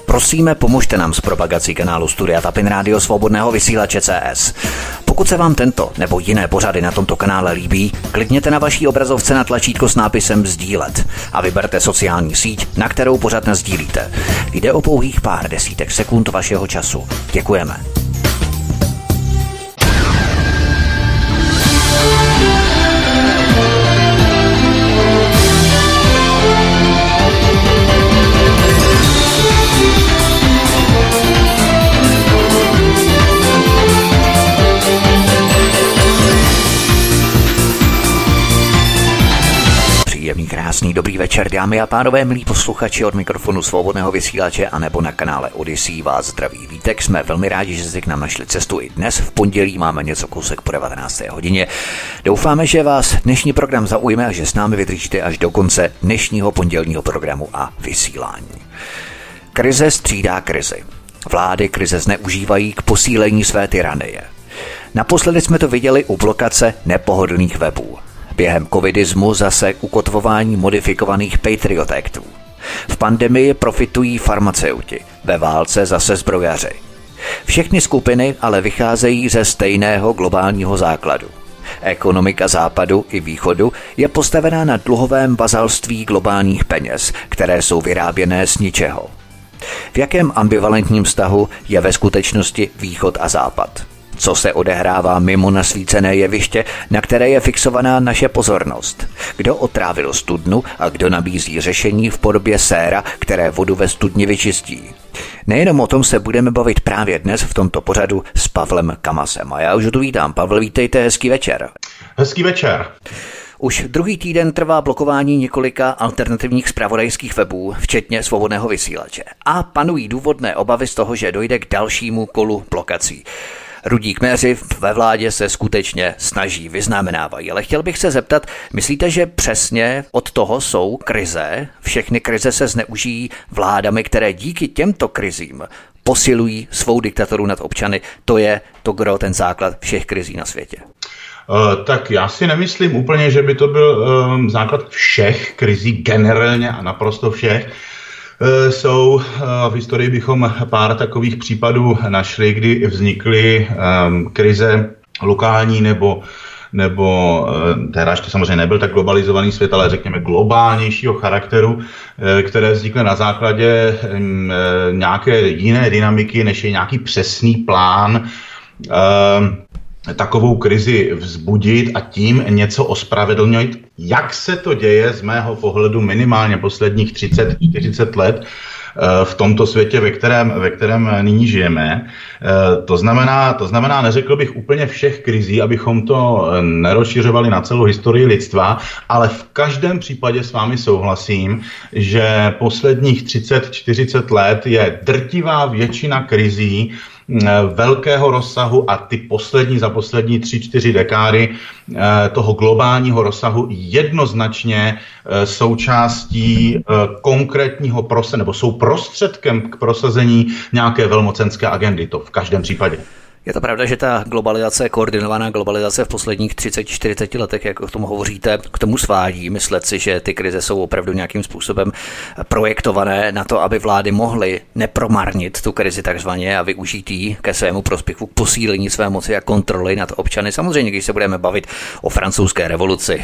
Prosíme, pomožte nám s propagací kanálu Studia Tapin Rádio Svobodného vysílače CS. Pokud se vám tento nebo jiné pořady na tomto kanále líbí, klikněte na vaší obrazovce na tlačítko s nápisem sdílet a vyberte sociální síť, na kterou pořad nasdílíte. Jde o pouhých pár desítek sekund vašeho času. Děkujeme. Příjemný, krásný, dobrý večer, dámy a pánové, milí posluchači, od mikrofonu Svobodného vysílače a nebo na kanále Odyssey vás zdraví Vítek. Jsme velmi rádi, že jste k nám našli cestu i dnes. V pondělí máme něco kousek po 19. hodině. Doufáme, že vás dnešní program zaujme a že s námi vydržíte až do konce dnešního pondělního programu a vysílání. Krize střídá krizi. Vlády krize zneužívají k posílení své tyranie. Naposledy jsme to viděli u blokace nepohodlných webů. Během covidismu zase ukotvování modifikovaných Patriot Actů. V pandemii profitují farmaceuti, ve válce zase zbrojaři. Všechny skupiny ale vycházejí ze stejného globálního základu. Ekonomika západu i východu je postavená na dluhovém vazalství globálních peněz, které jsou vyráběné z ničeho. V jakém ambivalentním vztahu je ve skutečnosti východ a západ? Co se odehrává mimo nasvícené jeviště, na které je fixovaná naše pozornost? Kdo otrávil studnu a kdo nabízí řešení v podobě séra, které vodu ve studni vyčistí? Nejenom o tom se budeme bavit právě dnes v tomto pořadu s Pavlem Kamasem. A já už tu vítám. Pavel, vítejte, hezký večer. Hezký večer. Už druhý týden trvá blokování několika alternativních zpravodajských webů, včetně Svobodného vysílače. A panují důvodné obavy z toho, že dojde k dalšímu kolu blokací. Rudí kmeři ve vládě se skutečně snaží, vyznamenávají. Ale chtěl bych se zeptat, myslíte, že přesně od toho jsou krize? Všechny krize se zneužijí vládami, které díky těmto krizím posilují svou diktaturu nad občany. To je to gro, ten základ všech krizí na světě. Tak já si nemyslím úplně, že by to byl základ všech krizí, generálně a naprosto všech. Jsou v historii bychom pár takových případů našli, kdy vznikly krize lokální nebo teda ještě samozřejmě nebyl tak globalizovaný svět, ale řekněme globálnějšího charakteru, které vznikly na základě nějaké jiné dynamiky, než je nějaký přesný plán takovou krizi vzbudit a tím něco ospravedlnit. Jak se to děje z mého pohledu minimálně posledních 30-40 let v tomto světě, ve kterém nyní žijeme. To znamená, neřekl bych úplně všech krizí, abychom to nerozšiřovali na celou historii lidstva, ale v každém případě s vámi souhlasím, že posledních 30-40 let je drtivá většina krizí velkého rozsahu a ty za poslední 3-4 dekády toho globálního rozsahu jednoznačně součástí konkrétního nebo jsou prostředkem k prosazení nějaké velmocenské agendy. To v každém případě. Je to pravda, že ta globalizace, koordinovaná globalizace v posledních 30-40 letech, jak o tom hovoříte, k tomu svádí. Myslet si, že ty krize jsou opravdu nějakým způsobem projektované na to, aby vlády mohly nepromarnit tu krizi takzvaně a využít ji ke svému prospěchu, k posílení své moci a kontroly nad občany. Samozřejmě, když se budeme bavit o francouzské revoluci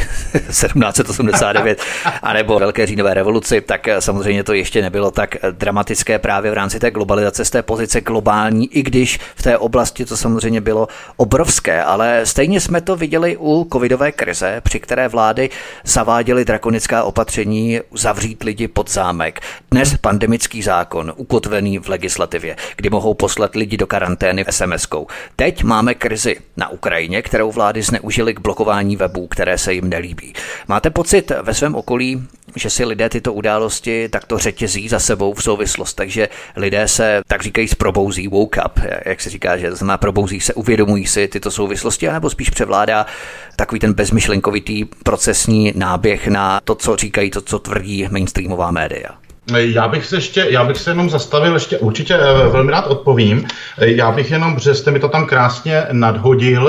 1789 anebo velké říjnové revoluci, tak samozřejmě to ještě nebylo tak dramatické právě v rámci té globalizace z té pozice globální, i když v té oblasti to samozřejmě bylo obrovské, ale stejně jsme to viděli u covidové krize, při které vlády zaváděly drakonická opatření zavřít lidi pod zámek. Dnes pandemický zákon ukotvený v legislativě, kdy mohou poslat lidi do karantény SMS-kou. Teď máme krizi na Ukrajině, kterou vlády zneužily k blokování webů, které se jim nelíbí. Máte pocit ve svém okolí, že si lidé tyto události takto řetězí za sebou v souvislost, takže lidé se, tak říkají, probouzí, woke up, jak se říká, že znamená probouzí se, uvědomují si tyto souvislosti, anebo spíš převládá takový ten bezmyšlenkovitý procesní náběh na to, co říkají, to, co tvrdí mainstreamová média. Já bych se jenom zastavil, ještě určitě velmi rád odpovím. Já bych jenom, protože jste mi to tam krásně nadhodil,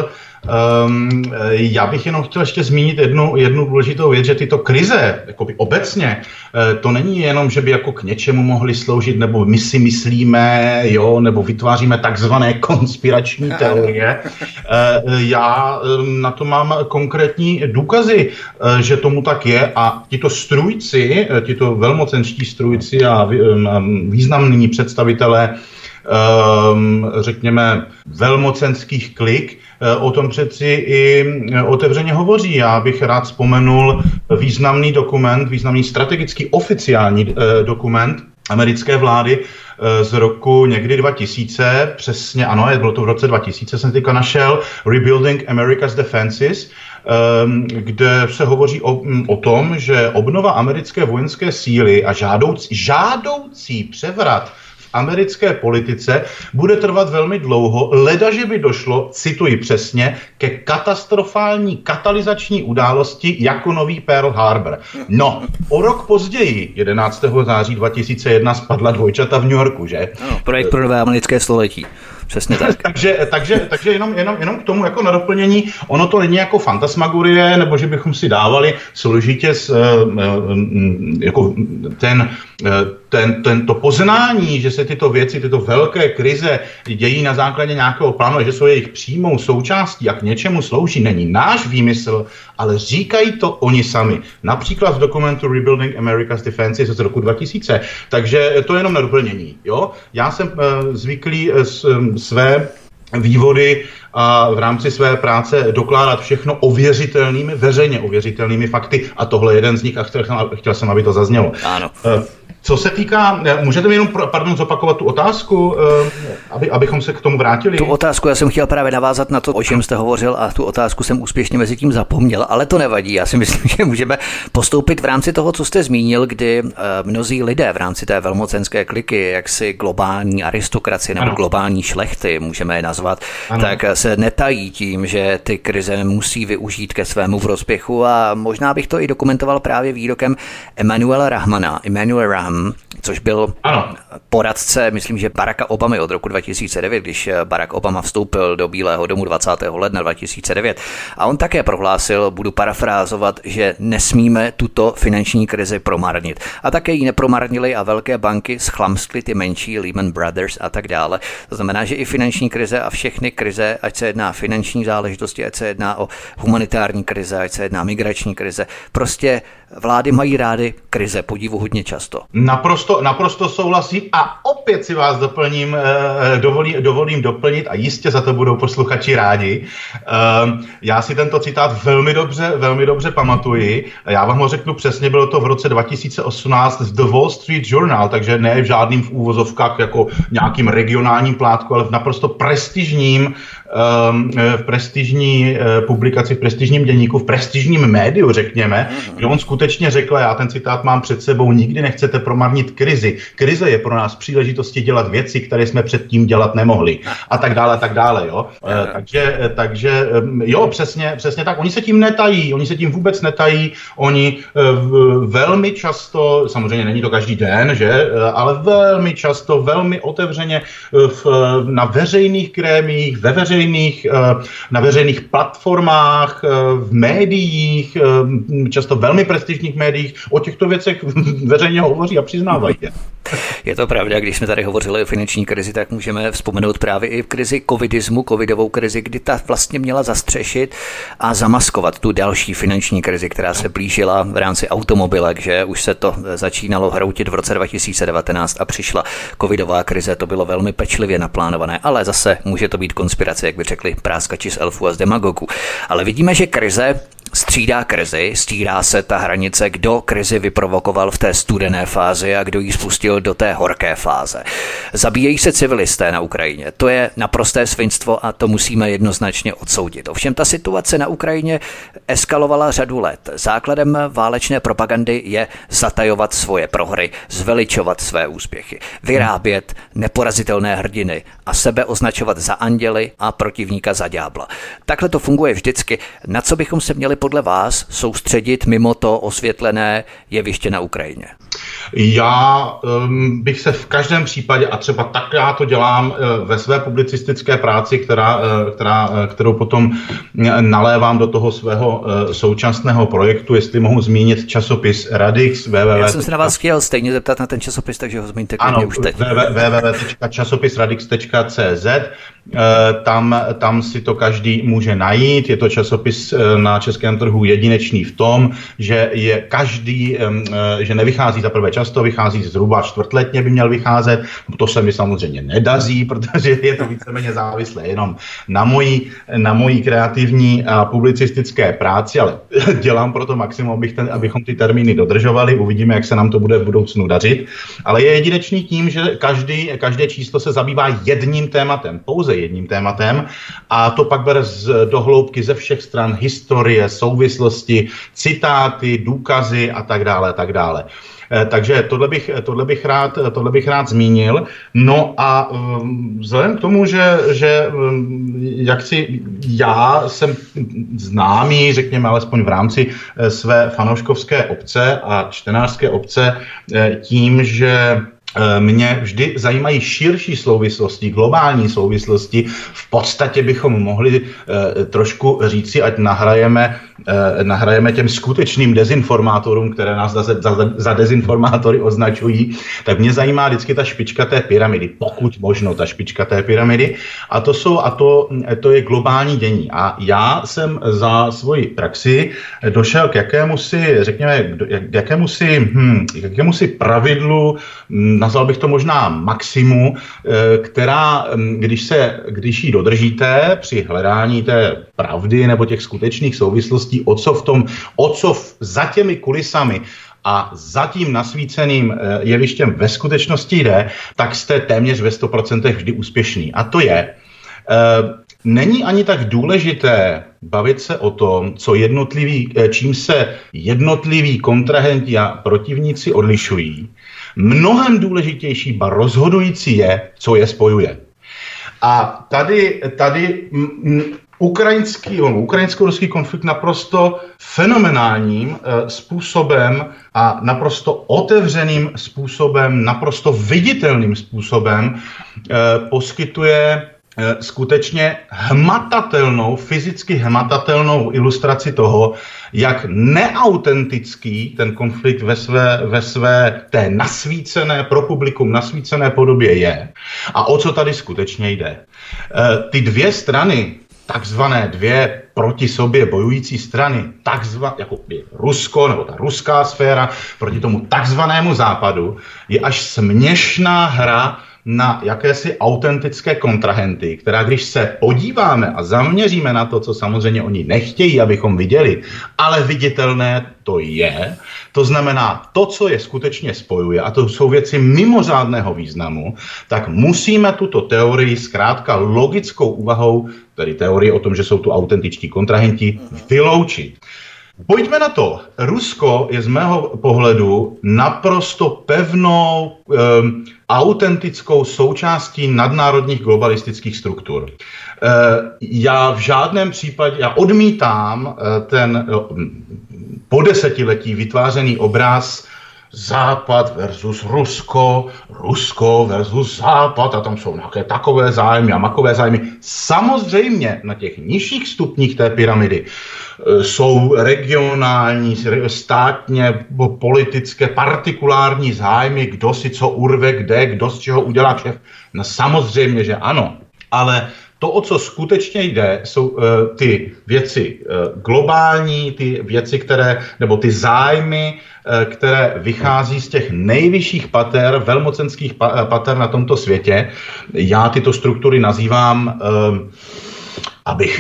Já bych jenom chtěl ještě zmínit jednu důležitou věc, že tyto krize, jakoby obecně, to není jenom, že by jako k něčemu mohly sloužit, nebo my si myslíme, jo, nebo vytváříme takzvané konspirační teorie. Já na to mám konkrétní důkazy, že tomu tak je, a tito strůjci, tito velmocenští strůjci a významní představitelé, řekněme, velmocenských klik, o tom přeci i otevřeně hovoří. Já bych rád vzpomenul významný dokument, významný strategický oficiální dokument americké vlády z roku někdy 2000, přesně ano, bylo to v roce 2000, jsem teďka našel, Rebuilding America's Defenses, kde se hovoří o tom, že obnova americké vojenské síly a žádoucí převrat americké politice bude trvat velmi dlouho, ledaže by došlo, cituji přesně, ke katastrofální katalyzační události jako nový Pearl Harbor. No, o rok později, 11. září 2001, spadla dvojčata v New Yorku, že? Ano, projekt pro nové americké století. Přesně tak. takže jenom k tomu jako na doplnění, ono to není jako fantasmagorie, nebo že bychom si dávali složitě jako to poznání, že se tyto věci, tyto velké krize dějí na základě nějakého plánu, že jsou jejich přímou součástí a k něčemu slouží, není náš výmysl, ale říkají to oni sami. Například v dokumentu Rebuilding America's Defenses z roku 2000. Takže to je jenom na doplnění. Jo? Já jsem zvyklý své vývody a v rámci své práce dokládat všechno ověřitelnými, veřejně ověřitelnými fakty, a tohle je jeden z nich a chtěl jsem, aby to zaznělo. Ano. Co se týká, můžete mi jenom zopakovat tu otázku, abychom se k tomu vrátili? Tu otázku já jsem chtěl právě navázat na to, o čem jste hovořil, a tu otázku jsem úspěšně mezi tím zapomněl, ale to nevadí. Já si myslím, že můžeme postoupit v rámci toho, co jste zmínil, kdy mnozí lidé v rámci té velmocenské kliky, jaksi globální aristokracie nebo globální šlechty, můžeme je nazvat, tak se netají tím, že ty krize musí využít ke svému prospěchu, a možná bych to i dokumentoval právě výrokem Emmanuela Rahmana, což byl poradce, myslím, že Baracka Obamy od roku 2009, když Barack Obama vstoupil do Bílého domu 20. ledna 2009. A on také prohlásil, budu parafrázovat, že nesmíme tuto finanční krizi promarnit. A také ji nepromarnili a velké banky schlamskly ty menší, Lehman Brothers a tak dále. To znamená, že i finanční krize a všechny krize, ať se jedná finanční záležitosti, ať se jedná o humanitární krize, ať se jedná migrační krize, prostě vlády mají rády krize, podivuhodně často. Naprosto souhlasím a opět si vás dovolím doplnit, a jistě za to budou posluchači rádi. Já si tento citát velmi dobře pamatuji. Já vám ho řeknu přesně, bylo to v roce 2018 z The Wall Street Journal, takže ne v žádným v úvozovkách jako nějakým regionálním plátku, ale v naprosto prestižní publikaci, v prestižním deníku, v prestižním médiu, řekněme, kde on skutečně řekl, já ten citát mám před sebou, nikdy nechcete promarnit krizi. Krize je pro nás příležitosti dělat věci, které jsme předtím dělat nemohli. A tak dále, jo. Takže jo, přesně tak. Oni se tím netají, oni se tím vůbec netají. Oni velmi často, samozřejmě není to každý den, že, ale velmi často, velmi otevřeně na veřejných krémích, na veřejných platformách, v médiích, často velmi prestižních médiích, o těchto věcech veřejně hovoří a přiznávají je. Je to pravda, když jsme tady hovořili o finanční krizi, tak můžeme vzpomenout právě i krizi covidovou krizi, kdy ta vlastně měla zastřešit a zamaskovat tu další finanční krizi, která se blížila v rámci automobilek, že už se to začínalo hroutit v roce 2019 a přišla covidová krize, to bylo velmi pečlivě naplánované, ale zase může to být konspirace, jak by řekli práskači z elfů a z demagogů. Ale vidíme, že krize střídá krizi, stírá se ta hranice, kdo krizi vyprovokoval v té studené fázi a kdo ji spustil do té horké fáze. Zabíjejí se civilisté na Ukrajině. To je naprosté svinstvo a to musíme jednoznačně odsoudit. Ovšem ta situace na Ukrajině eskalovala řadu let. Základem válečné propagandy je zatajovat svoje prohry, zveličovat své úspěchy, vyrábět neporazitelné hrdiny a sebe označovat za anděly a protivníka za ďábla. Takhle to funguje vždycky. Na co bychom se měli měli podle vás soustředit mimo to osvětlené jeviště na Ukrajině? Já bych se v každém případě, a třeba tak já to dělám ve své publicistické práci, kterou potom nalévám do toho svého současného projektu, jestli mohu zmínit časopis Radix, www. Já jsem se na vás chtěl stejně zeptat na ten časopis, takže ho zmíníte klidně už teď. www.časopisradix.cz. Tam si to každý může najít. Je to časopis na českém trhu jedinečný v tom, že je každý, že nevychází za prvé často, vychází zhruba čtvrtletně, by měl vycházet. To se mi samozřejmě nedaří, protože je to víceméně závislé jenom na mojí kreativní a publicistické práci, ale dělám pro to maximum, abychom ty termíny dodržovali. Uvidíme, jak se nám to bude v budoucnu dařit. Ale je jedinečný tím, že každé číslo se zabývá jedním tématem, pouze jedním tématem, a to pak bere do hloubky ze všech stran historie, souvislosti, citáty, důkazy a tak dále, tak dále. Takže tohle bych rád zmínil. No a vzhledem k tomu, že jaksi já jsem známý, řekněme alespoň v rámci své fanouškovské obce a čtenářské obce tím, že mě vždy zajímají širší souvislosti, globální souvislosti. V podstatě bychom mohli trošku říci, ať nahrajeme těm skutečným dezinformátorům, které nás za dezinformátory označují. Tak mě zajímá vždycky ta špička té pyramidy, pokud možno ta špička té pyramidy. A to je globální dění. A já jsem za svoji praxi došel k jakémusi pravidlu, nazval bych to možná maximu, která, když ji dodržíte při hledání té pravdy nebo těch skutečných souvislostí, o co za těmi kulisami a za tím nasvíceným jevištěm ve skutečnosti jde, tak jste téměř ve 100% vždy úspěšný. A to je, není ani tak důležité bavit se o tom, čím se jednotliví kontrahenti a protivníci odlišují. Mnohem důležitější, ba rozhodující je, co je spojuje. A tady ukrajinsko-ruský konflikt naprosto fenomenálním způsobem a naprosto otevřeným způsobem, naprosto viditelným způsobem poskytuje skutečně fyzicky hmatatelnou ilustraci toho, jak neautentický ten konflikt ve své té nasvícené, pro publikum nasvícené podobě je a o co tady skutečně jde. Ty dvě strany, takzvané dvě proti sobě bojující strany, jako je Rusko, nebo ta ruská sféra, proti tomu takzvanému západu, je až směšná hra na jakési autentické kontrahenty, která když se podíváme a zaměříme na to, co samozřejmě oni nechtějí, abychom viděli, ale viditelné to je, to znamená to, co je skutečně spojuje, a to jsou věci mimořádného významu, tak musíme tuto teorii zkrátka logickou úvahou, tedy teorii o tom, že jsou tu autentičtí kontrahenti, vyloučit. Pojďme na to. Rusko je z mého pohledu naprosto pevnou, autentickou součástí nadnárodních globalistických struktur. Já v žádném případě, já odmítám ten po desetiletí vytvářený obraz Západ versus Rusko, Rusko versus Západ, a tam jsou nějaké takové zájmy a makové zájmy. Samozřejmě na těch nižších stupních té pyramidy jsou regionální, státně, politické, partikulární zájmy, kdo si co urve, kde, kdo z čeho udělá kšeft. No samozřejmě, že ano, ale to, o co skutečně jde, jsou ty věci globální, ty věci, nebo ty zájmy, které vychází z těch nejvyšších pater, velmocenských pater na tomto světě. Já tyto struktury nazývám, abych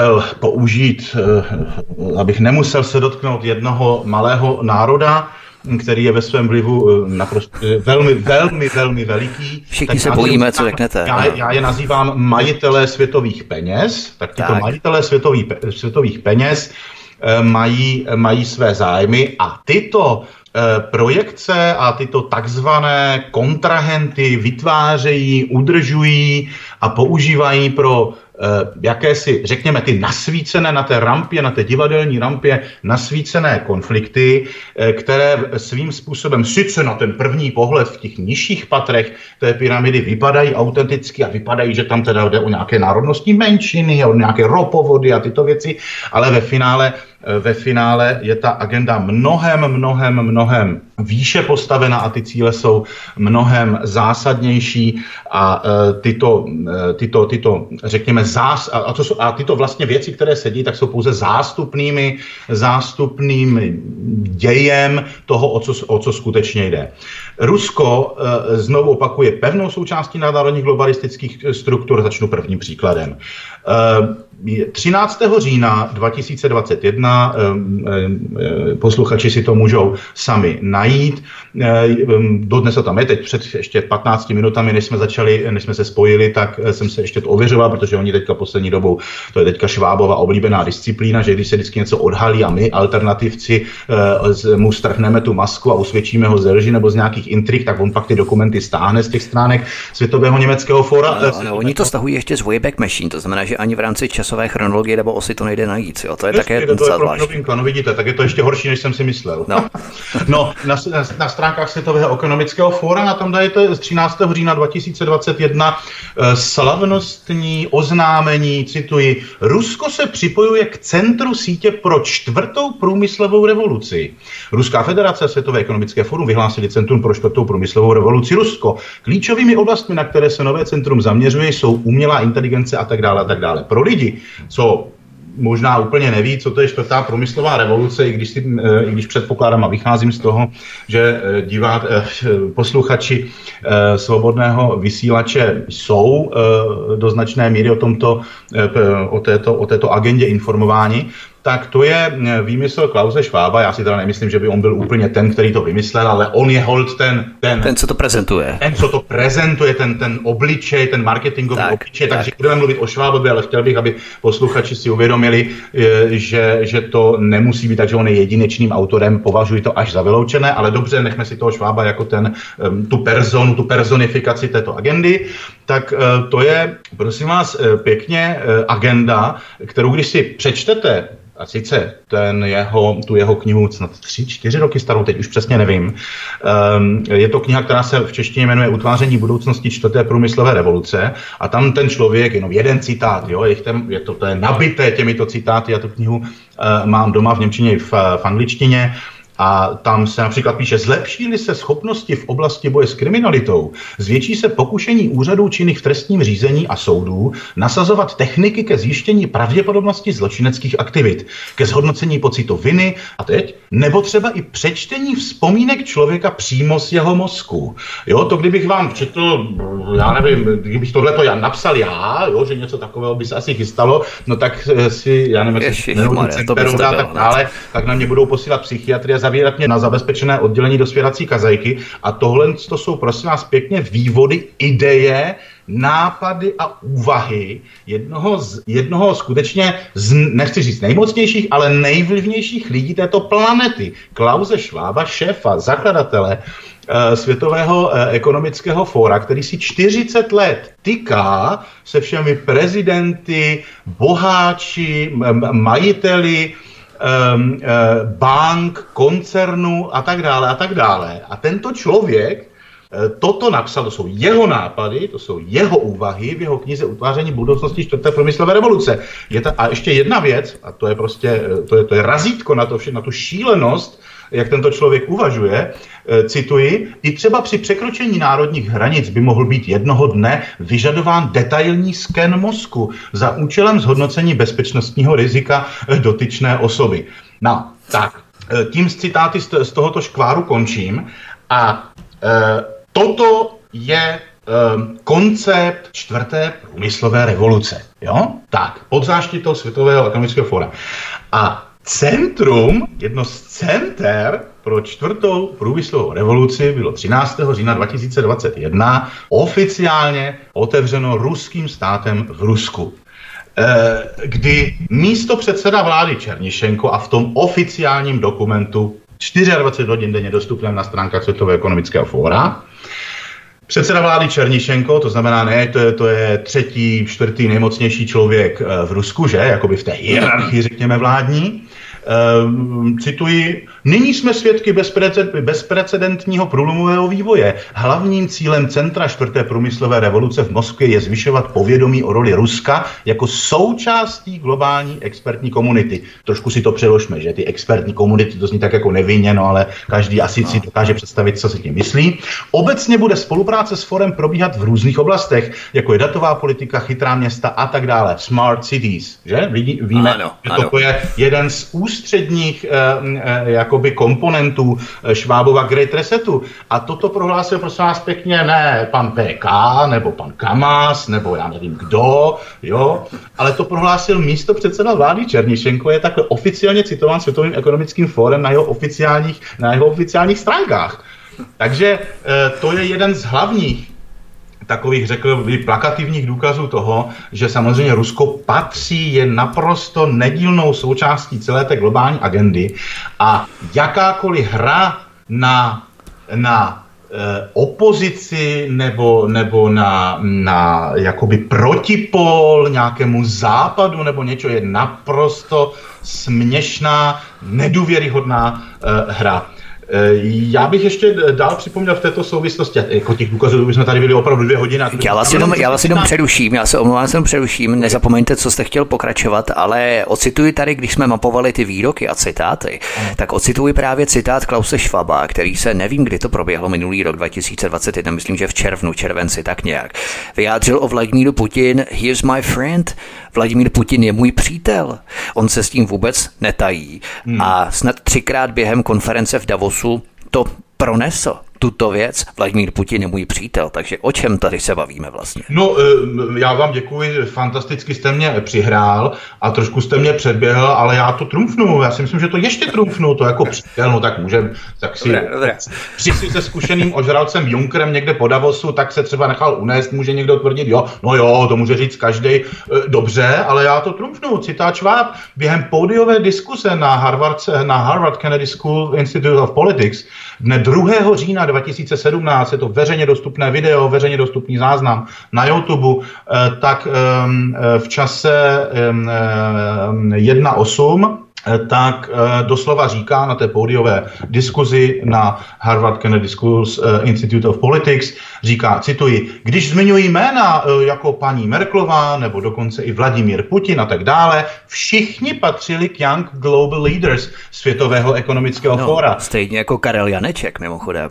nemusel se dotknout jednoho malého národa, který je ve svém vlivu naprosto velmi veliký. Všichni se bojíme, co řeknete. Já je nazývám majitelé světových peněz, tak tyto majitelé světových peněz mají své zájmy a tyto projekce a tyto takzvané kontrahenty vytvářejí, udržují a používají pro jakési, řekněme, ty nasvícené na té rampě, na té divadelní rampě, nasvícené konflikty, které svým způsobem sice na ten první pohled v těch nižších patrech té pyramidy vypadají autenticky a vypadají, že tam teda jde o nějaké národnostní menšiny, o nějaké ropovody a tyto věci, ale ve finále je ta agenda mnohem výše postavena a ty cíle jsou mnohem zásadnější a tyto řekněme, tyto vlastně věci, které se dějí, tak jsou pouze zástupným dějem toho, o co skutečně jde. Rusko, znovu opakuje, pevnou součástí nadnárodních globalistických struktur, začnu prvním příkladem. 13. října 2021, posluchači si to můžou sami najít, dodnes to tam je, teď před ještě 15 minutami, než jsme se spojili, tak jsem se ještě to ověřoval, protože oni teďka poslední dobou, to je teďka Švábova oblíbená disciplína, že když se vždycky něco odhalí a my, alternativci, mu strhneme tu masku a usvědčíme ho ze lži nebo z nějakých intrik, tak on pak ty dokumenty stáhne z těch stránek Světového německého fóra. Ano, oni to stahují ještě z Wayback Machine, to znamená, že ani v rámci časové chronologie nebo osy to nejde najít, jo? To je také docela zvláštní. No vidíte, tak je to ještě horší, než jsem si myslel. No na stránkách Světového ekonomického fóra, na tom dají to z 13. října 2021 slavnostní oznámení, cituji, Rusko se připojuje k centru sítě pro 4. průmyslovou revoluci. Ruská federace a Světové ekonomické fórum vyhlásili Centrum pro 4. průmyslovou revoluci Rusko. Klíčovými oblastmi, na které se nové centrum zaměřuje, jsou umělá inteligence a tak dále a tak dále. Pro lidi, co možná úplně neví, co to je 4. průmyslová revoluce, i když předpokládám a vycházím z toho, že posluchači svobodného vysílače jsou do značné míry o této agendě informováni, tak to je výmysl Klause Schwaba. Já si teda nemyslím, že by on byl úplně ten, který to vymyslel, ale on je holt ten co to prezentuje. Ten, co to prezentuje, ten obličej, ten marketingový obličej. Takže budeme mluvit o Schwabovi, ale chtěl bych, aby posluchači si uvědomili, že to nemusí být tak, že on je jedinečným autorem, považuji to až za vyloučené, ale dobře, nechme si toho Schwaba jako tu personifikaci této agendy. Tak to je, prosím vás, pěkně agenda, kterou když si přečtete, a sice tu jeho knihu snad 3-4 roky starou, teď už přesně nevím. Je to kniha, která se v češtině jmenuje Utváření budoucnosti 4. průmyslové revoluce a tam ten člověk, jenom jeden citát, jo, to je nabité těmito citáty, já tu knihu mám doma v němčině i v angličtině. A tam se například píše, zlepší-li se schopnosti v oblasti boje s kriminalitou, zvětší se pokušení úřadů činných v trestním řízení a soudů nasazovat techniky ke zjištění pravděpodobnosti zločineckých aktivit, ke zhodnocení pocitu viny a teď, nebo třeba i přečtení vzpomínek člověka přímo z jeho mozku. Jo, to kdybych vám četl, já nevím, kdybych tohleto já napsal já, jo, že něco takového by se asi chystalo, no tak si, já nevím, tak na mě budou posílat psychiatry a zavírat mě na zabezpečené oddělení do svěrací kazajky a tohle to jsou prosím vás pěkně vývody, ideje, nápady a úvahy jednoho skutečně nechci říct nejmocnějších, ale nejvlivnějších lidí této planety. Klause Schwaba, šéfa, zakladatele Světového ekonomického fóra, který si 40 let tyká se všemi prezidenty, boháči, majiteli, bank, koncernů a tak dále a tak dále. A tento člověk toto napsal, to jsou jeho nápady, to jsou jeho úvahy v jeho knize Utváření budoucnosti 4. průmyslové revoluce. A ještě jedna věc, a to je prostě, to je razítko na tu šílenost, jak tento člověk uvažuje, cituji, i třeba při překročení národních hranic by mohl být jednoho dne vyžadován detailní sken mozku za účelem zhodnocení bezpečnostního rizika dotyčné osoby. No, tak, tím z citáty z tohoto škváru končím a toto je koncept 4. průmyslové revoluce. Jo? Tak, pod záštitou Světového ekonomického fóra. A centrum, jedno z center pro 4. průmyslovou revoluci bylo 13. října 2021 oficiálně otevřeno ruským státem v Rusku. Kdy místopředseda vlády Černišenko a v tom oficiálním dokumentu 24 hodin denně dostupném na stránkách Světového ekonomického fóra Předseda vlády Černišenko, to znamená, ne, to je třetí, čtvrtý nejmocnější člověk v Rusku, že? Jakoby v té hierarchii, řekněme, vládní. Cituji, nyní jsme svědky bezprecedentního průlomového vývoje. Hlavním cílem centra 4. průmyslové revoluce v Moskvě je zvyšovat povědomí o roli Ruska jako součástí globální expertní komunity. Trošku si to přeložme, že ty expertní komunity, to zní tak jako nevinně, no ale každý asi si dokáže představit, co si tím myslí. Obecně bude spolupráce s forem probíhat v různých oblastech, jako je datová politika, chytrá města a tak dále. Smart cities, že? Víme, že to je jeden z ústředních jakoby komponentů Schwabova Great Resetu. A toto prohlásil, prosím vás pěkně, ne pan PK, nebo pan Kamas, nebo já nevím kdo, jo, ale to prohlásil místopředseda vlády Černišenko, je takhle oficiálně citován Světovým ekonomickým fórem na jeho oficiálních stránkách. Takže to je jeden z hlavních takových, řekl bych, plakativních důkazů toho, že samozřejmě Rusko patří, je naprosto nedílnou součástí celé té globální agendy a jakákoliv hra na opozici nebo na jakoby protipol nějakému západu nebo něco je naprosto směšná, nedůvěryhodná hra. Já bych ještě dál připomněl v této souvislosti, jako těch důkazů bychom tady byli opravdu 2 hodiny. Já vás jenom přeruším, já se omlouvám, nezapomeňte, co jste chtěl pokračovat, ale ocituji tady, když jsme mapovali ty výroky a citáty, tak ocituji právě citát Klause Schwaba, který se, nevím, kdy to proběhlo, minulý rok 2021, myslím, že v červenci, tak nějak, vyjádřil o Vladimíru Putin, he is my friend, Vladimír Putin je můj přítel, on se s tím vůbec netají a snad 3krát během konference v Davosu to pronesl. Tuto věc, Vladimír Putin je můj přítel, takže o čem tady se bavíme vlastně? No, já vám děkuji, fantasticky jste mě přihrál a trošku jste mě předběhl, ale já to trumfnu, já si myslím, že to ještě trumfnu, to jako přítel, no tak můžeme, tak si přijsi se zkušeným ožralcem Junckerem někde po Davosu, tak se třeba nechal unést, může někdo tvrdit, jo, to může říct každej, dobře, ale já to trumfnu, citát Schwab, během pódiové diskuse na Harvard Kennedy School Institute of Politics dne 2. října 2017, je to veřejně dostupné video, veřejně dostupný záznam na YouTube, tak v čase 1:08 tak doslova říká na té pódiové diskuzi na Harvard Kennedy School Institute of Politics, říká, cituji, když zmiňují jména jako paní Merkelová nebo dokonce i Vladimír Putin a tak dále, všichni patřili k Young Global Leaders Světového ekonomického fóra. Stejně jako Karel Janeček mimochodem.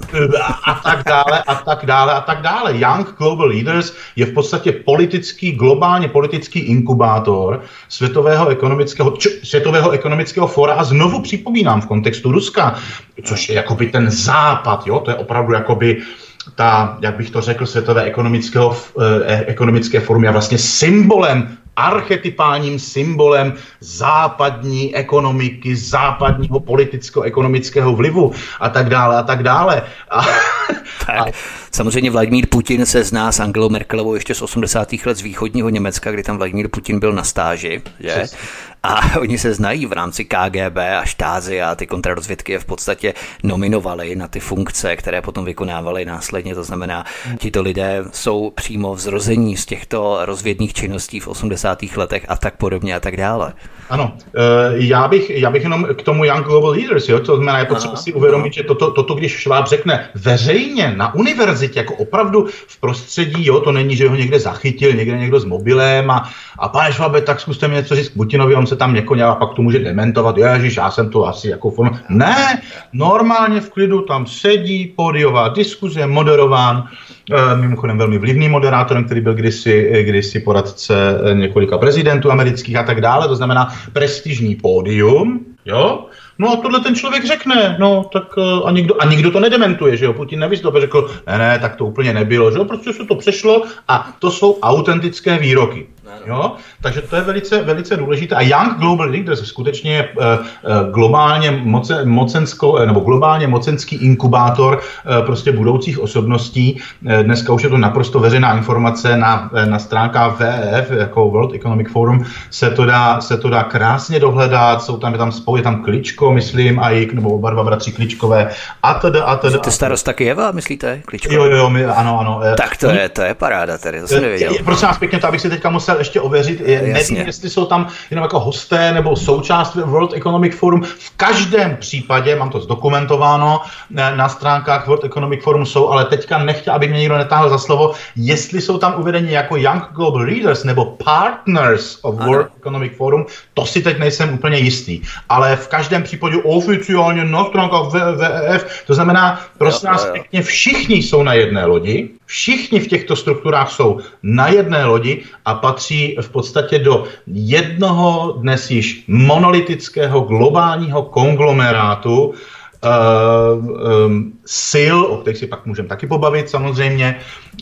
A tak dále. Young Global Leaders je v podstatě globálně politický inkubátor Světového ekonomického fóra a znovu připomínám v kontextu Ruska, což je jakoby ten západ, jo, to je opravdu jakoby ta, jak bych to řekl, Světové ekonomické fórum je vlastně symbolem, archetypálním symbolem západní ekonomiky, západního politicko-ekonomického vlivu a tak dále. Samozřejmě Vladimír Putin se zná s Angelou Merkelovou ještě z 80. let z východního Německa, kdy tam Vladimír Putin byl na stáži, že? A oni se znají v rámci KGB a štázy a ty kontrarozvědky je v podstatě nominovali na ty funkce, které potom vykonávali následně. To znamená, tito lidé jsou přímo vzrození z těchto rozvědných činností v 80. letech a tak podobně a tak dále. Ano, já bych jenom k tomu Young Global Leaders, jo, to znamená, je potřeba si uvědomit, že toto, když Schwab řekne veřejně na univerzitě, jako opravdu v prostředí, jo, to není, že ho někde zachytil, někdo s mobilem a pane Schwabe, tak zkuste mi něco říct k Putinovi, on se tam někoně a pak to může dementovat, ježiš, já jsem to asi jako ne, normálně v klidu tam sedí, pódiová diskuze, moderován, mimochodem velmi vlivným moderátorem, který byl kdysi poradce několika prezidentů amerických a tak dále, to znamená prestižní pódium, jo. No a tohle ten člověk řekne, no tak a nikdo to nedementuje, že jo, Putin nevystoupil, řekl, ne, tak to úplně nebylo, že jo, prostě se to přešlo a to jsou autentické výroky. Jo? Takže to je velice, velice důležité. A Young Global Leaders skutečně je globálně mocenský inkubátor prostě budoucích osobností. Dneska už je to naprosto veřejná informace na stránkách WEF, jako World Economic Forum, se to dá krásně dohledat, je tam Kličko, myslím, a nebo oba dva bratři Kličkové, atd. To starosta Kyjeva, myslíte, Kličko? Jo, ano. Tak to je paráda, tedy, to jsem nevěděl. Prosím vás pěkně, to abych si teďka musel ještě ověřit, nevím, jestli jsou tam jenom jako hosté nebo součást World Economic Forum. V každém případě, mám to zdokumentováno, na stránkách World Economic Forum jsou, ale teďka nechtěl, aby mě někdo netáhl za slovo, jestli jsou tam uvedeni jako Young Global Leaders nebo Partners of World Economic Forum, to si teď nejsem úplně jistý. Ale v každém případě oficiálně na stránkách WEF, to znamená, prosím vás pěkně, všichni jsou na jedné lodi, všichni v těchto strukturách jsou na jedné lodi a patří v podstatě do jednoho dnes již monolitického globálního konglomerátu sil, o kterých si pak můžeme taky pobavit samozřejmě,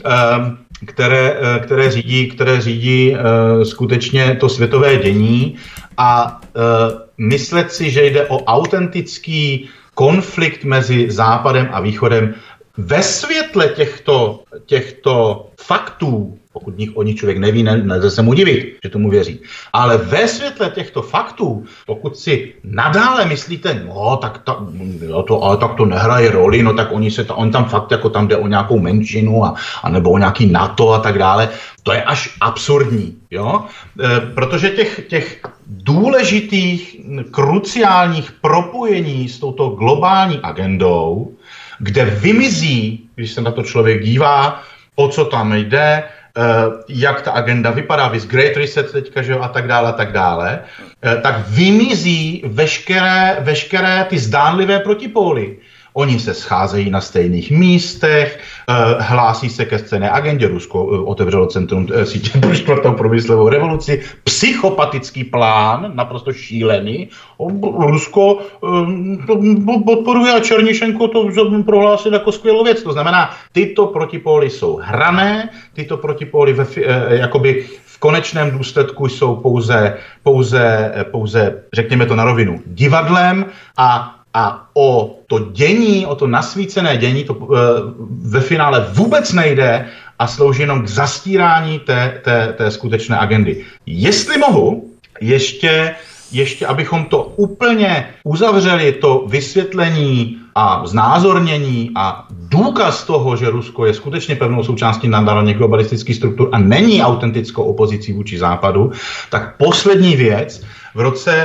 které řídí skutečně to světové dění a myslet si, že jde o autentický konflikt mezi Západem a Východem ve světle těchto faktů, pokud o nich člověk neví, nelze se mu divit, že tomu věří. Ale ve světle těchto faktů, pokud si nadále myslíte, tak to nehraje roli, no tak on tam fakt jako tam jde o nějakou menšinu a nebo o nějaký NATO a tak dále, to je až absurdní, jo? Protože těch důležitých, kruciálních propojení s touto globální agendou, kde vymizí, když se na to člověk dívá, o co tam jde, jak ta agenda vypadá, vis Great Reset teďka, že jo, a tak dále, tak vymizí veškeré ty zdánlivé protipóly. Oni se scházejí na stejných místech, hlásí se ke stejné agendě. Rusko otevřelo centrum sítě pro čtvrtou průmyslovou revoluci. Psychopatický plán, naprosto šílený. Rusko podporuje a Černišenko to prohlásil jako skvělou věc. To znamená, tyto protipóly jsou hrané, tyto protipóly jakoby v konečném důsledku jsou pouze, řekněme to na rovinu, divadlem a o to dění, o to nasvícené dění, to ve finále vůbec nejde a slouží jenom k zastírání té skutečné agendy. Jestli mohu, ještě abychom to úplně uzavřeli, to vysvětlení a znázornění a důkaz toho, že Rusko je skutečně pevnou součástí nadnárodních globalistických struktur a není autentickou opozicí vůči Západu, tak poslední věc, v roce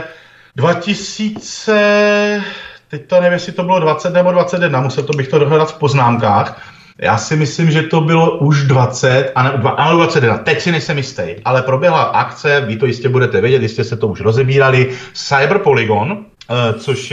2000... Teď to nevím, jestli to bylo 20 nebo 21, musel bych to dohledat v poznámkách. Já si myslím, že to bylo už 20, ano 21, teď si nejsem jistý, ale proběhla akce, vy to jistě budete vědět, jistě se to už rozebírali, Cyber Polygon, což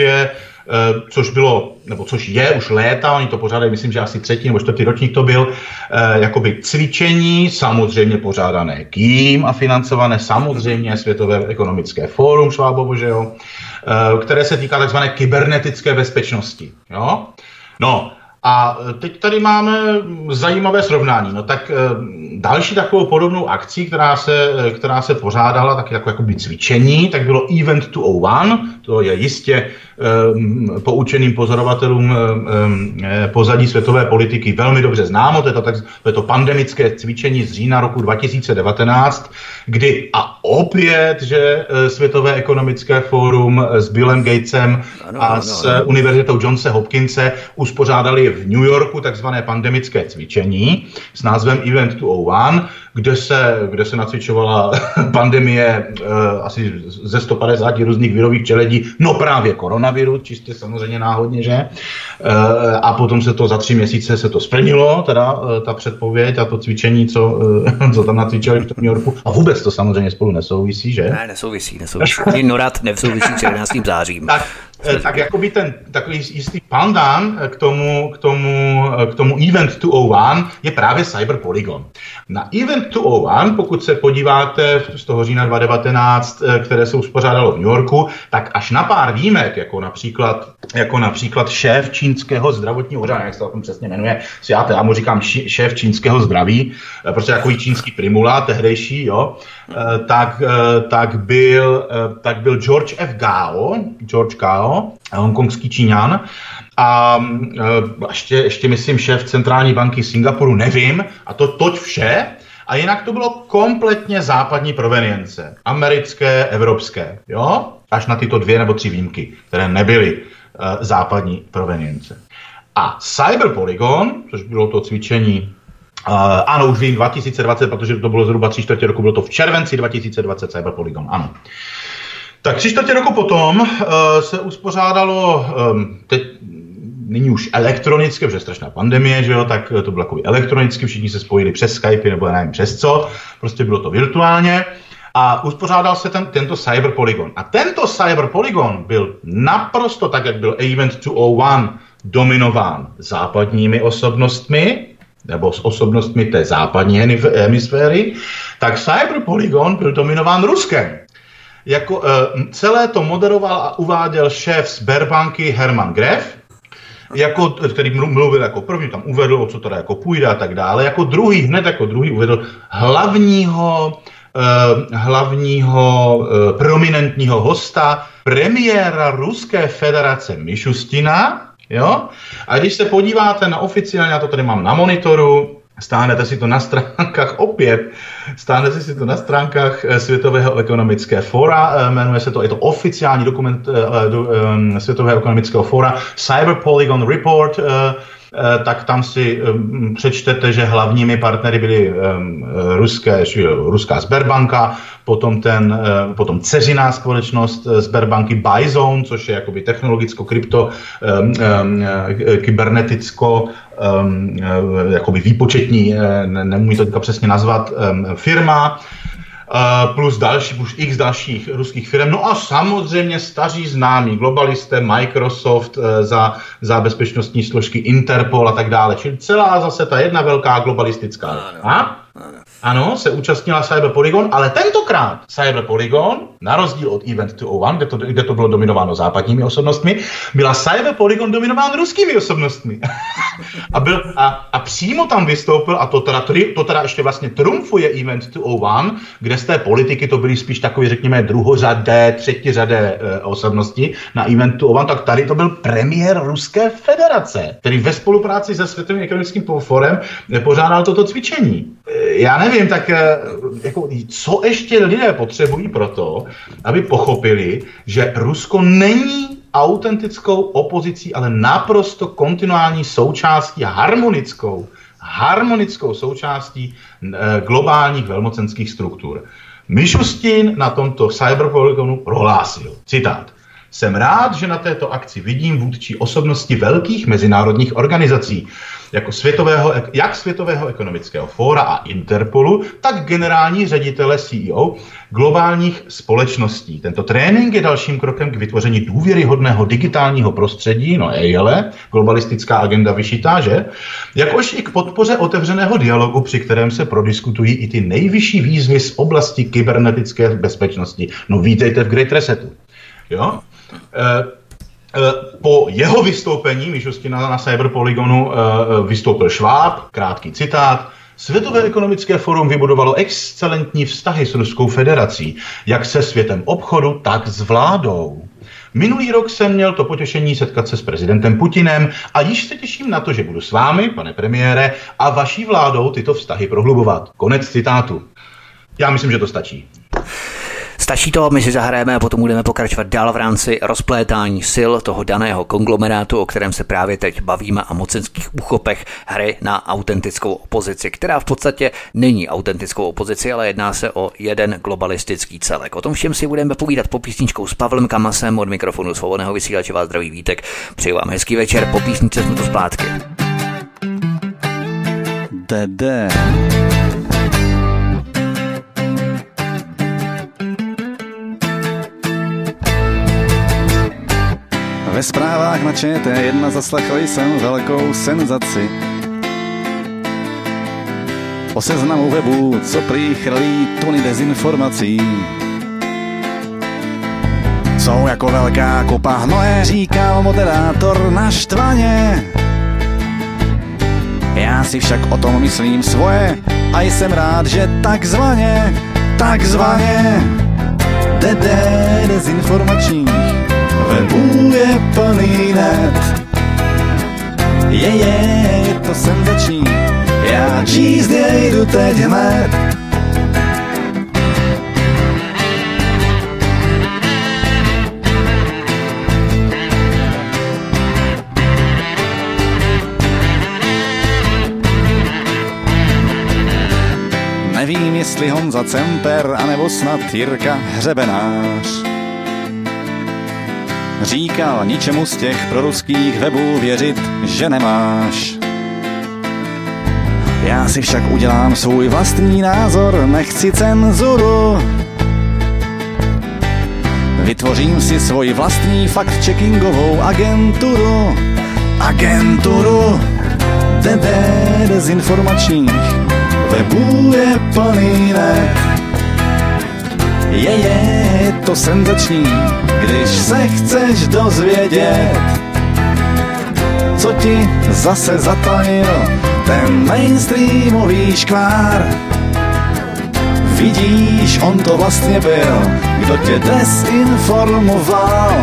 je už léta, oni to pořádají, myslím, že asi 3. nebo 4. ročník to byl, jakoby cvičení, samozřejmě pořádané kým a financované samozřejmě Světové ekonomické fórum, Švábovo, že jo, které se týká takzvané kybernetické bezpečnosti, jo. No, a teď tady máme zajímavé srovnání. No tak další takovou podobnou akcí, která se pořádala, tak jako jakoby cvičení, tak bylo Event 201, to je jistě poučeným pozorovatelům pozadí světové politiky velmi dobře známo, to je to pandemické cvičení z října roku 2019, kdy a opět, že Světové ekonomické fórum s Billem Gatesem a s Univerzitou Johnse Hopkinse uspořádali v New Yorku takzvané pandemické cvičení s názvem Event 201, kde se nacvičovala pandemie asi ze 150 různých virových čeledí, no právě koronaviru, čistě samozřejmě náhodně, že? A potom se to za 3 měsíce se to splnilo, teda ta předpověď a to cvičení, co tam nacvičovali v tom New Yorku. A vůbec to samozřejmě spolu nesouvisí, že? Ne, nesouvisí. Ani NORAD nesouvisí s 11. zářím. Tak jakoby ten takový jistý pandan k tomu Event 201 je právě Cyber Polygon. Na Event Event 201, pokud se podíváte z toho října 2019, které se uspořádalo v New Yorku, tak až na pár výjimek, jako například šéf čínského zdravotního úřadu, jak se to přesně jmenuje, já mu říkám šéf čínského zdraví, prostě takový čínský primula, tehdejší, jo, tak byl George Gao, hongkongský Číňan, a ještě myslím šéf centrální banky Singapuru, nevím, a toť vše. A jinak to bylo kompletně západní provenience. Americké, evropské, jo? Až na tyto 2 nebo 3 výjimky, které nebyly západní provenience. A Cyber Polygon, což bylo to cvičení, ano, už vím, 2020, protože to bylo zhruba 3/4 roku, bylo to v červenci 2020 Cyber Polygon, ano. Tak 3/4 roku potom se uspořádalo, nyní už elektronicky, protože je strašná pandemie, že jo, tak to bylo takový elektronicky, všichni se spojili přes Skype nebo nevím přes co, prostě bylo to virtuálně a uspořádal se tento Cyber Polygon. A tento Cyber Polygon byl naprosto tak, jak byl Event 201 dominován západními osobnostmi, nebo s osobnostmi té západní hemisféry, tak Cyber Polygon byl dominován Ruskem. Celé to moderoval a uváděl šéf Sberbanky Herman Gref, který mluvil jako první, tam uvedl, o co teda jako půjde a tak dále. Jako druhý uvedl hlavního prominentního hosta, premiéra Ruské federace Mišustina, jo? A když se podíváte na oficiálně, já to tady mám na monitoru, stáhnete si to na stránkách Světového ekonomického fóra, jmenuje se to, je to oficiální dokument Světového ekonomického fóra, Cyber Polygon Report, tak tam si přečtete, že hlavními partnery byly ruská Sberbanka, potom dceřiná společnost Sberbanky Bizone, což je jakoby technologicko-krypto kyberneticko jakoby výpočetní, nemůžu to teďka přesně nazvat, firma, plus x dalších ruských firm. No a samozřejmě staří známí globalisté, Microsoft za bezpečnostní složky, Interpol a tak dále. Čili celá zase ta jedna velká globalistická. Ano, se účastnila Cyber Polygon, ale tentokrát Cyber Polygon, na rozdíl od Event 201, kde to bylo dominováno západními osobnostmi, byla Cyber Polygon dominována ruskými osobnostmi. a přímo tam vystoupil, a to teda ještě vlastně trumfuje Event 201, kde z té politiky to byly spíš takové, řekněme, druhořadé, třetiřadé osobnosti na Event 201, tak tady to byl premiér Ruské federace, který ve spolupráci se Světovým ekonomickým fórem pořádal toto cvičení. Já nevím, tak jako, co ještě lidé potřebují pro to, aby pochopili, že Rusko není autentickou opozicí, ale naprosto kontinuální součástí, harmonickou součástí globálních velmocenských struktur. Mišustin na tomto Cyberpolygonu prohlásil, citát: Jsem rád, že na této akci vidím vůdčí osobnosti velkých mezinárodních organizací, jak Světového ekonomického fóra a Interpolu, tak generální ředitele CEO globálních společností. Tento trénink je dalším krokem k vytvoření důvěryhodného digitálního prostředí, globalistická agenda vyšitá, že? Jakož i k podpoře otevřeného dialogu, při kterém se prodiskutují i ty nejvyšší výzvy z oblasti kybernetické bezpečnosti. No vítejte v Great Resetu. Jo? Po jeho vystoupení, Mišustina na Cyberpolygonu, vystoupil Schwab, krátký citát: Světové ekonomické fórum vybudovalo excelentní vztahy s Ruskou federací, jak se světem obchodu, tak s vládou. Minulý rok jsem měl to potěšení setkat se s prezidentem Putinem a již se těším na to, že budu s vámi, pane premiére, a vaší vládou tyto vztahy prohlubovat. Konec citátu. Já myslím, že to stačí. Stačí to, my si zahrajeme a potom budeme pokračovat dál v rámci rozplétání sil toho daného konglomerátu, o kterém se právě teď bavíme, a mocenských úchopech hry na autentickou opozici, která v podstatě není autentickou opozici, ale jedná se o jeden globalistický celek. O tom všem si budeme povídat po písničkou s Pavlem Kamasem. Od mikrofonu Svobodného vysílače vás zdraví Vítek. Přeju vám hezký večer, po písničce jsme tu zpátky. Ve zprávách na ČT1 zaslechl jsem velkou senzaci. o seznamu webu, co prý chrlí tuny dezinformací. Jsou jako velká kupa hnoje, říkal moderátor naštvaně. Já si však o tom myslím svoje a jsem rád, že takzvaně DD dezinformačních webů je plný net. Je to senzační, já číst je jdu teď hned. Nevím, jestli Honza Cemper, anebo snad Jirka Hřebenář. Říkal, ničemu z těch proruských webů věřit, že nemáš. Já si však udělám svůj vlastní názor, nechci cenzuru. Vytvořím si svoji vlastní fact-checkingovou agenturu DD dezinformačních webů je plný net. Je to senzační, když se chceš dozvědět, co ti zase zatajil ten mainstreamový škvár. Vidíš, on to vlastně byl, kdo tě dezinformoval.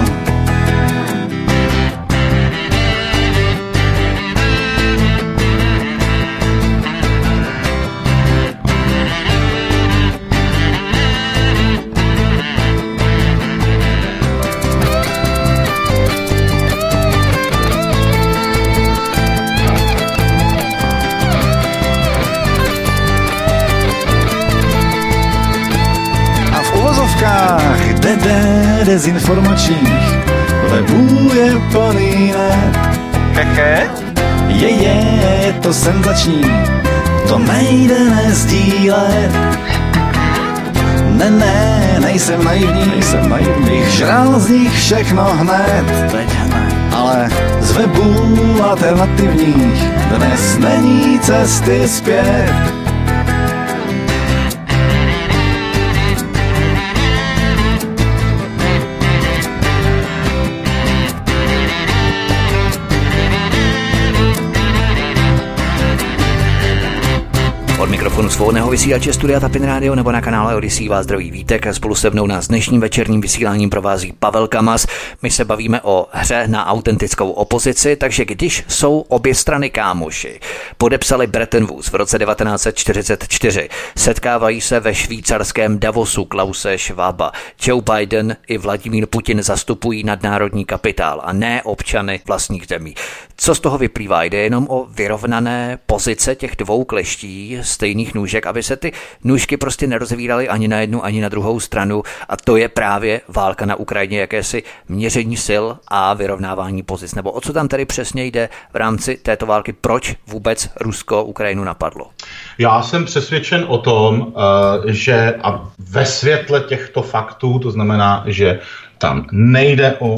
DD dezinformačních webů je plný net. Je to senzační, to nejde nezdílet. Nejsem naivní, bych žral z nich všechno hned. Ale z webů alternativních dnes není cesty zpět. Od mikrofonu svobodného vysílače Studia Tapin Radio nebo na kanále Odyssey vás zdraví Vítek a spolu se mnou nás dnešním večerním vysíláním provází Pavel Kamas. My se bavíme o hře na autentickou opozici, takže když jsou obě strany kámoši, podepsali Bretton Woods v roce 1944, setkávají se ve švýcarském Davosu Klause Schwaba. Joe Biden i Vladimír Putin zastupují nadnárodní kapitál a ne občany vlastních zemí. Co z toho vyplývá? Jde jenom o vyrovnané pozice těch dvou kleští, stejných nůžek, aby se ty nůžky prostě nerozevíraly ani na jednu, ani na druhou stranu, a to je právě válka na Ukrajině, jakési měření sil a vyrovnávání pozic. Nebo o co tam tedy přesně jde v rámci této války? Proč vůbec Rusko Ukrajinu napadlo? Já jsem přesvědčen o tom, že a ve světle těchto faktů, to znamená, že tam nejde o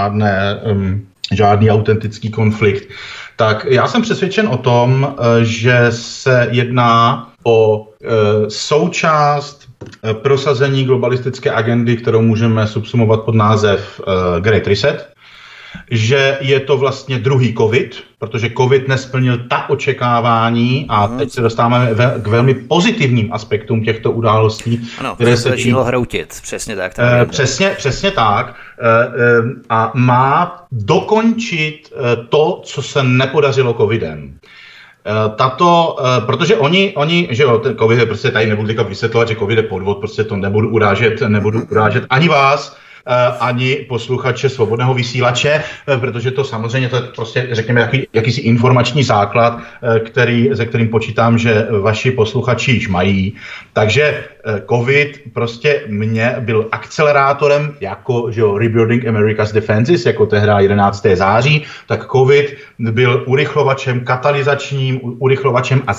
žádný autentický konflikt, tak já jsem přesvědčen o tom, že se jedná o součást prosazení globalistické agendy, kterou můžeme subsumovat pod název Great Reset, že je to vlastně druhý covid, protože covid nesplnil ta očekávání a teď se dostáváme k velmi pozitivním aspektům těchto událostí. Ano, které se začalo hroutit, přesně tak. Přesně tak. A má dokončit to, co se nepodařilo covidem. Protože oni, že jo, ten covid je prostě, tady nebudu teďka vysvětlovat, že covid je podvod, prostě to nebudu urážet ani vás, ani posluchače svobodného vysílače, protože to samozřejmě to je prostě, řekněme, jakýsi informační základ, ze kterým počítám, že vaši posluchači již mají. Takže covid prostě byl akcelerátorem, jako že jo, Rebuilding America's Defenses, jako tehdy 11. září, tak covid byl urychlovačem, katalyzačním urychlovačem a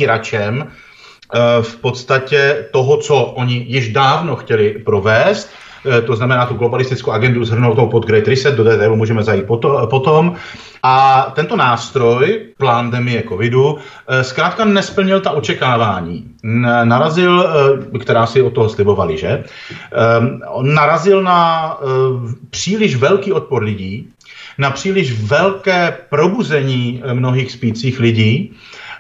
zastíračem v podstatě toho, co oni již dávno chtěli provést. to znamená tu globalistickou agendu shrnoutou pod Great Reset, do detailu můžeme zajít potom. A tento nástroj, pandemie covidu, zkrátka nesplnil ta očekávání. Narazil, která si od toho slibovali, že? Narazil na příliš velký odpor lidí, na příliš velké probuzení mnohých spících lidí,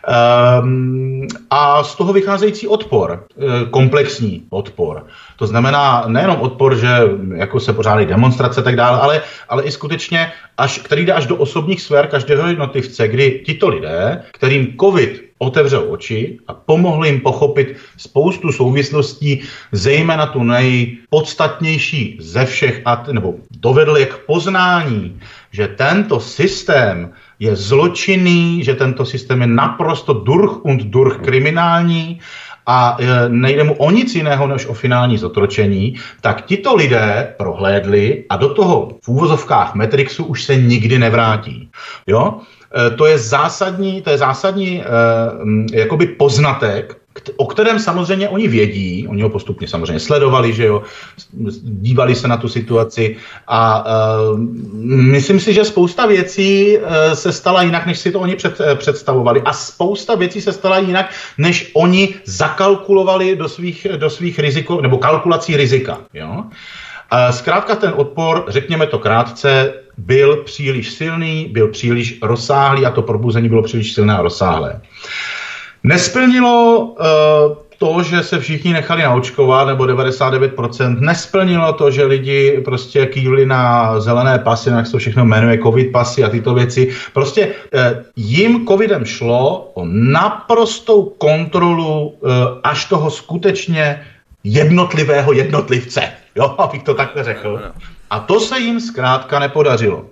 a z toho vycházející odpor, komplexní odpor. To znamená nejenom odpor, že jako se pořádají demonstrace a tak dále, ale i skutečně, který jde až do osobních sfér každého jednotlivce, kdy tito lidé, kterým covid otevřel oči a pomohl jim pochopit spoustu souvislostí, zejména tu nejpodstatnější ze všech, nebo dovedl je k poznání, že tento systém je zločinný, že tento systém je naprosto durch und durch kriminální a nejde mu o nic jiného než o finální zotročení, tak tito lidé prohlédli a do toho v úvozovkách Matrixu už se nikdy nevrátí. Jo? To je zásadní jakoby poznatek, o kterém samozřejmě oni vědí, oni ho postupně samozřejmě sledovali, že jo, dívali se na tu situaci a myslím si, že spousta věcí se stala jinak, než si to oni představovali a spousta věcí se stala jinak, než oni zakalkulovali do svých riziko, nebo kalkulací rizika, jo. Zkrátka ten odpor, řekněme to krátce, byl příliš silný, byl příliš rozsáhlý a to probuzení bylo příliš silné a rozsáhlé. Nesplnilo to, že se všichni nechali naočkovat, nebo 99%, nesplnilo to, že lidi prostě kývli na zelené pasy, jak se to všechno jmenuje, covid pasy a tyto věci. Prostě jim covidem šlo o naprostou kontrolu až toho skutečně jednotlivého jednotlivce. Jo, abych to takhle řekl. A to se jim zkrátka nepodařilo.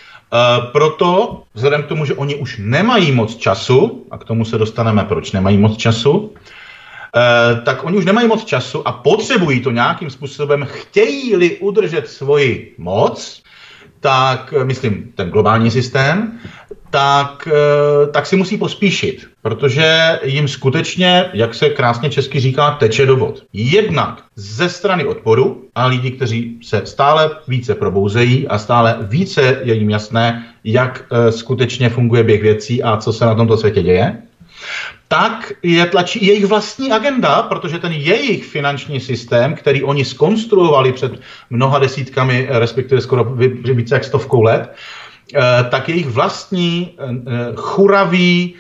Proto, vzhledem k tomu, že oni už nemají moc času, a k tomu se dostaneme, proč nemají moc času, tak oni už nemají moc času a potřebují to nějakým způsobem, chtějí-li udržet svoji moc, tak, myslím, ten globální systém, tak si musí pospíšit, protože jim skutečně, jak se krásně česky říká, teče do vod. Jednak ze strany odporu a lidí, kteří se stále více probouzejí a stále více je jim jasné, jak skutečně funguje běh věcí a co se na tomto světě děje, tak je tlačí jejich vlastní agenda, protože ten jejich finanční systém, který oni zkonstruovali před mnoha desítkami, respektive skoro více jak 100 let, tak jejich vlastní churavý,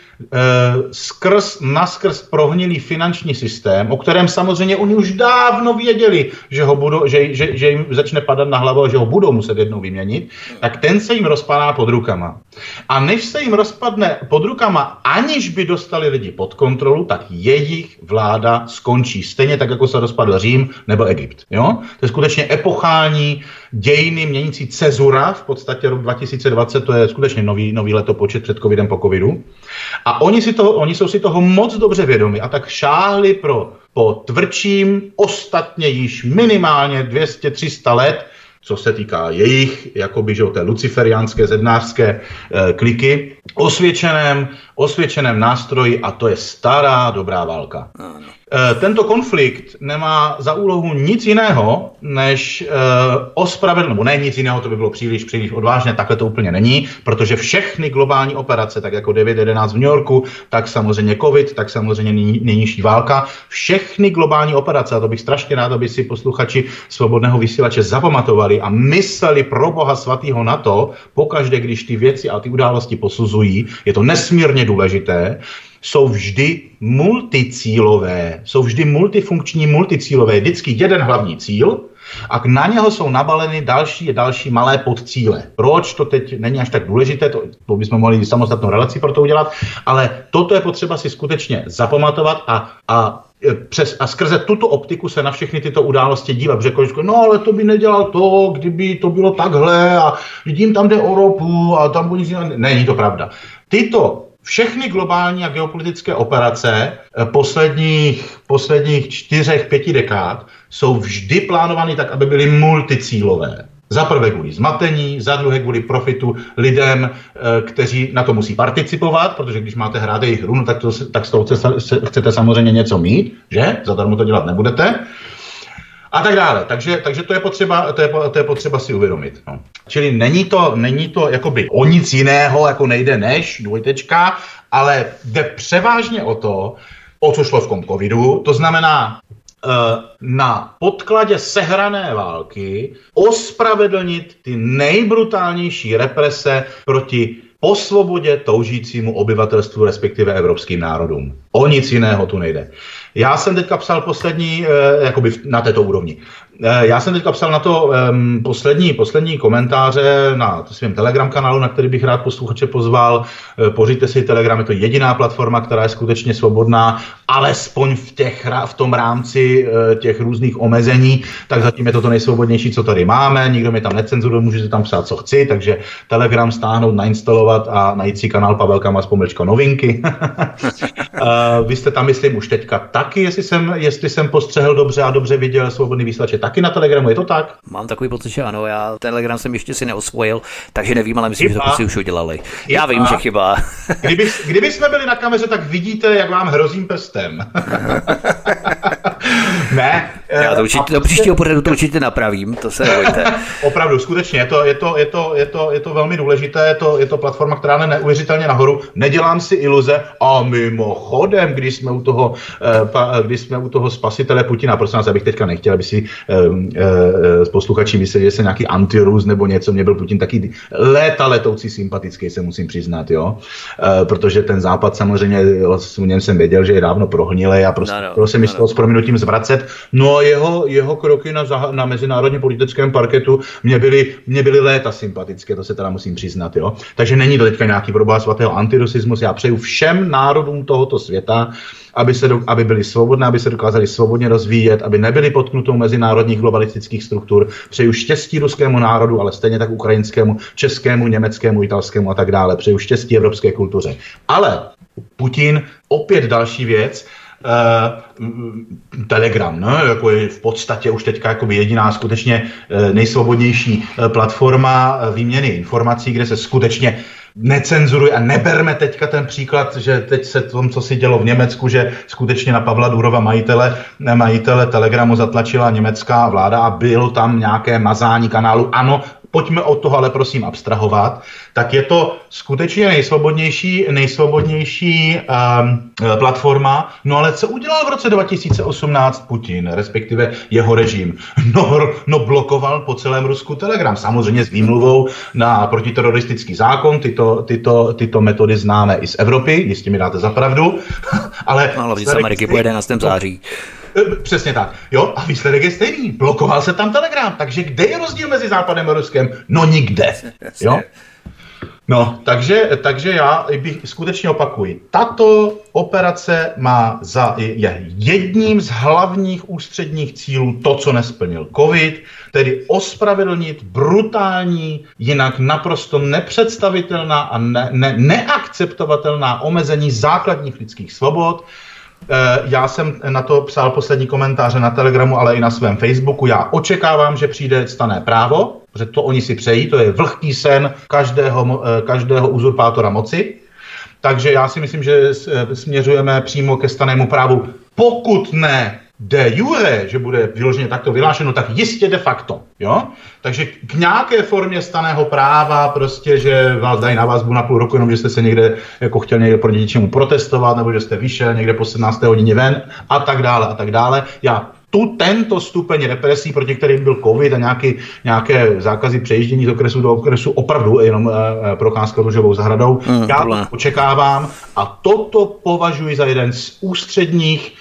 naskrz prohnilý finanční systém, o kterém samozřejmě oni už dávno věděli, že jim začne padat na hlavu a že ho budou muset jednou vyměnit, tak ten se jim rozpadá pod rukama. A než se jim rozpadne pod rukama, aniž by dostali lidi pod kontrolu, tak jejich vláda skončí. Stejně tak, jako se rozpadl Řím nebo Egypt. Jo? To je skutečně epochální dějiny měnící cezura, v podstatě rok 2020, to je skutečně nový letopočet před covidem po covidu. A oni jsou si toho moc dobře vědomi a tak šáhli po tvrdším, ostatně již minimálně 200-300 let, co se týká jejich, jakoby, že té luciferiánské zednářské kliky, osvědčeném nástroji a to je stará dobrá válka. Tento konflikt nemá za úlohu nic jiného, než ospravedlnit, ne nic jiného, to by bylo příliš odvážné, takhle to úplně není, protože všechny globální operace, tak jako 9.11 v New Yorku, tak samozřejmě covid, tak samozřejmě nynější válka, všechny globální operace, a to bych strašně rád, aby si posluchači Svobodného vysílače zapamatovali a mysleli pro Boha svatýho na to, pokaždé, když ty věci a ty události posuzují, je to nesmírně důležité, jsou vždy multicílové, jsou vždy multifunkční, multicílové, vždycky jeden hlavní cíl a na něho jsou nabaleny další malé podcíle. Proč? To teď není až tak důležité, to bychom mohli samostatnou relaci pro to udělat, ale toto je potřeba si skutečně zapamatovat a skrze tuto optiku se na všechny tyto události dívat, protože no ale to by nedělal to, kdyby to bylo takhle a vidím, tam jde o ropu a tam bude nic jiného. Není to pravda. Všechny globální a geopolitické operace posledních 4-5 dekád jsou vždy plánovány tak, aby byly multicílové. Za prvé kvůli zmatení, za druhé kvůli profitu lidem, kteří na to musí participovat, protože když máte hrát jejich hru, no tak z toho chcete samozřejmě něco mít, že? Zadarmo to dělat nebudete. A tak dále. Takže to je potřeba si uvědomit. No. Čili není to jakoby o nic jiného, jako nejde než dvojtečka, ale jde převážně o to, o co šlo v tom covidu, to znamená na podkladě sehrané války ospravedlnit ty nejbrutálnější represe proti po svobodě toužícímu obyvatelstvu, respektive evropským národům. O nic jiného tu nejde. Já jsem teďka psal poslední, jakoby na této úrovni. Já jsem teďka psal na to poslední komentáře na svém Telegram kanálu, na který bych rád posluchače pozval. Pořiďte si Telegram, je to jediná platforma, která je skutečně svobodná, alespoň v tom rámci těch různých omezení, tak zatím je to nejsvobodnější, co tady máme. Nikdo mi tam necenzuruje, můžete tam psát, co chci, takže Telegram stáhnout, nainstalovat a najít si kanál Pavel Kamas / novinky. Vy jste tam, myslím, už teďka taky, jestli jsem postřehl dobře a dobře viděl svobodný vysílač, taky na Telegramu, je to tak? Mám takový pocit, že ano, já Telegram jsem ještě si neosvojil, takže nevím, ale myslím, že to prostě už udělali. Já vím, že chyba. Kdyby jsme byli na kameře, tak vidíte, jak vám hrozím prstem. Ne. Já to určitě, do příštího pořadu to určitě napravím, to se nebojte. Opravdu, skutečně, je to velmi důležité, je to platforma, která jde neuvěřitelně nahoru, nedělám si iluze a mimochodem, když jsme u toho spasitele Putina, prosím vás, abych teďka nechtěl, aby si posluchači mysleli, že se nějaký antirus nebo něco, mě byl Putin taky letoucí sympatický, se musím přiznat, jo, protože ten západ samozřejmě, o něm jsem věděl, že je dávno prohnilej a prostě se mi z toho s prominutím zvracet, no a jeho kroky na mezinárodně politickém parketu mě byly léta sympatické, to se teda musím přiznat, jo. Takže není to teďka nějaký problém svatého antirusismus, já přeju všem národům tohoto světa, aby byli svobodné, aby se dokázali svobodně rozvíjet, aby nebyli pod knutou mezinárodních globalistických struktur. Přeju štěstí ruskému národu, ale stejně tak ukrajinskému, českému, německému, italskému a tak dále. Přeju štěstí evropské kultuře. Ale Putin, opět další věc, Telegram, no, jako je v podstatě už teďka jako jediná skutečně nejsvobodnější platforma výměny informací, kde se skutečně necenzuruje a neberme teďka ten příklad, že teď se tom, co si dělo v Německu, že skutečně na Pavla Durova majitele Telegramu zatlačila německá vláda a bylo tam nějaké mazání kanálu. Ano, pojďme od toho ale prosím abstrahovat, tak je to skutečně nejsvobodnější platforma. No ale co udělal v roce 2018 Putin, respektive jeho režim? No blokoval po celém Rusku Telegram, samozřejmě s výmluvou na protiteroristický zákon, tyto metody známe i z Evropy, jistě mi dáte za pravdu. Ale z Ameriky po 11. září. Přesně tak. Jo, a výsledek je stejný. Blokoval se tam Telegram. Takže kde je rozdíl mezi Západem a Ruskem? No nikde. Jo? No, takže já bych skutečně opakuji. Tato operace je jedním z hlavních ústředních cílů to, co nesplnil covid, tedy ospravedlnit brutální, jinak naprosto nepředstavitelná a neakceptovatelná omezení základních lidských svobod. Já jsem na to psal poslední komentáře na Telegramu, ale i na svém Facebooku. Já očekávám, že přijde stanné právo, protože to oni si přejí, to je vlhký sen každého uzurpátora moci. Takže já si myslím, že směřujeme přímo ke stannému právu, pokud ne de jure, že bude vyloženě takto vyhlášeno, tak jistě de facto, jo? Takže k nějaké formě stanného práva, prostě, že vás dají na vazbu na půl roku, jenom že jste se někde jako chtěl někde proti něčemu protestovat, nebo že jste vyšel někde po 17. hodině ven a tak dále. Já tento stupeň represí, proti kterým byl covid a nějaké zákazy přejíždění z okresu do okresu, opravdu jenom procházka růžovou zahradou, já to očekávám a toto považuji za jeden z ústředních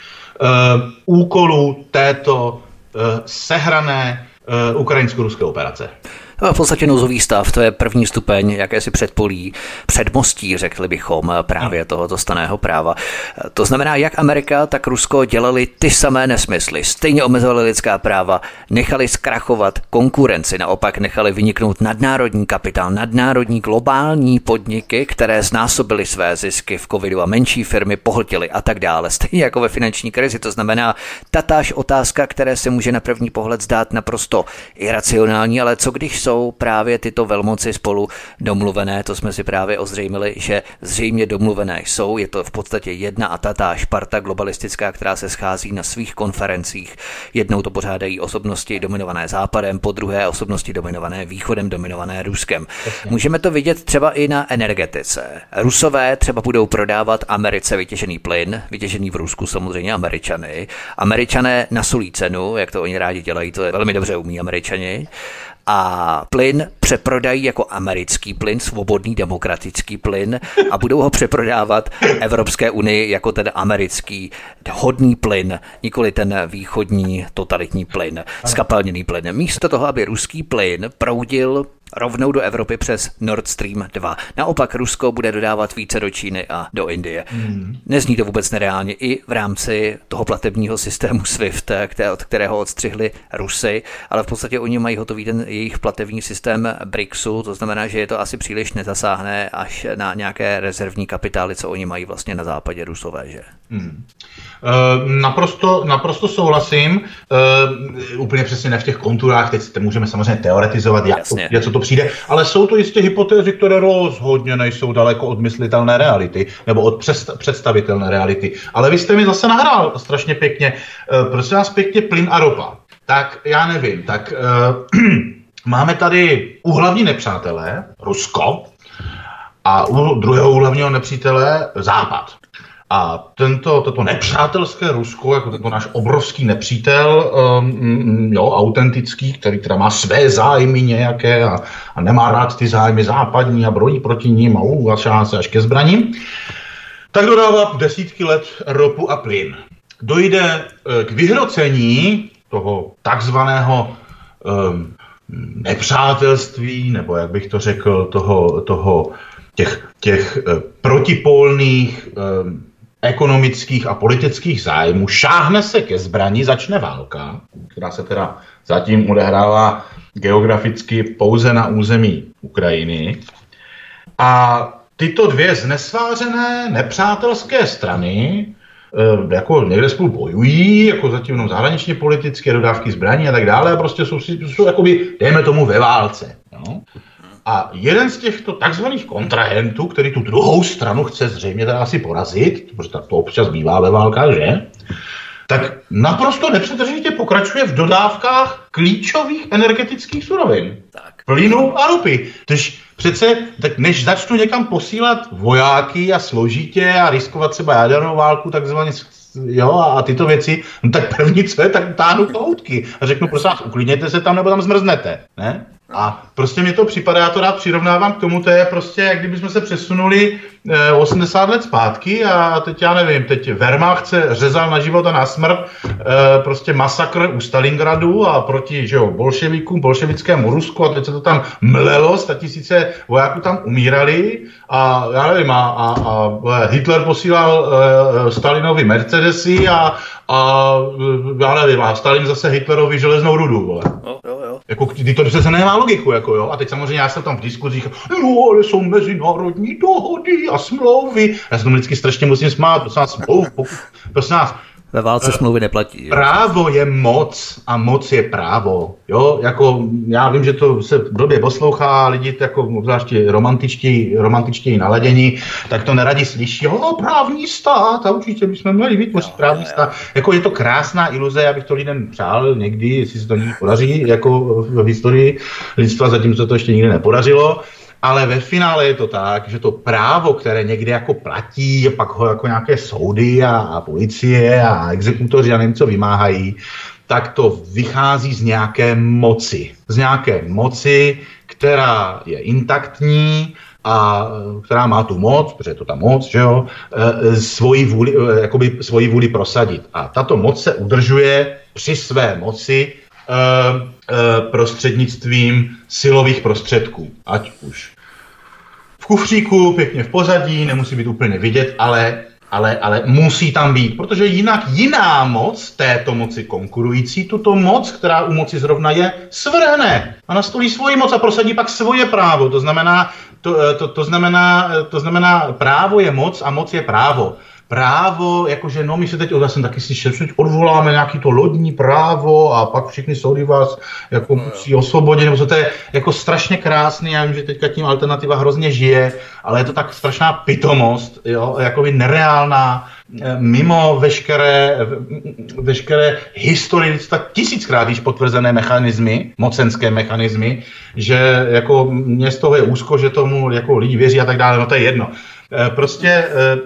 úkolů této sehrané ukrajinsko-ruské operace. V podstatě nouzový stav, to je první stupeň, jakési předpolí, předmostí, řekli bychom, právě tohoto stanného práva. To znamená, jak Amerika, tak Rusko dělali ty samé nesmysly, stejně omezovali lidská práva, nechali zkrachovat konkurenci, naopak nechali vyniknout nadnárodní kapitál, nadnárodní globální podniky, které znásobily své zisky v covidu a menší firmy pohltily a tak dále, stejně jako ve finanční krizi. To znamená, tatáž otázka, které se může na první pohled zdát naprosto iracionální, ale co když jsou právě tyto velmoci spolu domluvené, to jsme si právě ozřejmili, že zřejmě domluvené jsou, je to v podstatě jedna a tatáž parta globalistická, která se schází na svých konferencích. Jednou to pořádají osobnosti dominované Západem, po druhé osobnosti dominované Východem, dominované Ruskem. Můžeme to vidět třeba i na energetice. Rusové třeba budou prodávat Americe vytěžený plyn, vytěžený v Rusku samozřejmě Američany. Američané nasolí cenu, jak to oni rádi dělají, to je velmi dobře umí Američani. A plyn přeprodají jako americký plyn, svobodný demokratický plyn a budou ho přeprodávat Evropské unii jako ten americký hodný plyn, nikoli ten východní totalitní plyn, skapalněný plyn. Místo toho, aby ruský plyn proudil rovnou do Evropy přes Nord Stream 2. Naopak Rusko bude dodávat více do Číny a do Indie. Nezní to vůbec nereálně i v rámci toho platebního systému SWIFT, od kterého odstřihli Rusy, ale v podstatě oni mají hotový ten jejich platební systém BRICSu, to znamená, že je to asi příliš nezasáhne až na nějaké rezervní kapitály, co oni mají vlastně na západě Rusové, že? Naprosto souhlasím. Úplně přesně ne v těch konturách, teď můžeme samozřejmě teoretizovat, jak co to přijde, ale jsou to jistě hypotézy, které rozhodně nejsou daleko od myslitelné reality, nebo od představitelné reality. Ale vy jste mi zase nahrál strašně pěkně, prosím vás pěkně, plyn a ropa. Tak já nevím, tak máme tady hlavní nepřátelé, Rusko, a druhého hlavního nepřítele Západ. A toto nepřátelské Rusko, jako tento náš obrovský nepřítel, autentický, který teda má své zájmy nějaké a nemá rád ty zájmy západní a brojí proti ním a šáhá se až ke zbraním, tak dodává desítky let ropu a plyn. Dojde k vyhrocení toho takzvaného nepřátelství, nebo jak bych to řekl, těch protipolných ekonomických a politických zájmů, šáhne se ke zbrani, začne válka, která se teda zatím odehrává geograficky pouze na území Ukrajiny. A tyto dvě znesvářené nepřátelské strany jako někde spolu bojují, jako zatím jenom zahraničně politické dodávky zbraní a tak dále, a prostě jsou jakoby, dejme tomu, ve válce. No? A jeden z těchto takzvaných kontrahentů, který tu druhou stranu chce zřejmě teda asi porazit, protože to občas bývá ve válkách, že? Tak naprosto nepřetržitě pokračuje v dodávkách klíčových energetických surovin. Plynu a ropy. Tož přece, tak než začnu někam posílat vojáky a složitě a riskovat třeba jadernou válku, takzvaně a tyto věci, no tak první co je, tak táhnu kohoutky a řeknu, prosím vás, uklidněte se tam, nebo tam zmrznete, ne? A prostě mi to připadá, já to rád přirovnávám k tomu, to je prostě, jak kdybychom se přesunuli 80 let zpátky a teď já nevím, teď Wehrmacht se řezal na život a na smrt, prostě masakr u Stalingradu a proti, že jo, bolševikům, bolševickému Rusku a teď se to tam mlelo, 100 000 vojáků tam umírali a já nevím, a Hitler posílal Stalinovi Mercedesy a já nevím, a Stalin zase Hitlerovi železnou rudu, vole. Jako, to přece nemá logiku, jako jo. A teď samozřejmě já jsem tam v diskuzích, no, ale jsou mezinárodní dohody a smlouvy. Já se tomu vždycky strašně musím smát, prosím nás, ve válce smlouvy neplatí. Jo? Právo je moc a moc je právo. Jo, jako já vím, že to se blbě poslouchá, lidi jako obzvláště romantičtěji naladění, tak to neradi slyší, právní stát, a určitě bychom měli vytvořit právní stát. Jako je to krásná iluze, já bych to lidem přál někdy, jestli se to někdy podaří, jako v historii lidstva, zatímco to ještě nikdy nepodařilo. Ale ve finále je to tak, že to právo, které někde jako platí, a pak ho jako nějaké soudy a policie a exekutoři a nevím co vymáhají, tak to vychází z nějaké moci. Z nějaké moci, která je intaktní a která má tu moc, protože je to ta moc, že jo, svoji vůli prosadit. A tato moc se udržuje při své moci prostřednictvím silových prostředků. Ať už v kufříku, pěkně v pozadí, nemusí být úplně vidět, ale musí tam být, protože jinak jiná moc, této moci konkurující, tuto moc, která u moci zrovna je, svrhne a nastolí svoji moc a prosadí pak svoje právo. To znamená, právo je moc a moc je právo. právo, jakože no my se teď, já jsem taky slyšel, že odvoláme nějaký to lodní právo a pak všechny soudy vás jako musí osvobodit, nebo to je jako strašně krásný, já vím, že teďka tím Alternativa hrozně žije, ale je to tak strašná pitomost, jo, jakoby nereálná, mimo veškeré historii, tak tisíckrát již potvrzené mechanismy, mocenské mechanismy, že jako mě z toho je úzko, že tomu jako lidi věří a tak dále, no to je jedno. Prostě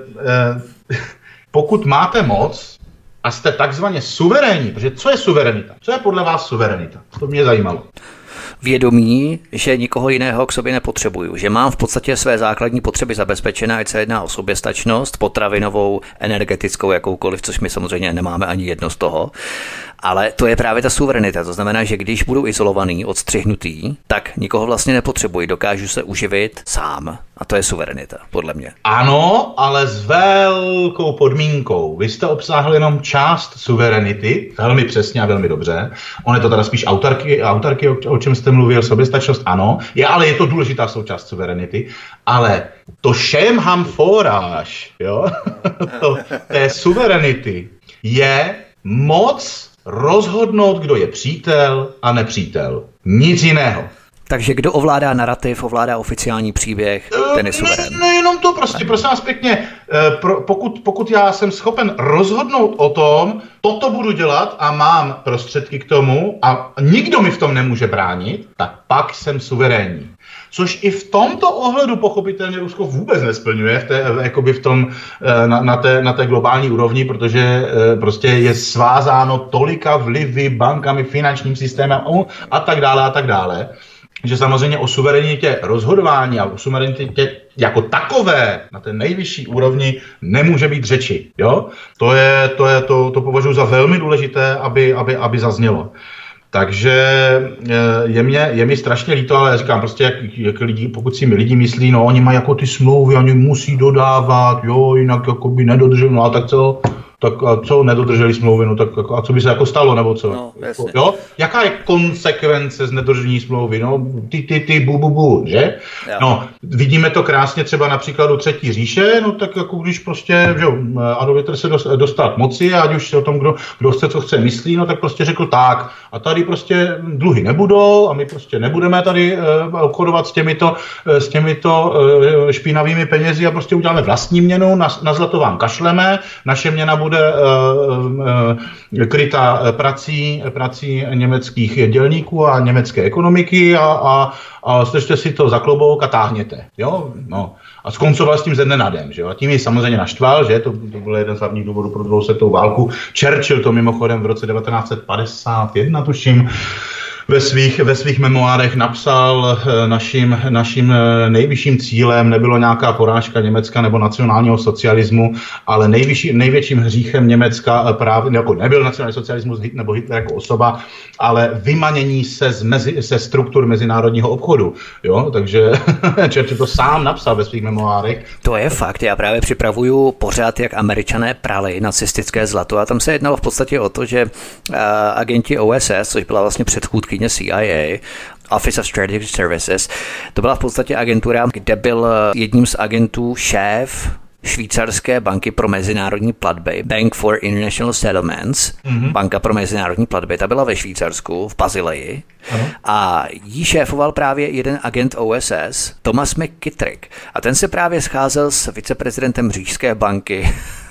pokud máte moc a jste takzvaně suverénní, protože co je suverenita? Co je podle vás suverenita? To mě zajímalo. Vědomí, že nikoho jiného k sobě nepotřebuju, že mám v podstatě své základní potřeby zabezpečené, ať se jedná o soběstačnost, potravinovou, energetickou, jakoukoliv, což my samozřejmě nemáme ani jedno z toho. Ale to je právě ta suverenita, to znamená, že když budu izolovaný, odstřihnutý, tak nikoho vlastně nepotřebuji, dokážu se uživit sám. A to je suverenita, podle mě. Ano, ale s velkou podmínkou. Vy jste obsáhli jenom část suverenity, velmi přesně a velmi dobře. On je to teda spíš autarky, o čem jste mluvil, soběstačnost, ano. Ale je to důležitá součást suverenity. Ale to šémham foráž, jo, té suverenity je moc rozhodnout, kdo je přítel a nepřítel. Nic jiného. Takže kdo ovládá narrativ, ovládá oficiální příběh, ten je suverén. Nejenom to, prostě, prosím vás pěkně, pokud já jsem schopen rozhodnout o tom, toto budu dělat a mám prostředky k tomu a nikdo mi v tom nemůže bránit, tak pak jsem suverénní. Což i v tomto ohledu pochopitelně Rusko vůbec nesplňuje na té globální úrovni, protože prostě je svázáno tolika vlivy, bankami, finančním systémem a tak dále, že samozřejmě o suverenitě rozhodování a o suverenitě jako takové na té nejvyšší úrovni nemůže být řeči. Jo? To považuji za velmi důležité, aby zaznělo. Takže je mi strašně líto, ale já říkám prostě, jak lidi, pokud si mi lidi myslí, no oni mají jako ty smlouvy, oni musí dodávat, jo, jinak jako by nedodrželi, no a tak co? Tak a co nedodrželi smlouvy, no tak a co by se jako stalo, nebo co? No, jasně. Jo? Jaká je konsekvence z nedodržení smlouvy? No, bu, že? Jo. No, vidíme to krásně třeba na příkladu Třetí říše, no tak jako když prostě, že Adolf Hitler se dostal k moci a ať už o tom, kdo chce, co chce myslí, no tak prostě řekl tak. A tady prostě dluhy nebudou a my prostě nebudeme tady obchodovat s těmito špinavými penězi a prostě uděláme vlastní měnu, na zlato vám kašleme, naše měna bude krytá prací německých dělníků a německé ekonomiky a stržte si to za klobouk a táhněte. Jo? No. A skoncoval s tím ze dne na den. Že jo? A tím ji samozřejmě naštval, že to byl jeden z hlavních důvodů pro druhou světovou válku. Churchill to mimochodem v roce 1951, tuším, ve svých memoárech napsal, naším nejvyšším cílem nebylo nějaká porážka Německa nebo nacionálního socialismu, ale největším hříchem Německa právě jako nebyl nacionální socialismus nebo Hitler jako osoba, ale vymanění se struktur mezinárodního obchodu. Jo? Takže Churchill to sám napsal ve svých memoárech. To je fakt. Já právě připravuju pořád, jak Američané prali nacistické zlato a tam se jednalo v podstatě o to, že agenti OSS, což byla vlastně předchůdkyně CIA, Office of Strategic Services, to byla v podstatě agentura, kde byl jedním z agentů šéf švýcarské banky pro mezinárodní platby, Bank for International Settlements, banka pro mezinárodní platby, ta byla ve Švýcarsku, v Basileji, a jí šéfoval právě jeden agent OSS, Thomas McKittrick, a ten se právě scházel s viceprezidentem Říšské banky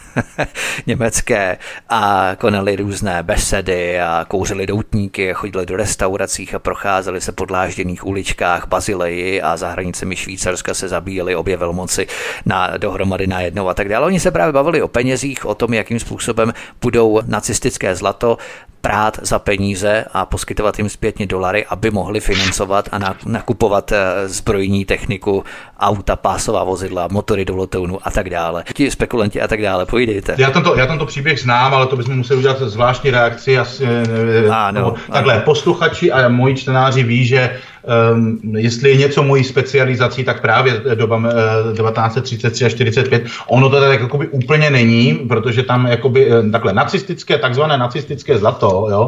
německé a konali různé besedy a kouřili doutníky a chodili do restauracích a procházeli se po dlážděných uličkách Basileji a za hranicemi Švýcarska se zabíjeli obě velmoci dohromady najednou a tak dále. Oni se právě bavili o penězích, o tom, jakým způsobem budou nacistické zlato prát za peníze a poskytovat jim zpětně dolary, aby mohli financovat a nakupovat zbrojní techniku, auta, pásová vozidla, motory do letounu a tak dále. Ti spekulanti a tak dále. Povídejte. Já tento příběh znám, ale to bychom museli udělat zvláštní reakci. Takhle, posluchači a moji čtenáři ví, že jestli je něco mojí specializací, tak právě doba 1933 až 45, ono to tak jakoby úplně není, protože tam jakoby takhle takzvané nacistické zlato, jo,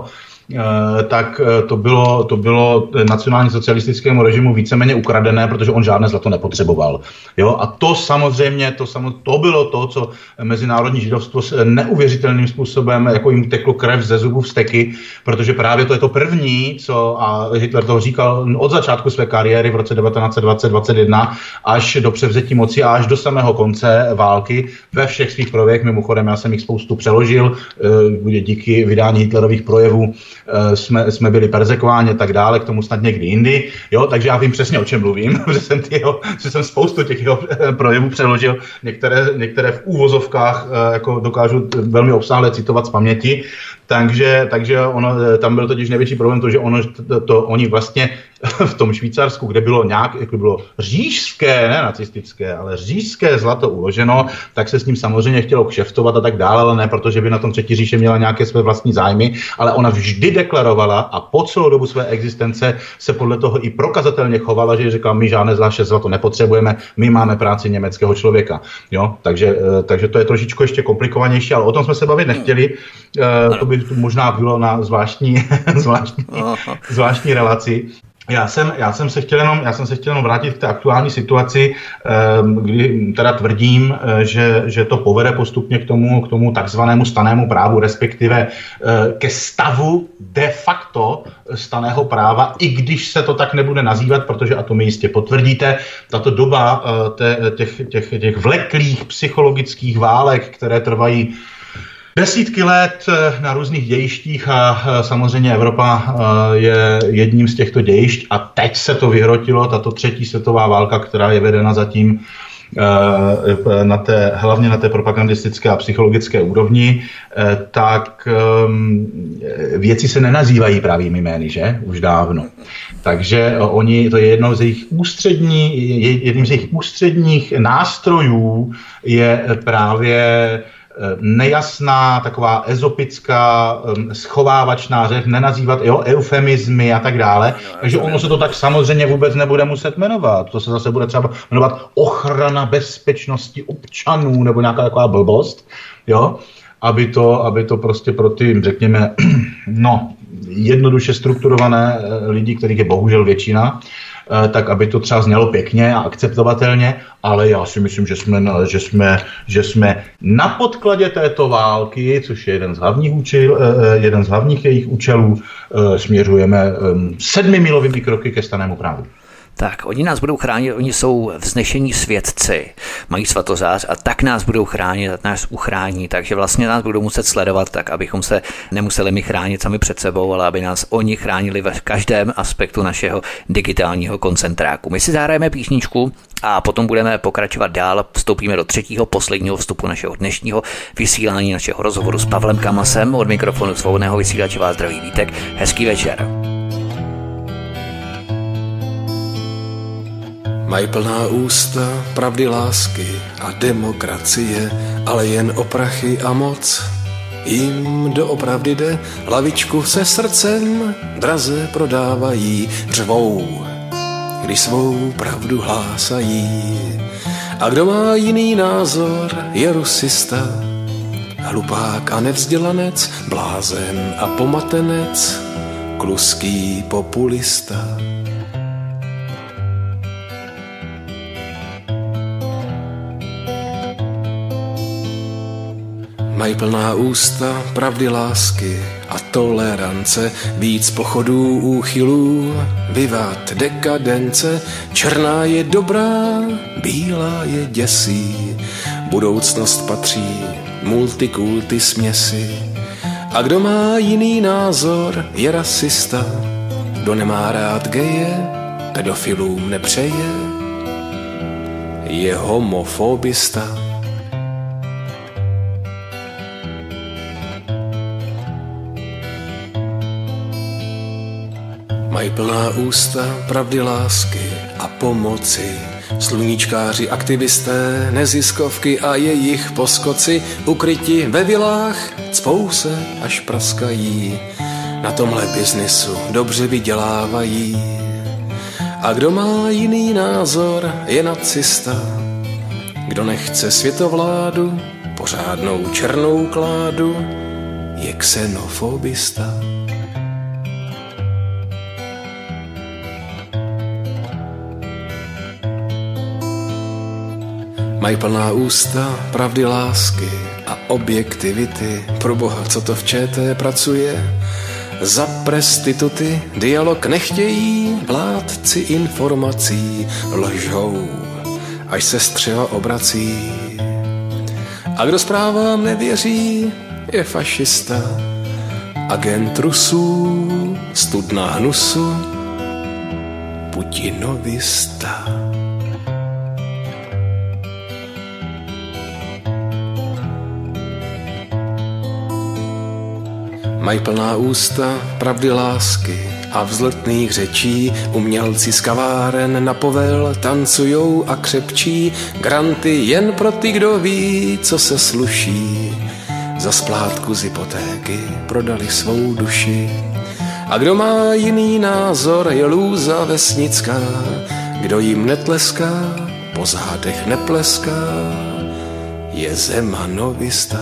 tak to bylo nacionálně socialistickému režimu víceméně ukradené, protože on žádné zlato nepotřeboval. Jo? A to samozřejmě, to bylo to, co mezinárodní židovstvo neuvěřitelným způsobem, jako jim teklo krev ze zubů vzteky, protože právě to je to první, a Hitler to říkal od začátku své kariéry v roce 1920-21 až do převzetí moci a až do samého konce války ve všech svých projevech. Mimochodem, já jsem jich spoustu přeložil, díky vydání Hitlerových projevů jsme byli perzekvováni a tak dále, k tomu snad někdy jindy. Jo, takže já vím přesně, o čem mluvím, že jsem spoustu těch jeho projevů přeložil, některé v úvozovkách jako dokážu velmi obsáhle citovat z paměti. Takže tam byl totiž největší problém to, že oni vlastně v tom Švýcarsku, kde bylo bylo říšské, ne nacistické, ale říšské zlato uloženo, tak se s ním samozřejmě chtělo kšeftovat a tak dále, ale ne protože by na tom Třetí říše měla nějaké své vlastní zájmy, ale ona vždy deklarovala a po celou dobu své existence se podle toho i prokazatelně chovala, že řekla, my žádné zvláště zlato nepotřebujeme, my máme práci německého člověka. Jo? Takže to je trošičku ještě komplikovanější, ale o tom jsme se bavit nechtěli. To by možná bylo na zvláštní relaci. Já jsem se chtěl jenom vrátit k té aktuální situaci, kdy teda tvrdím, že to povede postupně k tomu takzvanému stannému právu, respektive ke stavu de facto stanného práva, i když se to tak nebude nazývat, protože, a to mi jistě potvrdíte, tato doba těch vleklých psychologických válek, které trvají desítky let na různých dějištích a samozřejmě Evropa je jedním z těchto dějišť a teď se to vyhrotilo, tato třetí světová válka, která je vedena zatím hlavně na té propagandistické a psychologické úrovni, tak věci se nenazývají pravými jmény, že? Už dávno. Takže to je jedním z jejich ústředních nástrojů je právě nejasná, taková ezopická, schovávačná řeč, nenazývat eufemizmy a tak dále. Takže ono se to tak samozřejmě vůbec nebude muset jmenovat. To se zase bude třeba jmenovat ochrana bezpečnosti občanů nebo nějaká taková blbost, jo? Aby to prostě pro ty, řekněme, jednoduše strukturované lidi, kterých je bohužel většina, tak aby to třeba znělo pěkně a akceptovatelně, ale já si myslím, že jsme na podkladě této války, což je jeden z hlavních jejich účelů, směřujeme 7milovými kroky ke stannému právu. Tak, oni nás budou chránit, oni jsou vznešení svědci, mají svatozář a tak nás budou chránit, tak nás uchrání, takže vlastně nás budou muset sledovat tak, abychom se nemuseli my chránit sami před sebou, ale aby nás oni chránili ve každém aspektu našeho digitálního koncentráku. My si zahrajeme písničku a potom budeme pokračovat dál, vstoupíme do třetího, posledního vstupu našeho dnešního vysílání, našeho rozhovoru s Pavlem Kamasem. Od mikrofonu Svobodného vysílače vás zdraví Vítek, hezký večer. Mají plná ústa pravdy, lásky a demokracie, ale jen o prachy a moc. Jim doopravdy jde, lavičku se srdcem draze prodávají, řvou, když svou pravdu hlásají. A kdo má jiný názor, je rusista, hlupák a nevzdělanec, blázen a pomatenec, kluský populista. Mají plná ústa pravdy, lásky a tolerance, víc pochodů, úchylů, vyvát dekadence. Černá je dobrá, bílá je děsí, budoucnost patří multikulty směsi. A kdo má jiný názor, je rasista, kdo nemá rád geje, pedofilům nepřeje, je homofobista. Mají plná ústa pravdy, lásky a pomoci, sluníčkáři, aktivisté, neziskovky a jejich poskoci, ukryti ve vilách, cpou se až praskají, na tomhle biznisu dobře vydělávají. A kdo má jiný názor, je nacista, kdo nechce světovládu, pořádnou černou kládu, je xenofobista. Mají plná ústa pravdy, lásky a objektivity. Pro boha, co to v ČT pracuje? Za prestituty dialog nechtějí, vládci informací lžou, až se střeva obrací. A kdo zprávám nevěří, je fašista, agent Rusů, studna hnusu, putinovista. Mají plná ústa pravdy, lásky a vzletných řečí. Umělci z kaváren na povel tancujou a křepčí. Granty jen pro ty, kdo ví, co se sluší. Za splátku z hypotéky prodali svou duši. A kdo má jiný názor, je lůza vesnická. Kdo jim netleská, po zádech nepleská, je zemanovista.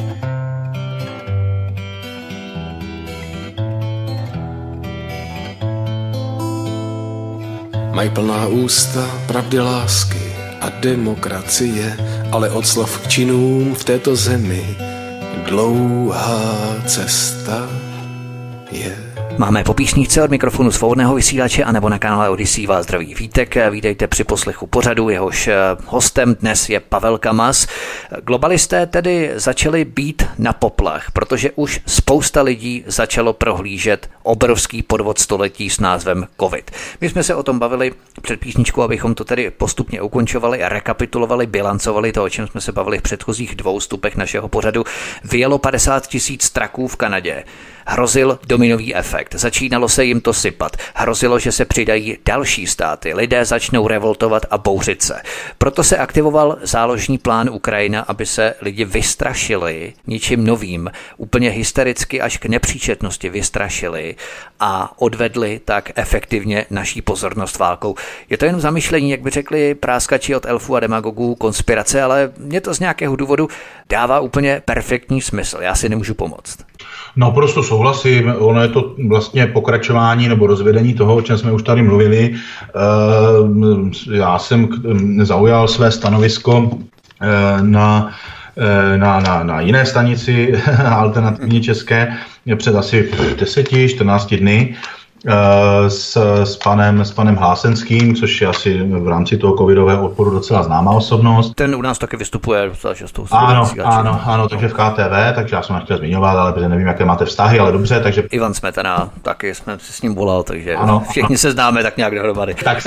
Mají plná ústa pravdy, lásky a demokracie, ale od slov k činům v této zemi dlouhá cesta je. Máme po písničce od mikrofonu svobodného vysílače a nebo na kanále Odyssey vás zdraví Vítek. Vítejte při poslechu pořadu, jehož hostem dnes je Pavel Kamas. Globalisté tedy začali být na poplach, protože už spousta lidí začalo prohlížet obrovský podvod století s názvem COVID. My jsme se o tom bavili před písničkou, abychom to tedy postupně ukončovali a rekapitulovali, bilancovali to, o čem jsme se bavili v předchozích 2 vstupech našeho pořadu. Vyjelo 50 000 traků v Kanadě. Hrozil dominový efekt. Začínalo se jim to sypat. Hrozilo, že se přidají další státy. Lidé začnou revoltovat a bouřit se. Proto se aktivoval záložní plán Ukrajina, aby se lidi vystrašili něčím novým. Úplně hystericky až k nepříčetnosti vystrašili a odvedli tak efektivně naší pozornost válkou. Je to jen zamyšlení, jak by řekli práskači od elfů a demagogů, konspirace, ale mě to z nějakého důvodu dává úplně perfektní smysl. Já si nemůžu pomoct. No, prostě souhlasím. Ono je to vlastně pokračování nebo rozvedení toho, o čem jsme už tady mluvili. Já jsem zaujal své stanovisko na jiné stanici alternativní české před asi 10-14 dny s panem Hlásenským, což je asi v rámci toho covidového odporu docela známá osobnost. Ten u nás taky vystupuje docela často. Ano, takže v KTV, takže já jsem nechtěl zmiňovat, ale protože nevím, jaké máte vztahy, ale dobře, takže... Ivan Smetana, taky jsme s ním volal, takže ano, všichni se známe tak nějak dohromady. Tak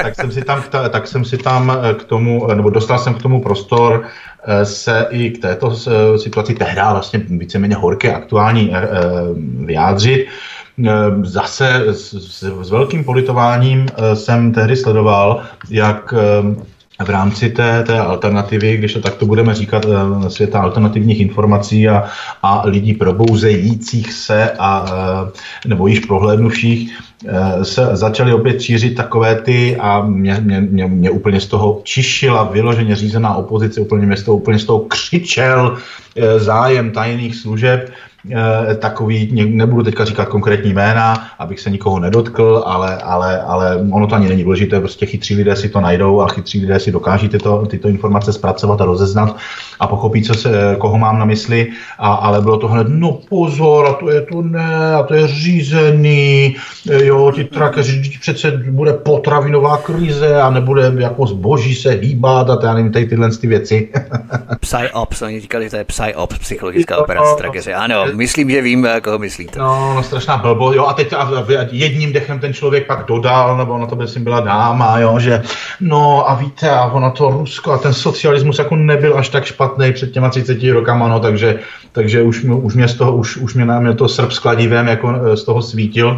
jsem si tam k tomu, nebo dostal jsem k tomu prostor se i k této situaci tehdy vlastně víceméně horké aktuální vyjádřit. Zase s velkým politováním jsem tehdy sledoval, jak v rámci té alternativy, když to takto budeme říkat, světa alternativních informací a lidí probouzejících se nebo již prohlédnuvších, se začaly opět šířit takové ty a mě úplně z toho čišila vyloženě řízená opozice, úplně z toho křičel zájem tajných služeb, takový, nebudu teďka říkat konkrétní jména, abych se nikoho nedotkl, ale ono to ani není důležité, prostě chytří lidé si to najdou a chytří lidé si dokáží tyto informace zpracovat a rozeznat a pochopí, koho mám na mysli, ale bylo to hned, no pozor, a to je řízený, jo, ti trakeři, přece bude potravinová krize a nebude jako zboží se hýbat a já nevím, tyhle věci. PsyOps, oni říkali, že to je PsyOps, psychologická operace trakeři, ano. Myslím, že vím, koho myslíte. No, strašná blbost. Jo, a teď jedním dechem ten člověk pak dodal, nebo na to by si byla dáma, jo, že no a víte, a ono to Rusko a ten socialismus jako nebyl až tak špatný před těma 30 rokama, no, takže už mě na mě to srb s kladivem jako z toho svítil.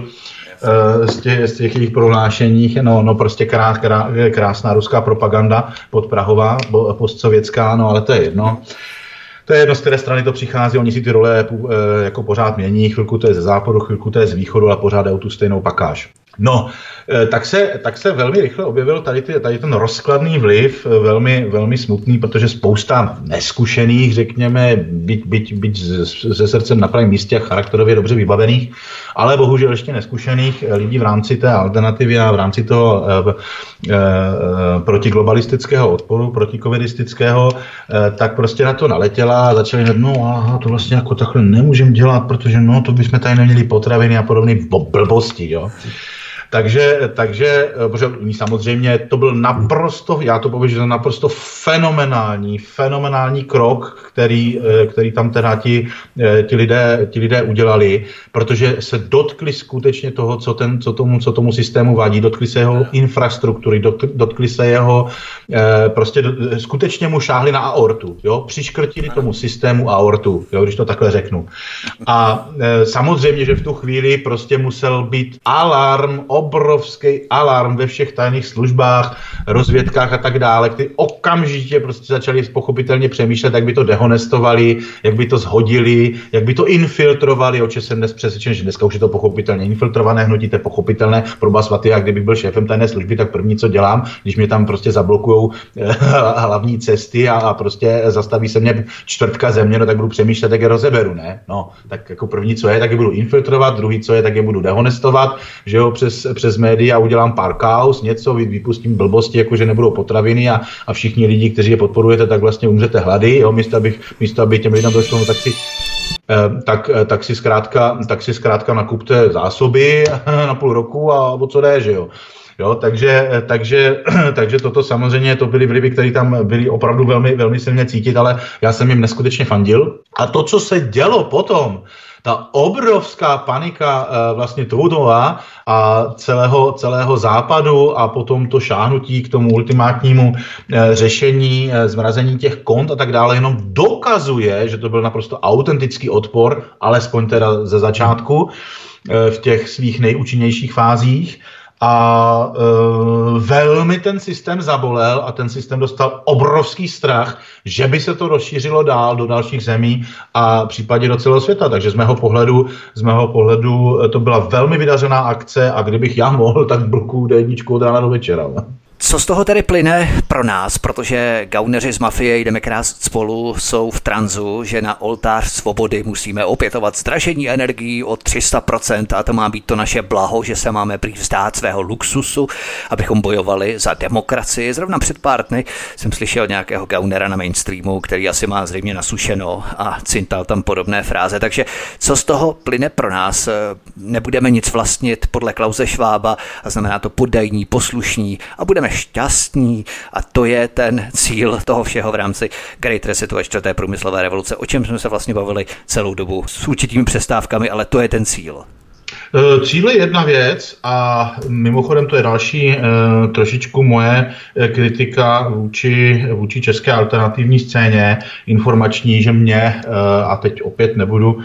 Z těch jejich prohlášeních, no prostě krásná ruská propaganda podprahová, postsovětská, no ale to je jedno. To je jedno, z které strany to přichází, oni si ty role jako pořád mění, chvilku to je ze západu, chvilku to je z východu, ale pořád jde o tu stejnou pakáž. No, tak se velmi rychle objevil tady ten rozkladný vliv, velmi smutný, protože spousta neskušených, řekněme, byť se srdcem na pravém místě a charakterově dobře vybavených, ale bohužel ještě neskušených lidí v rámci té alternativy a v rámci toho protiglobalistického odporu, protikovidistického, tak prostě na to naletěla a začali to vlastně jako takhle nemůžeme dělat, protože to bychom tady neměli potraviny a podobné blbosti, jo. Takže samozřejmě to byl naprosto, já to považuji za naprosto fenomenální krok, který tam teda ti lidé udělali, protože se dotkli skutečně toho, co tomu systému vadí, dotkli se jeho infrastruktury, dotkli se jeho, skutečně mu šáhli na aortu, jo, přiškrtili tomu systému aortu, jo, když to takhle řeknu. A samozřejmě, že v tu chvíli prostě musel být alarm, obrovský alarm ve všech tajných službách, rozvědkách a tak dále, kteří okamžitě prostě začali pochopitelně přemýšlet, jak by to dehonestovali, jak by to zhodili, jak by to infiltrovali, o čem jsem dnes přesvědčen, že dneska už je to pochopitelně infiltrované hnutí, to je pochopitelné, proba svatý, a kdybych byl šéfem tajné služby, tak první, co dělám, když mě tam prostě zablokujou hlavní cesty a prostě zastaví se mě čtvrtka země, tak budu přemýšlet, jak je rozeberu, ne? No, tak jako první, co je, tak je budu infiltrovat, druhý, co je, tak je budu dehonestovat, že jo, přes média udělám pár kauz, něco, vypustím blbosti, jako že nebudou potraviny a všichni lidi, kteří je podporujete, tak vlastně umřete hlady, jo, místo aby těm lidem došlo, tak si zkrátka nakupte zásoby na půl roku a o co jde, že jo. Jo, takže toto samozřejmě, to byly vlivy, které tam byly opravdu velmi silně cítit, ale já jsem jim neskutečně fandil. A to, co se dělo potom, ta obrovská panika vlastně Trudova a celého západu a potom to šáhnutí k tomu ultimátnímu řešení, zmrazení těch kont a tak dále, jenom dokazuje, že to byl naprosto autentický odpor, alespoň teda ze začátku v těch svých nejúčinnějších fázích. A velmi ten systém zabolel a ten systém dostal obrovský strach, že by se to rozšířilo dál do dalších zemí a případně do celého světa. Takže z mého pohledu to byla velmi vydařená akce a kdybych já mohl, tak blku D1 od rána do večera. Co z toho tedy plyne pro nás, protože gauneři z mafie Jdeme krást spolu jsou v tranzu, že na oltář svobody musíme opětovat zdražení energií o 300% a to má být to naše blaho, že se máme prý vzdát svého luxusu, abychom bojovali za demokracii. Zrovna před pár dny jsem slyšel nějakého gaunera na mainstreamu, který asi má zřejmě nasušeno a cintal tam podobné fráze. Takže co z toho plyne pro nás? Nebudeme nic vlastnit podle Klause Schwaba a znamená to poddajní, poslušní a budeme šťastní a to je ten cíl toho všeho v rámci Great Resetu a 4. průmyslové revoluce, o čem jsme se vlastně bavili celou dobu s určitými přestávkami, ale to je ten cíl. Cíl je jedna věc a mimochodem to je další trošičku moje kritika vůči české alternativní scéně informační, že mě, a teď opět nebudu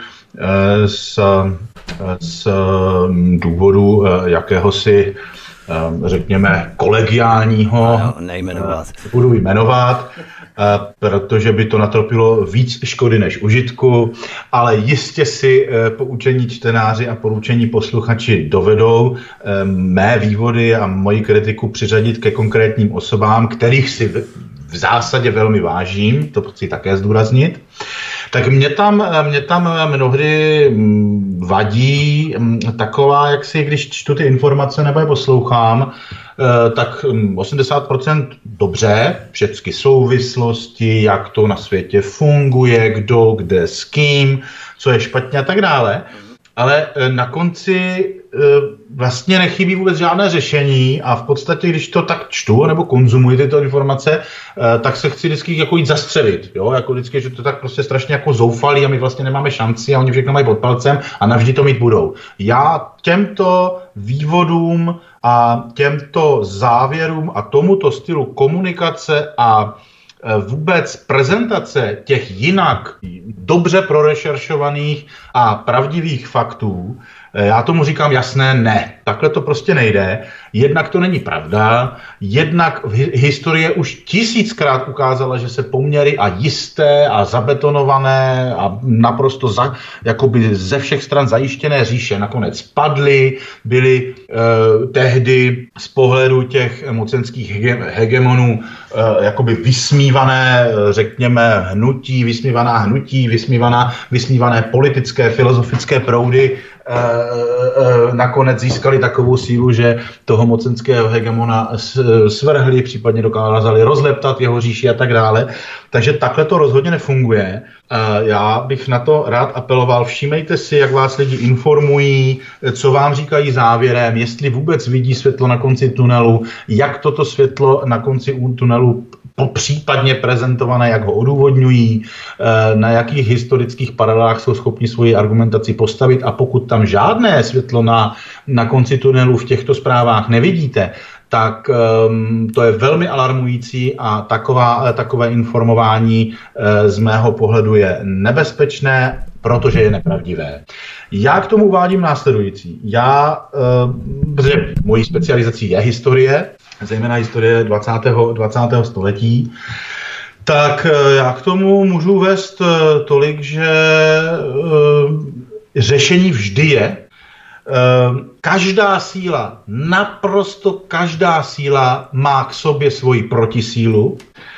z důvodu jakéhosi řekněme kolegiálního, budu jmenovat, protože by to natropilo víc škody než užitku, ale jistě si poučení čtenáři a poučení posluchači dovedou mé vývody a moji kritiku přiřadit ke konkrétním osobám, kterých si v zásadě velmi vážím, to chci také zdůraznit. Tak mě tam mnohdy vadí taková, jak si, když čtu ty informace nebo je poslouchám, tak 80% dobře, všechny souvislosti, jak to na světě funguje, kdo, kde, s kým, co je špatně a tak dále. Ale na konci vlastně nechybí vůbec žádné řešení a v podstatě, když to tak čtu nebo konzumuji tyto informace, tak se chci vždycky jako jít zastřelit, jo, jako vždycky, že to tak prostě strašně jako zoufalí a my vlastně nemáme šanci a oni všechno mají pod palcem a navždy to mít budou. Já těmto vývodům a těmto závěrům a tomuto stylu komunikace a vůbec prezentace těch jinak dobře prorešeršovaných a pravdivých faktů, já tomu říkám jasné ne. Takhle to prostě nejde. Jednak to není pravda, jednak historie už 1000krát ukázala, že se poměry a jisté a zabetonované a naprosto jakoby ze všech stran zajištěné říše nakonec padly, byly tehdy z pohledu těch mocenských hegemonů jakoby vysmívané, řekněme, vysmívané politické, filozofické proudy nakonec získali takovou sílu, že toho mocenského hegemona svrhli, případně dokázali rozleptat jeho říši a tak dále. Takže takhle to rozhodně nefunguje. Já bych na to rád apeloval. Všímejte si, jak vás lidi informují, co vám říkají závěrem, jestli vůbec vidí světlo na konci tunelu, jak toto světlo na konci tunelu případně prezentované, jak ho odůvodňují, na jakých historických paralelách jsou schopni svoji argumentaci postavit, a pokud tam žádné světlo na konci tunelu v těchto zprávách nevidíte, tak to je velmi alarmující a takové informování z mého pohledu je nebezpečné, protože je nepravdivé. Já k tomu uvádím následující. Protože mojí specializací je historie, zejména historie 20. století, tak já k tomu můžu vést tolik, že řešení vždy je. Každá síla, naprosto každá síla má k sobě svoji protisílu.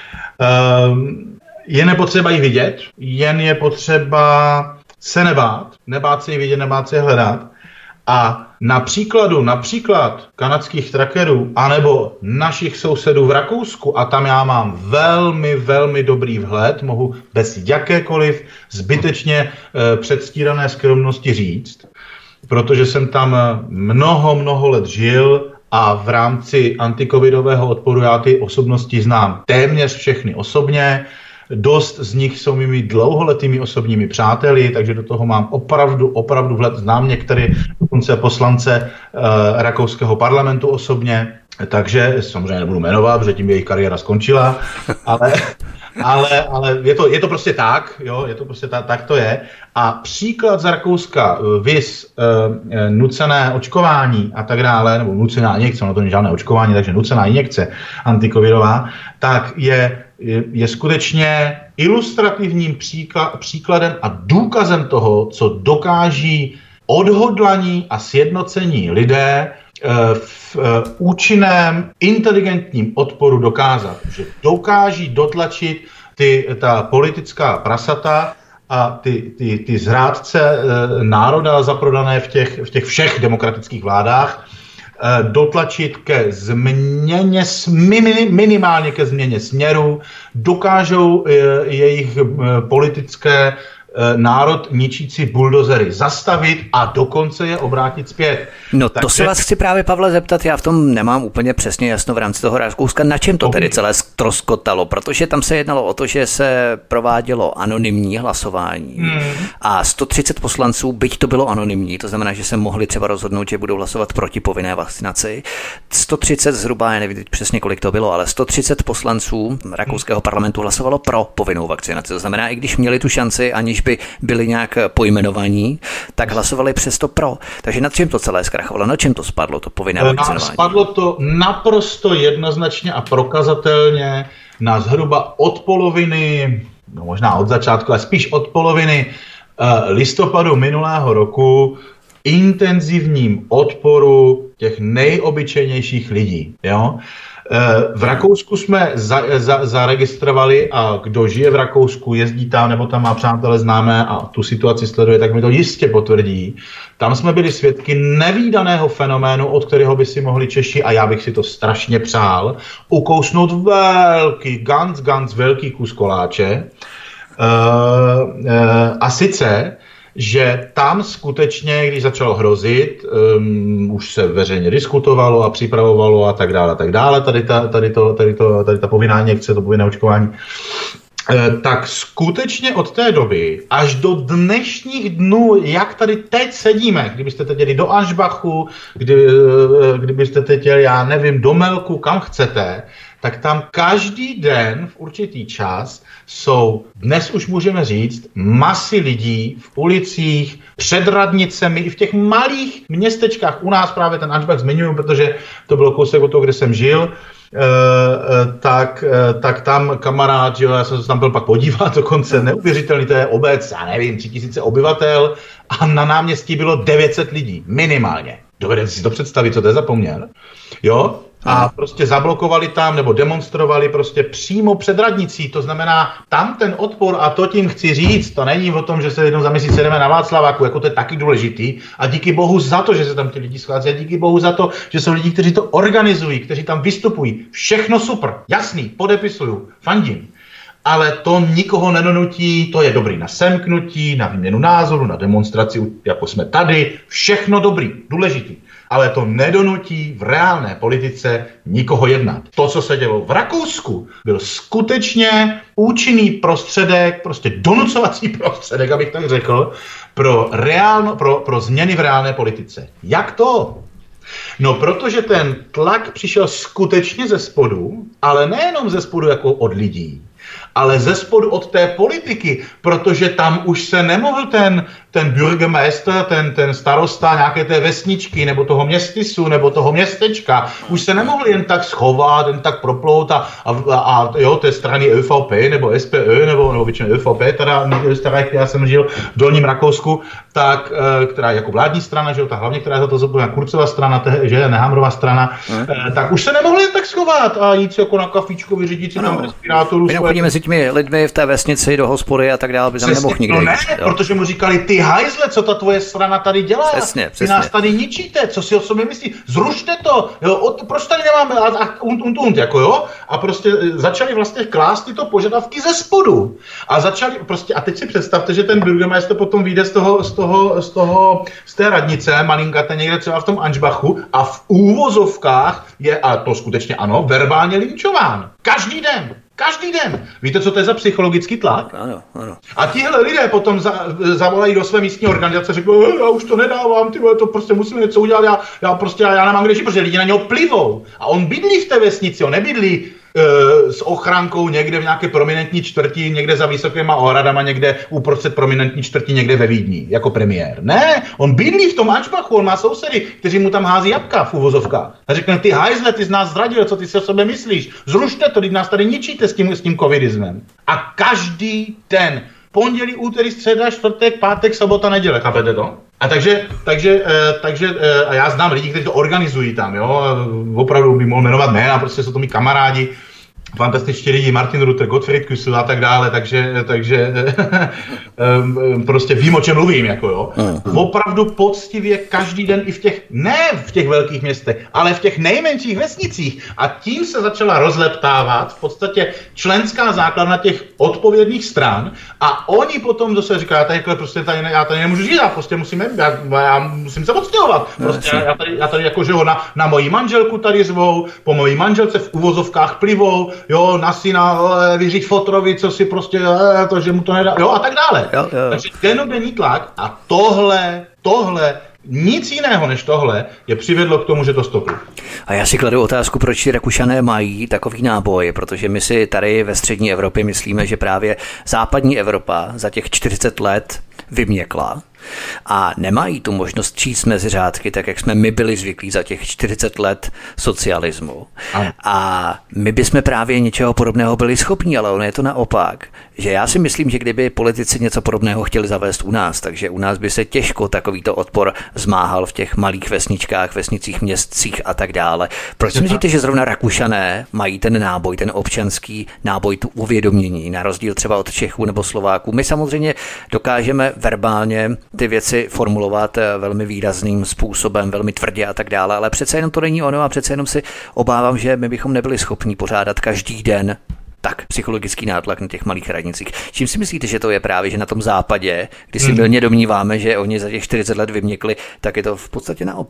Je nepotřeba ji vidět, jen je potřeba se nebát se ji vidět, nebát se ji hledat. A například kanadských trackerů anebo našich sousedů v Rakousku, a tam já mám velmi, velmi dobrý vhled, mohu bez jakékoliv zbytečně předstírané skromnosti říct, protože jsem tam mnoho let žil a v rámci antikovidového odporu já ty osobnosti znám téměř všechny osobně. Dost z nich jsou mými dlouholetými osobními přáteli, takže do toho mám opravdu vhled. Znám některé dokonce poslance rakouského parlamentu osobně, takže samozřejmě nebudu jmenovat, protože tím jejich kariéra skončila, ale je to prostě tak, jo, je to prostě tak to je. A příklad z Rakouska, viz nucené očkování a tak dále, nebo nucená injekce, ono to není žádné očkování, takže nucená injekce antikovidová, tak je skutečně ilustrativním příkladem a důkazem toho, co dokáží odhodlaní a sjednocení lidé v účinném, inteligentním odporu dokázat. Že dokáží dotlačit ta politická prasata a ty zrádce národa zaprodané v těch všech demokratických vládách dotlačit ke změně, minimálně ke změně směru, dokážou jejich politické národ ničící buldozery zastavit a dokonce je obrátit zpět. No to se vás chci právě, Pavle, zeptat, já v tom nemám úplně přesně jasno v rámci toho Rakouska, na čem to tedy celé ztroskotalo, protože tam se jednalo o to, že se provádělo anonymní hlasování a 130 poslanců, byť to bylo anonymní, to znamená, že se mohli třeba rozhodnout, že budou hlasovat proti povinné vakcinaci. 130 zhruba, já nevím přesně, kolik to bylo, ale 130 poslanců rakouského parlamentu hlasovalo pro povinnou vakcinaci. To znamená, i když měli tu šanci, aniž by byli nějak pojmenovaní, tak hlasovali přesto pro. Takže nad čím to celé zkrachovalo? Na čem to spadlo, to povinné vakcinování? Spadlo to naprosto jednoznačně a prokazatelně na zhruba od poloviny, no možná od začátku, ale spíš od poloviny listopadu minulého roku intenzivním odporu těch nejobyčejnějších lidí. Jo? V Rakousku jsme zaregistrovali, a kdo žije v Rakousku, jezdí tam nebo tam má přátelé známé a tu situaci sleduje, tak mi to jistě potvrdí. Tam jsme byli svědky nevídaného fenoménu, od kterého by si mohli Češi, a já bych si to strašně přál, ukousnout ganz velký kus koláče. A sice, že tam skutečně, když začalo hrozit, už se veřejně diskutovalo a připravovalo a tak dále, tady ta povinná injekce, to povinné očkování, tak skutečně od té doby až do dnešních dnů, jak tady teď sedíme, kdybyste teď jeli do Anšbachu, kdybyste teď jeli, já nevím, do Melku, kam chcete, tak tam každý den v určitý čas jsou, dnes už můžeme říct, masy lidí v ulicích, před radnicemi, i v těch malých městečkách. U nás právě ten Anšbach zmiňuji, protože to bylo kousek od toho, kde jsem žil, tak tam kamarád, že já jsem se tam byl pak podívat, dokonce neuvěřitelný, to je obec, já nevím, 3000 obyvatel a na náměstí bylo 900 lidí, minimálně. Dovedete si to představit, co to je za poměr? Jo? A prostě zablokovali tam nebo demonstrovali prostě přímo před radnicí. To znamená, tam ten odpor, a to tím chci říct, to není o tom, že se jednou za měsíc jdeme na Václaváku, jako to je taky důležitý. A díky bohu za to, že se tam ty lidi schází, a díky bohu za to, že jsou lidi, kteří to organizují, kteří tam vystupují. Všechno super, jasný, podepisuju, fandím. Ale to nikoho nenutí, to je dobrý na semknutí, na výměnu názoru, na demonstraci, jako jsme tady, všechno dobrý, důležitý. Ale to nedonutí v reálné politice nikoho jednat. To, co se dělo v Rakousku, byl skutečně účinný prostředek, prostě donucovací prostředek, abych tak řekl, pro změny v reálné politice. Jak to? No, protože ten tlak přišel skutečně ze spodu, ale nejenom ze spodu jako od lidí, ale ze spodu od té politiky, protože tam už se nemohl ten Bürgermeister, ten starosta nějaké té vesničky, nebo toho městysu, nebo toho městečka, už se nemohl jen tak schovat, jen tak proplout a jo, té strany ÖVP, nebo SPÖ, nebo většinou ÖVP, teda já jsem žil v Dolním Rakousku, tak, která je jako vládní strana, že jo, ta hlavně, která je za to zodpovědná, Kurzova strana, že je Nehamrova strana, tak už se nemohli jen tak schovat a jít si jako na kafičku, vyřídit si tam respirátoru. Mezi těmi lidmi v té vesnici do hospody a tak dále by tam nemohl nikdy. No ne, protože mu říkali, ty hajzle, co ta tvoje strana tady dělá? Přesně. Ty nás tady ničíte, co si o sobě myslí? Zrušte to, jo, proč tady nemáme jako jo? A prostě začali vlastně klást tyto požadavky ze spodu. A začali prostě, a teď si představte, že ten Bürgermeister potom vyjde z té radnice, malinkaté někde třeba v tom Anšbachu a v úvozovkách je, a to skutečně ano, verbálně linčován. Každý den. Víte, co to je za psychologický tlak? Ano. A tihle lidé potom zavolají do své místní organizace, řeknou, já už to nedávám, to prostě musíme něco udělat, já nemám kde žít, protože lidi na něho plivou. A on bydlí v té vesnici, on nebydlí s ochrankou někde v nějaké prominentní čtvrti, někde za vysokýma ohradama, někde uprostřed prominentní čtvrti, někde ve Vídni, jako premiér. Ne, on bydlí v tom Anšbachu, on má sousedy, kteří mu tam hází jabka v uvozovkách. A řekne, ty hajzle, ty z nás zradil, co ty si o sobě myslíš? Zrušte to, teď nás tady ničíte s tím covidismem. A každý den, pondělí, úterý, středa, čtvrtek, pátek, sobota, neděle, chápete to? A takže a já znám lidi, kteří to organizují tam, jo, opravdu by mohl jmenovat jména, prostě jsou to mý kamarádi, fantastičtí lidi, Martin Ruther, Gottfried Küssel a tak dále, takže prostě vím, o čem mluvím, jako jo. Opravdu poctivě každý den i ne v těch velkých městech, ale v těch nejmenších vesnicích. A tím se začala rozleptávat v podstatě členská základna těch odpovědných stran a oni potom zase říkají, já tady nemůžu žít, já musím se odstěhovat. Prostě já tady jako, že ho na moji manželku tady řvou, po mojí manželce v uvozovkách plivou, jo, na syna, vyřiď fotrovi, co si prostě, to, že mu to nedá, jo, a tak dále. Jo. Takže dennodenní tlak a tohle, nic jiného než tohle je přivedlo k tomu, že to stoplo. A já si kladu otázku, proč ti Rakušané mají takový náboj, protože my si tady ve střední Evropě myslíme, že právě západní Evropa za těch 40 let vyměkla a nemají tu možnost číst mezi řádky, tak jak jsme my byli zvyklí za těch 40 let socialismu. A my bychom právě něčeho podobného byli schopní, ale ono je to naopak. Že já si myslím, že kdyby politici něco podobného chtěli zavést u nás, takže u nás by se těžko takovýto odpor zmáhal v těch malých vesničkách, vesnicích, městcích a tak dále. Proč si myslíte, že zrovna Rakušané mají ten náboj, ten občanský náboj, tu uvědomění, na rozdíl třeba od Čechů nebo Slováků? My samozřejmě dokážeme verbálně ty věci formulovat velmi výrazným způsobem, velmi tvrdě a tak dále, ale přece jenom to není ono a přece jenom si obávám, že my bychom nebyli schopni pořádat každý den tak psychologický nátlak na těch malých radnicích. Čím si myslíte, že to je právě, že na tom západě, kdy si mylně domníváme, že oni za těch 40 let vyměkli, tak je to v podstatě naopak?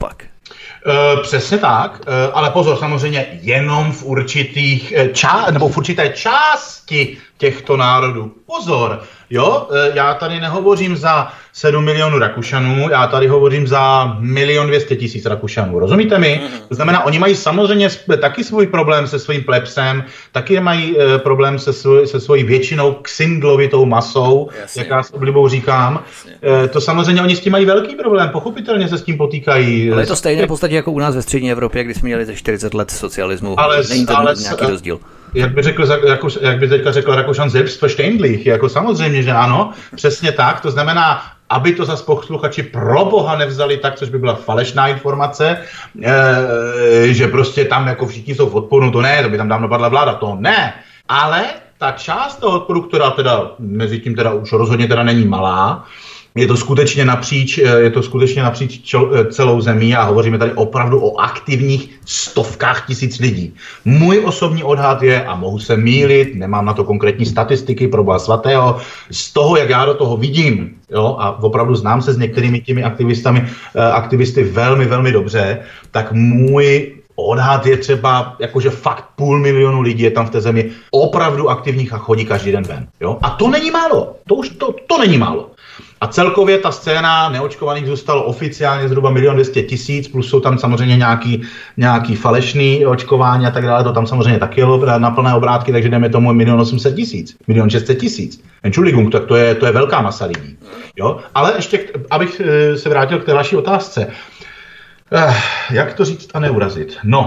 Přesně tak, ale pozor, samozřejmě jenom v určitých nebo v určité části těchto národů. Pozor, jo, já tady nehovořím za 7 milionů Rakušanů, já tady hovořím za 1 200 000 Rakušanů, rozumíte mi? To znamená, oni mají samozřejmě taky svůj problém se svým plebsem, taky mají problém se svojí většinou ksindlovitou masou, jasně, jak já s oblibou říkám. To samozřejmě oni s tím mají velký problém, pochopitelně se s tím potýkají. Ale je to stejné v podstatě jako u nás ve střední Evropě, kdy jsme měli za 40 let socialismu, není to nějaký rozdíl. Jak by teďka řekl Rakušan selbstverständlich, jako samozřejmě, že ano, přesně tak, to znamená, aby to zas posluchači pro boha nevzali tak, což by byla falešná informace, že prostě tam jako všichni jsou v odporu, to ne, to by tam dávno padla vláda, to ne, ale ta část toho odporu, která teda mezi tím teda už rozhodně teda není malá, je to skutečně napříč celou zemí a hovoříme tady opravdu o aktivních stovkách tisíc lidí. Můj osobní odhad je, a mohu se mýlit, nemám na to konkrétní statistiky pro Boha svatého, z toho, jak já do toho vidím, jo, a opravdu znám se s některými těmi aktivisty velmi, velmi dobře, tak můj odhad je třeba, jakože fakt 500 000 lidí je tam v té zemi opravdu aktivních a chodí každý den ven. Jo? A to není málo, to není málo. A celkově ta scéna neočkovaných zůstalo oficiálně zhruba 1 200 000, plus jsou tam samozřejmě nějaký falešný očkování a tak dále, to tam samozřejmě taky jelo na plné obrátky, takže jdeme tomu 1 800 000, 1 600 000. Entschuldigung, tak to je velká masa lidí. Jo? Ale ještě, abych se vrátil k té vaší otázce. Jak to říct a neurazit? No,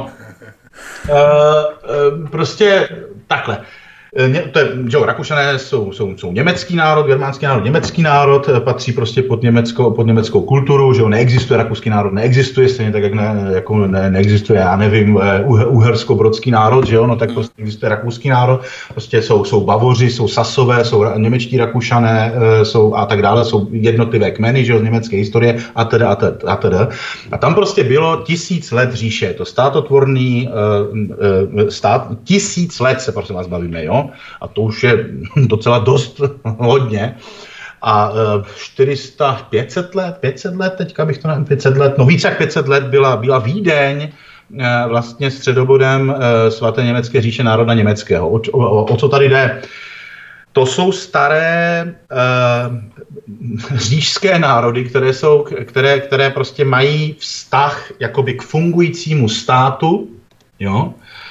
prostě takhle. Rakušané jsou německý národ, germánský národ, německý národ, patří prostě pod německou kulturu, že neexistuje rakouský národ, neexistuje stejně tak, jak neexistuje, já nevím, uhersko-brodský národ, že jo, no tak prostě existuje rakouský národ, prostě jsou Bavoři, jsou Sasové, jsou němečtí Rakušané, jsou a tak dále, jsou jednotlivé kmeny, že jo, z německé historie a teda. A tam prostě bylo 1000 let říše, to státotvorný stát, 1000 let se prostě vás bavíme, jo. A to už je docela dost hodně. A 500 let, teďka bych to 500 let, no více jak 500 let byla Vídeň vlastně středobodem svaté německé říše národa německého. O co tady jde? To jsou staré říšské národy, které prostě mají vztah jakoby k fungujícímu státu, jo?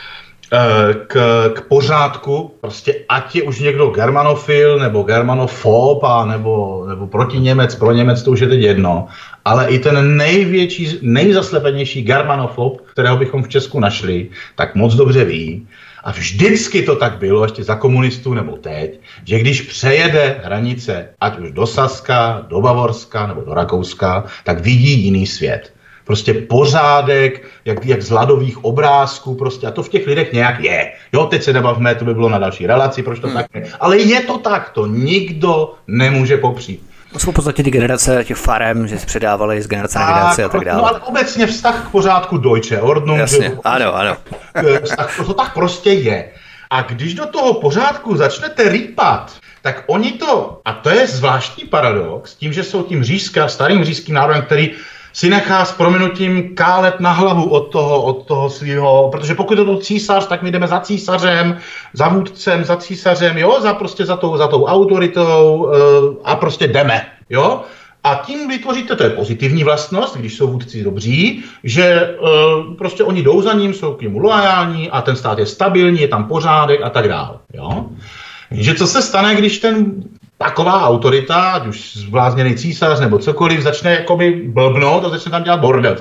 K pořádku, prostě ať je už někdo germanofil nebo germanofob nebo proti Němec, pro Němec, to už je teď jedno, ale i ten největší, nejzaslepenější germanofob, kterého bychom v Česku našli, tak moc dobře ví, a vždycky to tak bylo, ještě za komunistů nebo teď, že když přejede hranice, ať už do Saska, do Bavorska nebo do Rakouska, tak vidí jiný svět. Prostě pořádek, jak z ladových obrázků, prostě, a to v těch lidech nějak je. Jo, teď se nebavme, to by bylo na další relaci, proč to tak je. Ale je to tak, to nikdo nemůže popřít. To jsou v podstatě ty generace těch farem, že se předávaly z generace na generaci a tak dále. No ale obecně vztah k pořádku Deutsche Ordnung. Jasně, ano. To tak prostě je. A když do toho pořádku začnete rýpat, tak oni to, a to je zvláštní paradox, tím, že jsou tím starým říšským národem, který si nechá s prominutím kálet na hlavu od toho svého, protože pokud je to císař, tak my jdeme za císařem, za vůdcem, za císařem, jo, za tou autoritou a prostě jdeme, jo. A tím vytvoříte, to je pozitivní vlastnost, když jsou vůdci dobří, že prostě oni jdou za ním, jsou k němu loajální a ten stát je stabilní, je tam pořádek a tak dále, jo. Že co se stane, když taková autorita, ať už zblázněný císař nebo cokoliv, začne jakoby blbnout a začne tam dělat bordel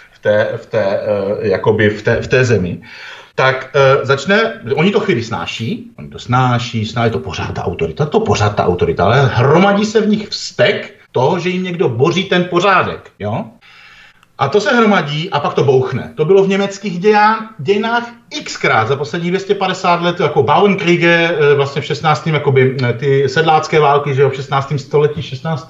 v té zemi, tak oni to chvíli snáší, to pořád ta autorita, ale hromadí se v nich vztek toho, že jim někdo boří ten pořádek, jo? A to se hromadí a pak to bouchne. To bylo v německých dějinách xkrát za posledních 250 let, jako Bauernkriege, vlastně v 16. jakoby ty sedlácké války, že jo, v 16. století, 16.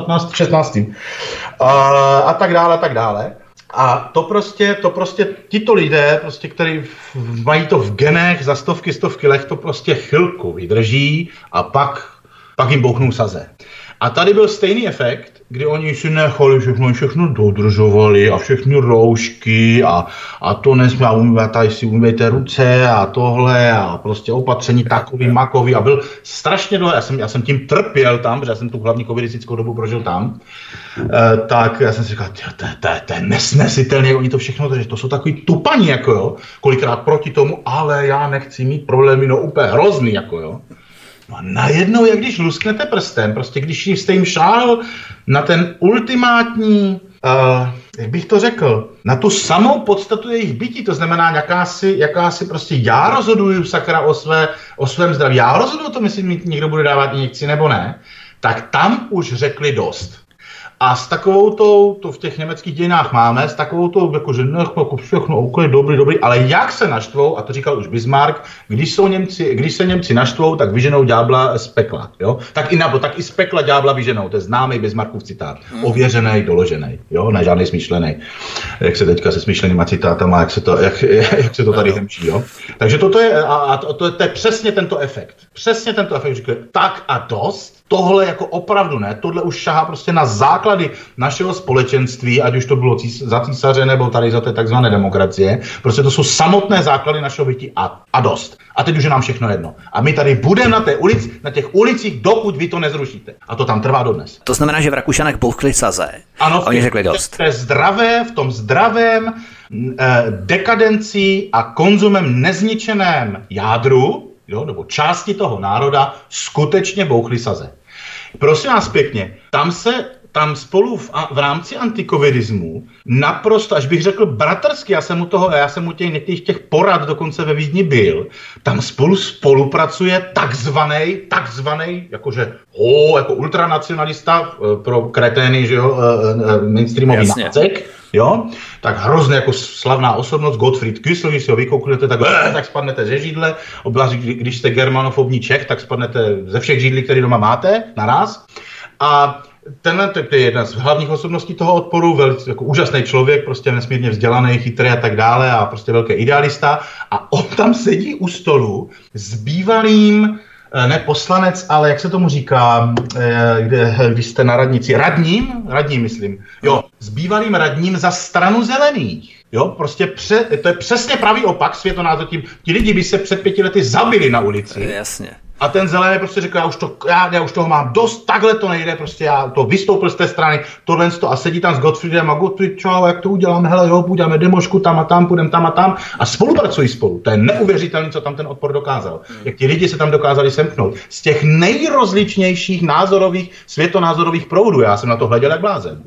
A tak dále. A to prostě tito lidé, prostě, kteří mají to v genech za stovky let, to prostě chvilku vydrží a pak jim bouchnou saze. A tady byl stejný efekt, kdy oni si nechali všechno dodržovali a všechny roušky a to nesmí, a tady si umýjte ruce a tohle a prostě opatření takový, makový a byl strašně dlouho, já jsem tím trpěl tam, protože já jsem tu hlavní covidistickou dobu prožil tam, tak já jsem si říkal, to je nesnesitelné, oni to všechno, to jsou takový tupaní, jako jo, kolikrát proti tomu, ale já nechci mít problémy, no úplně hrozný, jako jo. No a najednou, jak když lusknete prstem, prostě když jste jim šál na ten ultimátní, jak bych to řekl, na tu samou podstatu jejich bytí, to znamená jakási prostě já rozhoduju sakra o svém zdraví, já rozhoduju o tom, jestli mi někdo bude dávat injekci nebo ne, tak tam už řekli dost. A s takovou to v těch německých dějinách máme, s takovou tou, jakože jako všechno okolo, dobrý, ale jak se naštvou, a to říkal už Bismarck, když se Němci naštvou, tak vyženou ďábla z pekla, jo? Tak i z pekla ďábla vyženou, to je známý Bismarckův citát, ověřený, doložený, jo, ne žádný smyšlený, jak se teďka se smyšlenýma citátama, jak se to tady hemčí, jo. Takže to je přesně tento efekt, říkají, tak a dost. Tohle jako opravdu ne, tohle už šahá prostě na základy našeho společenství, ať už to bylo za císaře nebo tady za té takzvané demokracie. Prostě to jsou samotné základy našeho bytí a dost. A teď už je nám všechno jedno. A my tady budeme na těch ulicích, dokud vy to nezrušíte. A to tam trvá dodnes. To znamená, že v Rakušanech bouchli saze. Ano, oni řekli dost. V tom zdravém dekadenci a konzumem nezničeném jádru, jo, nebo části toho národa skutečně bouchly saze. Prosím vás pěkně, tam spolu v rámci antikovidismu naprosto, až bych řekl bratrsky, já jsem u některých těch porad dokonce ve Vídni byl, tam spolupracuje takzvanej, jakože jako ultranacionalista pro kretény, že jo, mainstreamový nácek, jo, tak hrozně jako slavná osobnost Gottfried Küssel, když si ho vykouknete, tak spadnete ze židle, obzvlášť když jste germanofobní Čech, tak spadnete ze všech židlí, které doma máte, naraz. A tenhle je jedna z hlavních osobností toho odporu, velice jako úžasný člověk, prostě nesmírně vzdělaný, chytrý a tak dále a prostě velký idealista. A on tam sedí u stolu s bývalým, ne poslanec, ale jak se tomu říká, když jste na radnici, radním myslím, jo, s bývalým radním za Stranu zelených. Jo, prostě to je přesně pravý opak světonázor tím. Ti lidi by se před 5 lety zabili na ulici. Jasně. A ten zelený prostě řekl, já už toho mám dost, takhle to nejde, prostě já to vystoupil z té strany, tohle a sedí tam s Gottfriedem a Gottfried, čau, jak to uděláme, hele jo, půjdeme demošku tam a tam, půjdeme tam a tam a spolupracují spolu. To je neuvěřitelné, co tam ten odpor dokázal. Jak ti lidi se tam dokázali semknout. Z těch nejrozličnějších světonázorových proudů, já jsem na to hleděl jak blázen.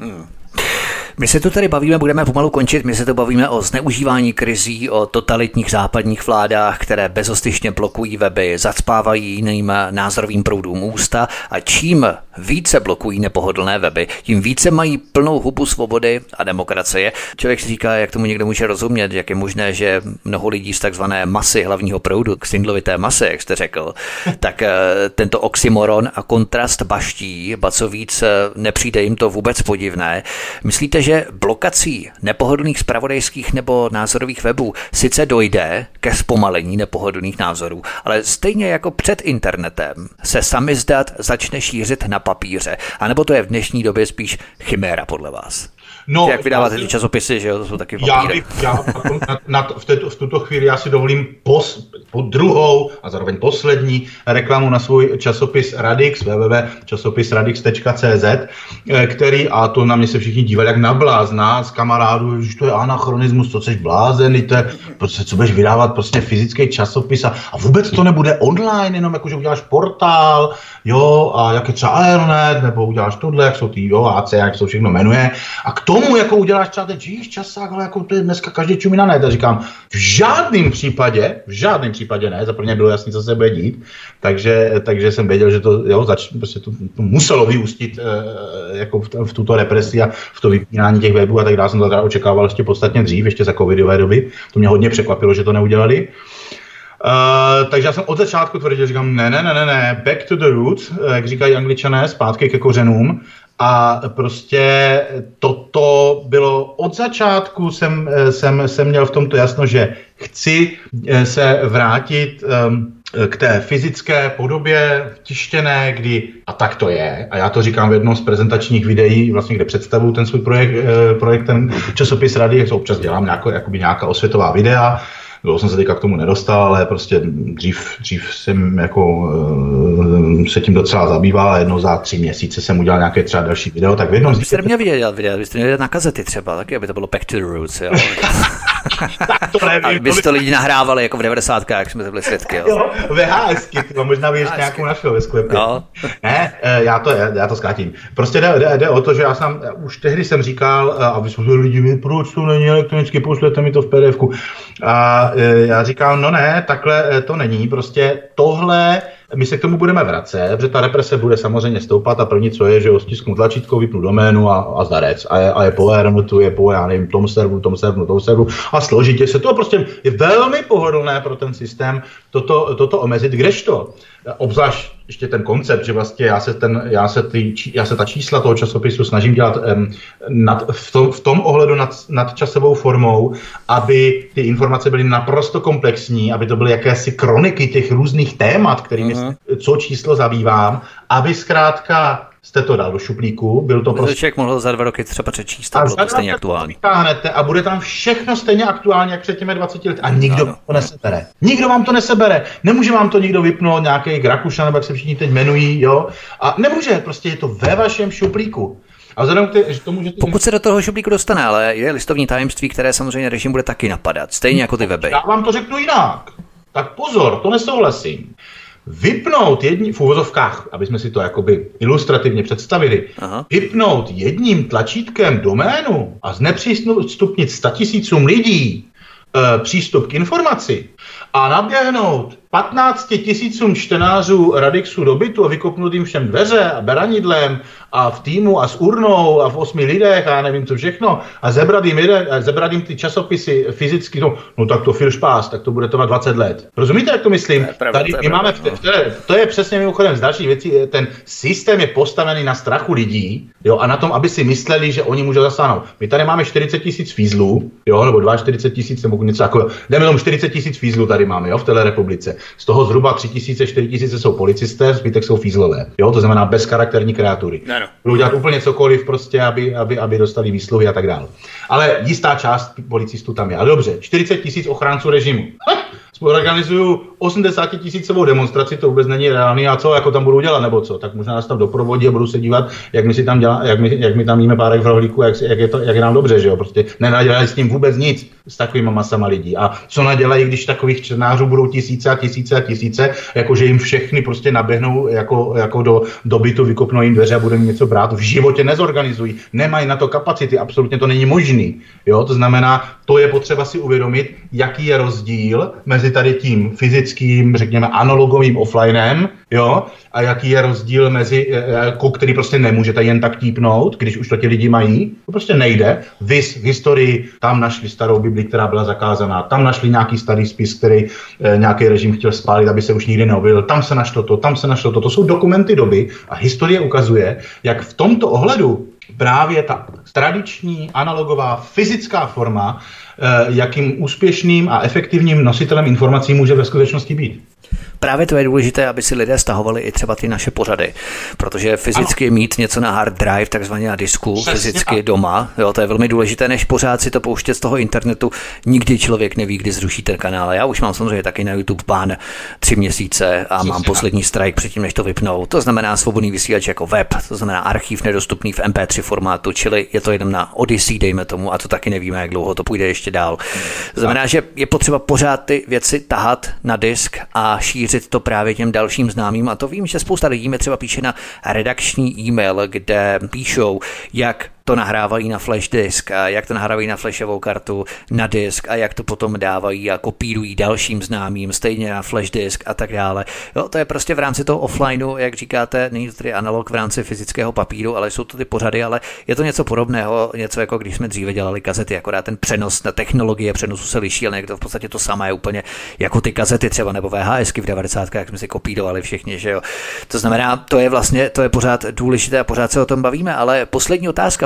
My se tu tady bavíme, budeme pomalu končit, my se tu bavíme o zneužívání krizí, o totalitních západních vládách, které bezostyšně blokují weby, zacpávají jiným názorovým proudům ústa a čím více blokují nepohodlné weby, tím více mají plnou hubu svobody a demokracie. Člověk si říká, jak tomu někdo může rozumět, jak je možné, že mnoho lidí z takzvané masy hlavního proudu, k Sindlovité masy, jak jste řekl, tak tento oxymoron a kontrast baští, ba co víc, nepřijde jim to vůbec podivné. Myslíte, že blokací nepohodlných zpravodajských nebo názorových webů sice dojde ke zpomalení nepohodlných názorů, ale stejně jako před internetem se samizdat začne šířit na papíře, anebo to je v dnešní době spíš chiméra podle vás? No, jak vydáváte ty časopisy, že jo, to jsou taky papíry. V tuto chvíli já si dovolím po druhou a zároveň poslední reklamu na svůj časopis Radix, www.časopisradix.cz, který, a to na mě se všichni dívali jak na blázna z kamarádů, že to je anachronismus, co chceš blázen, prostě, co budeš vydávat prostě fyzický časopis a vůbec to nebude online, jenom jako, že uděláš portál, jo, a jak je třeba Aeronet, nebo uděláš tohle, jak jsou ty, jo, AC, jak se všechno jmenuje, a k tomu jako uděláš třeba ten časák, ale jako to je dneska každý čumí na net. A říkám, v žádném případě ne, za prvně bylo jasný, co se bude dít, takže jsem věděl, že to, jo, prostě to muselo vyústit jako v tuto represi a v to vypínání těch webů a tak dále. Jsem to teda očekával ještě podstatně dřív, ještě za covidové doby. To mě hodně překvapilo, že to neudělali. Takže já jsem od začátku tvrdil, říkám, ne, back to the roots, jak říkají Angličané, zpátky ke kořenům. A prostě toto bylo od začátku, jsem měl v tomto jasno, že chci se vrátit k té fyzické podobě tištěné, kdy, a tak to je, a já to říkám v jednom z prezentačních videí, vlastně, kde představuju ten svůj projekt ten časopis Rady, jak občas dělám nějaká osvětová videa. Dlouho jsem se teďka k tomu nedostal, ale prostě dřív jsem jako se tím docela zabýval a jednou za 3 měsíce jsem udělal nějaké třeba další video, tak v jednom... Byste neměl dělat videa, byste měl dělat na kazety třeba, taky, aby to bylo back to the roots, jo. Tak to nevím. A byste to lidi nahrávali jako v 90. jak jsme to byli svědky, jo. VHSky, možná by ještě nějakou našel ve sklepě. No. Ne, já to zkrátím. Prostě jde o to, že už tehdy jsem říkal, a vysvětlili lidi, proč to není elektronicky, pošlete mi to v PDF-ku. A já říkám, no ne, takhle to není, prostě tohle, my se k tomu budeme vracet, protože ta represe bude samozřejmě stoupat a první, co je, že stisknu tlačítko, vypnu doménu a zdarec. A je po Aeronetu, je po, já nevím, tom serveru a složitě se to prostě je velmi pohodlné pro ten systém toto omezit, kdežto. Obzvlášť ještě ten koncept, že vlastně já se ta čísla toho časopisu snažím dělat v tom ohledu nad časovou formou, aby ty informace byly naprosto komplexní, aby to byly jakési kroniky těch různých témat, kterými co číslo zabývám, aby zkrátka jste to dal do šuplíku, byl to prostě... Člověk mohl za 2 roky třeba přečíst a bylo to stejně aktuální. A bude tam všechno stejně aktuální, jak před těmi 20 lety. A nikdo to nesebere. Nikdo vám to nesebere. Nemůže vám to nikdo vypnout, nějaký Rakušan, nebo jak se všichni teď jmenují, jo. A nemůže, prostě je to ve vašem šuplíku. A vzhledem k tomu, že pokud se do toho šuplíku dostane, ale je listovní tajemství, které samozřejmě režim bude taky napadat, stejně jako ty weby. Já vám to řeknu jinak. Tak pozor, to nesouhlasím. Vypnout v uvozovkách, aby jsme si to jakoby ilustrativně představili, vypnout jedním tlačítkem doménu a znepřístupnit 100 000 lidí přístup k informaci a naběhnout 15 000 čtenářů Radixu do bytu a vykopnout jim všem dveře a beranidlem a v týmu a s urnou a v 8 lidech a nevím co všechno a zebrat jim ty časopisy fyzicky, no tak to filšpás, tak to bude trvat 20 let. Rozumíte, jak to myslím? Tady my máme, to je přesně mimochodem z dalších věcí, ten systém je postavený na strachu lidí, jo, a na tom, aby si mysleli, že oni můžou zasáhnout. My tady máme 40 000 fízlů, jo, nebo 42 000, nebo něco takového. Jdeme tomu 40 000 fízlů tady máme, jo, v téhle republice. Z toho zhruba 3 000, 4 000 jsou policisté, zbytek jsou fízlové. Jo, to znamená bezcharakterní kreatury. Budou dělat úplně cokoliv prostě, aby dostali výsluhy a tak dále. Ale jistá část policistů tam je. Ale dobře, 40 000 ochránců režimu. Organizuju 80 000 demonstraci, to vůbec není reálný, a co, jako tam budu dělat, nebo co, tak možná nás tam doprovodí a budu se dívat, jak my tam jíme párek v rohlíku, jak je nám dobře, že jo, prostě nenadělají s tím vůbec nic, s takovýma masama lidí. A co nadělají, když takových čtenářů budou tisíce a tisíce a tisíce, jakože jim všechny prostě naběhnou jako do bytu, vykopnou jim dveře a budou jim něco brát, v životě nezorganizují, nemají na to kapacity, absolutně to není možný, jo, to znamená, to je potřeba si uvědomit, jaký je rozdíl mezi tady tím fyzickým, řekněme, analogovým offlinem, jo, a jaký je rozdíl mezi, který prostě nemůžete jen tak típnout, když už to ti lidi mají, to prostě nejde. Vys v historii, tam našli starou Bibli, která byla zakázaná, tam našli nějaký starý spis, který nějaký režim chtěl spálit, aby se už nikdy neobjevil, tam se našlo to, to jsou dokumenty doby a historie ukazuje, jak v tomto ohledu právě ta tradiční, analogová, fyzická forma, jakým úspěšným a efektivním nositelem informací může ve skutečnosti být. Právě to je důležité, aby si lidé stahovali i třeba ty naše pořady, protože fyzicky mít něco na hard drive, takzvaně na disku, fyzicky doma, jo, to je velmi důležité, než pořád si to pouštět z toho internetu. Nikdy člověk neví, kdy zruší ten kanál. Já už mám samozřejmě taky na YouTube bán 3 měsíce a mám poslední strike předtím, než to vypnou. To znamená svobodný vysílač jako web, to znamená archiv nedostupný v MP3 formátu, čili je to jenom na Odyssey, dejme tomu, a to taky nevíme, jak dlouho to půjde ještě dál. To znamená, že je potřeba pořád ty věci tahat na disk a šířit to právě těm dalším známým, a to vím, že spousta lidí mi třeba píše na redakční e-mail, kde píšou, jak to nahrávají na flash disk a jak to nahrávají na flashovou kartu na disk a jak to potom dávají a kopírují dalším známým stejně na flash disk a tak dále. Jo, to je prostě v rámci toho offlineu, jak říkáte, není to tedy analog v rámci fyzického papíru, ale jsou to ty pořady, ale je to něco podobného, něco jako když jsme dříve dělali kazety, akorát ten přenos na technologie přenosu se liší, ale to v podstatě to samé úplně jako ty kazety třeba nebo VHSky v 90, jak jsme si kopírovali všichni, že jo. To znamená, to je pořád důležité a pořád se o tom bavíme, ale poslední otázka v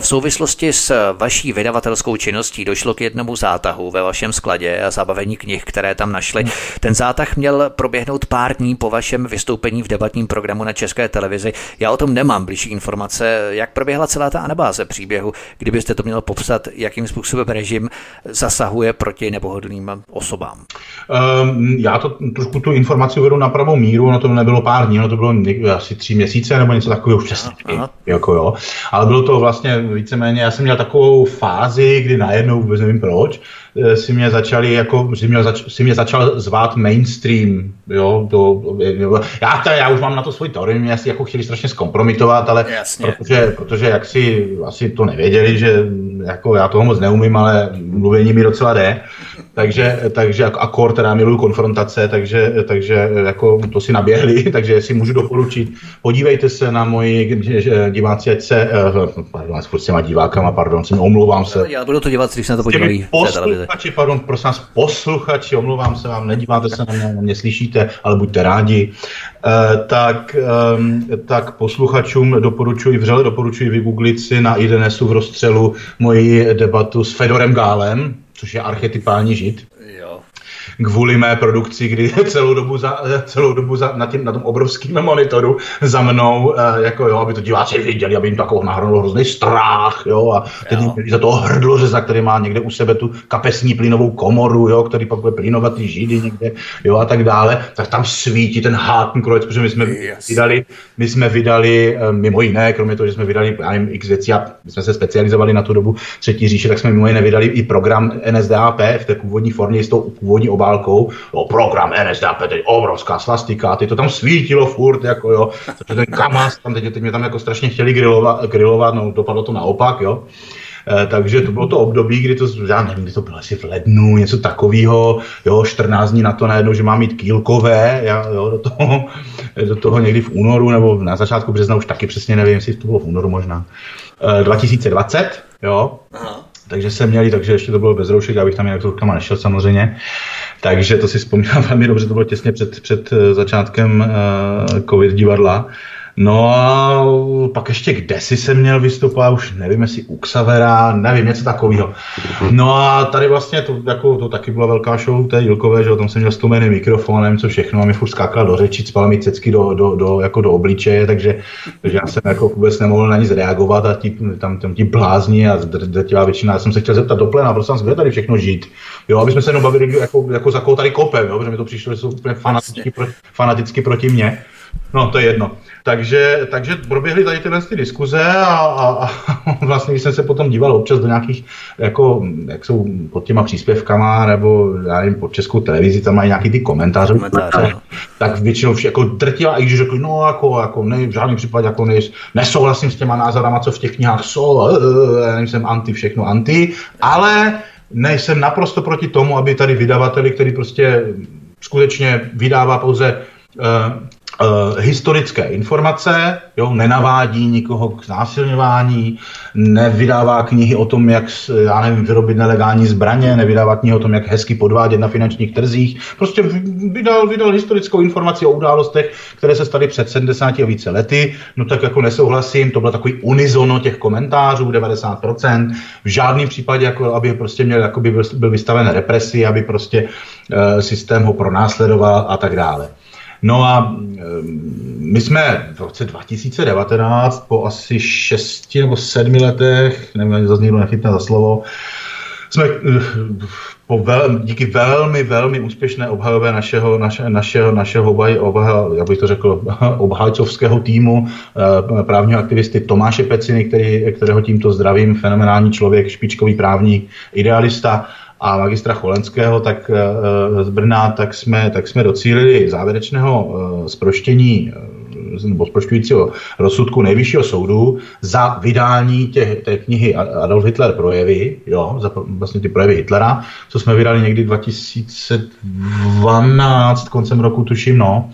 souvislosti s vaší vydavatelskou činností došlo k jednomu zátahu ve vašem skladě a zabavení knih, které tam našli. Ten zátah měl proběhnout pár dní po vašem vystoupení v debatním programu na České televizi. Já o tom nemám bližší informace. Jak proběhla celá ta anabáze příběhu, kdybyste to měl popsat, jakým způsobem režim zasahuje proti nepohodlným osobám? Já to trošku tu informaci uvedu na pravou míru, ono to nebylo pár dní, ono to bylo asi 3 měsíce nebo něco takového přesně. Jako jo. Ale bylo to vlastně víceméně, já jsem měl takovou fázi, kdy najednou, vůbec nevím proč, si mě začal zvát mainstream, jo, já už mám na to svůj teorii, mě asi jako chtěli strašně zkompromitovat, ale protože jak si asi to nevěděli, že jako já toho moc neumím, ale mluvění mi docela jde, takže akord, teda miluju konfrontace, takže jako to si naběhli, takže si můžu doporučit, podívejte se na moji diváci, ať se, pardon, s těma divákama, pardon, omlouvám se. Já budu to dívat, když se na to podívají v té televizi. Pardon, prosím vás, posluchači, omlouvám se vám, nedíváte se na mě, slyšíte, ale buďte rádi. Tak posluchačům vřele doporučuji vygooglit si na iDNESu v rozstřelu moji debatu s Fedorem Gálem, což je archetypální žid. Kvůli mé produkci, kdy celou dobu na tom obrovském monitoru za mnou, jako jo, aby to diváci viděli, aby jim takovou nahrnul hrozný strach, jo, a teď měli za toho hrdlořeza, který má někde u sebe tu kapesní plynovou komoru, jo, který pak bude plynovatý židy někde, jo, a tak dále, tak tam svítí ten Hakenkreuz, protože my jsme vydali mimo jiné, kromě toho, že jsme vydali, já nevím, x věcí a my jsme se specializovali na tu dobu Třetí říše, tak jsme mimo jiné vydali i program NSDAP v té původní formě s tou původní obálkou, jo, program NSDAP, teď obrovská svastika, teď to tam svítilo furt, jako jo, ten Kamas, tam teď mě tam jako strašně chtěli grilovat, no dopadlo to naopak, jo. Takže to bylo to období, kdy to, já nevím, kdy to bylo asi v lednu, něco takového, jo, 14 dní na to najednou, že mám mít kýlkové, jo, do toho někdy v únoru, nebo na začátku března, už taky přesně nevím, jestli to bylo v únoru možná, 2020, jo. Aha. Takže jsme měli, takže ještě to bylo bez roušek, abych tam jinak rukama nešel samozřejmě. Takže to si vzpomínám velmi dobře, to bylo těsně před začátkem covid divadla. No a pak ještě kdesi jsem měl vystupovat, už nevím, jestli u Xavera, nevím, něco takového. No a tady vlastně to taky byla velká show té Jilkové, že tam jsem měl stomený mikrofon, nevím co všechno, a mi furt skákala do řeči, spala mi cecky do obličeje, takže já jsem jako vůbec nemohl na nic reagovat a ti blázni a drtivá většina. Já jsem se chtěl zeptat do plena, prosím vás, kde tady všechno žít? Jo, aby jsme se jenom bavili jako za koho tady kopem, jo, protože mi to přišlo, že jsou úplně fanaticky proti mně. No, to je jedno. Takže proběhly tady tyhle diskuze a vlastně, když jsem se potom díval občas do nějakých, jako, jak jsou pod těma příspěvkama, nebo já nevím, pod Českou televizi, tam mají nějaký ty komentáře. Tak většinou jako drtivá, i když řekli, no, jako ne, v žádném případě jako nesouhlasím s těma názorama, co v těch knihách jsou, já nevím, jsem všechno anti, ale nejsem naprosto proti tomu, aby tady vydavateli, který prostě skutečně vydává pouze historické informace, jo, nenavádí nikoho k znásilňování, nevydává knihy o tom, jak, já nevím, vyrobit nelegální zbraně, nevydává knihy o tom, jak hezky podvádět na finančních trzích. Prostě vydal historickou informaci o událostech, které se staly před 70 a více lety. No tak jako nesouhlasím, to bylo takový unizono těch komentářů, 90%. V žádném případě, jako aby prostě byl vystaven represi, aby prostě systém ho pronásledoval a tak dále. No a my jsme v roce 2019 po asi 6 nebo 7 letech, nevím, zase někdo nechytne za slovo, jsme díky velmi, velmi úspěšné obhajové našeho jak bych to řekl, obhájcovského týmu právního aktivisty Tomáše Peciny, kterého tímto zdravím, fenomenální člověk, špičkový právník, idealista, a magistra Cholenského, tak z Brna, tak jsme docílili závěrečného zproštění nebo zprošťujícího rozsudku Nejvyššího soudu za vydání té knihy Adolf Hitler projevy, jo, za vlastně ty projevy Hitlera, co jsme vydali někdy 2012, koncem roku tuším, no.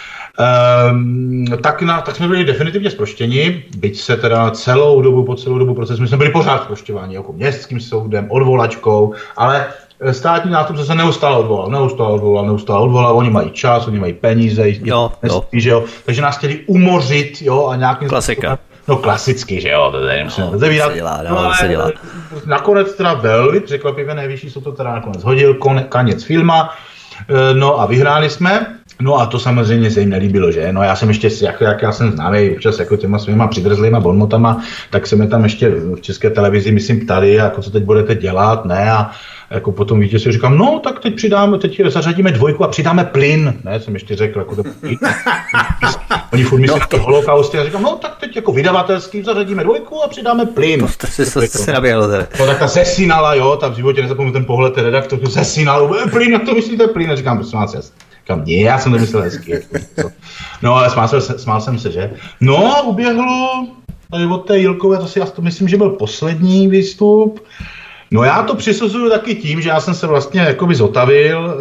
Tak jsme byli definitivně zproštěni, byť se teda po celou dobu procesu, my jsme byli pořád zprošťováni jako městským soudem, odvolačkou, ale státní zástupce se neustále odvolal, oni mají čas, oni mají peníze, že jo, takže nás chtěli umořit, jo, a nějakým No klasicky, že jo, to nemusím rozebírat. Se dělá. Nakonec teda velmi překvapivě nejvyšší jsou to teda nakonec hodil, konec filma, no a vyhráli jsme. No a to samozřejmě se jim nelíbilo, že? No já jsem ještě, jak já jsem známý občas jako těma svýma přidrzlýma bonmotama, tak se mi tam ještě v České televizi, myslím, ptali, jako co teď budete dělat, ne? A jako potom vítězství říkám, no tak teď zařadíme 2 a přidáme plyn, ne? Jsem ještě řekl, jako to plyn. Oni furt myslí to holokausty a říkám, no tak teď jako vydavatelský zařadíme 2 a přidáme plyn. To se naběhlo tady. No tak ta zesinala, jo, tam v životě nezapomenu ten pohled té redaktorky, zesinala, plyn, jak to myslíte plyn? A říkám, prosím vás, ne, já jsem to myslel hezky. No ale smál jsem se, že? No a uběhlo tady od té Jilkové, to myslím, že byl poslední výstup. No já to přisuzuju taky tím, že já jsem se vlastně jakoby zotavil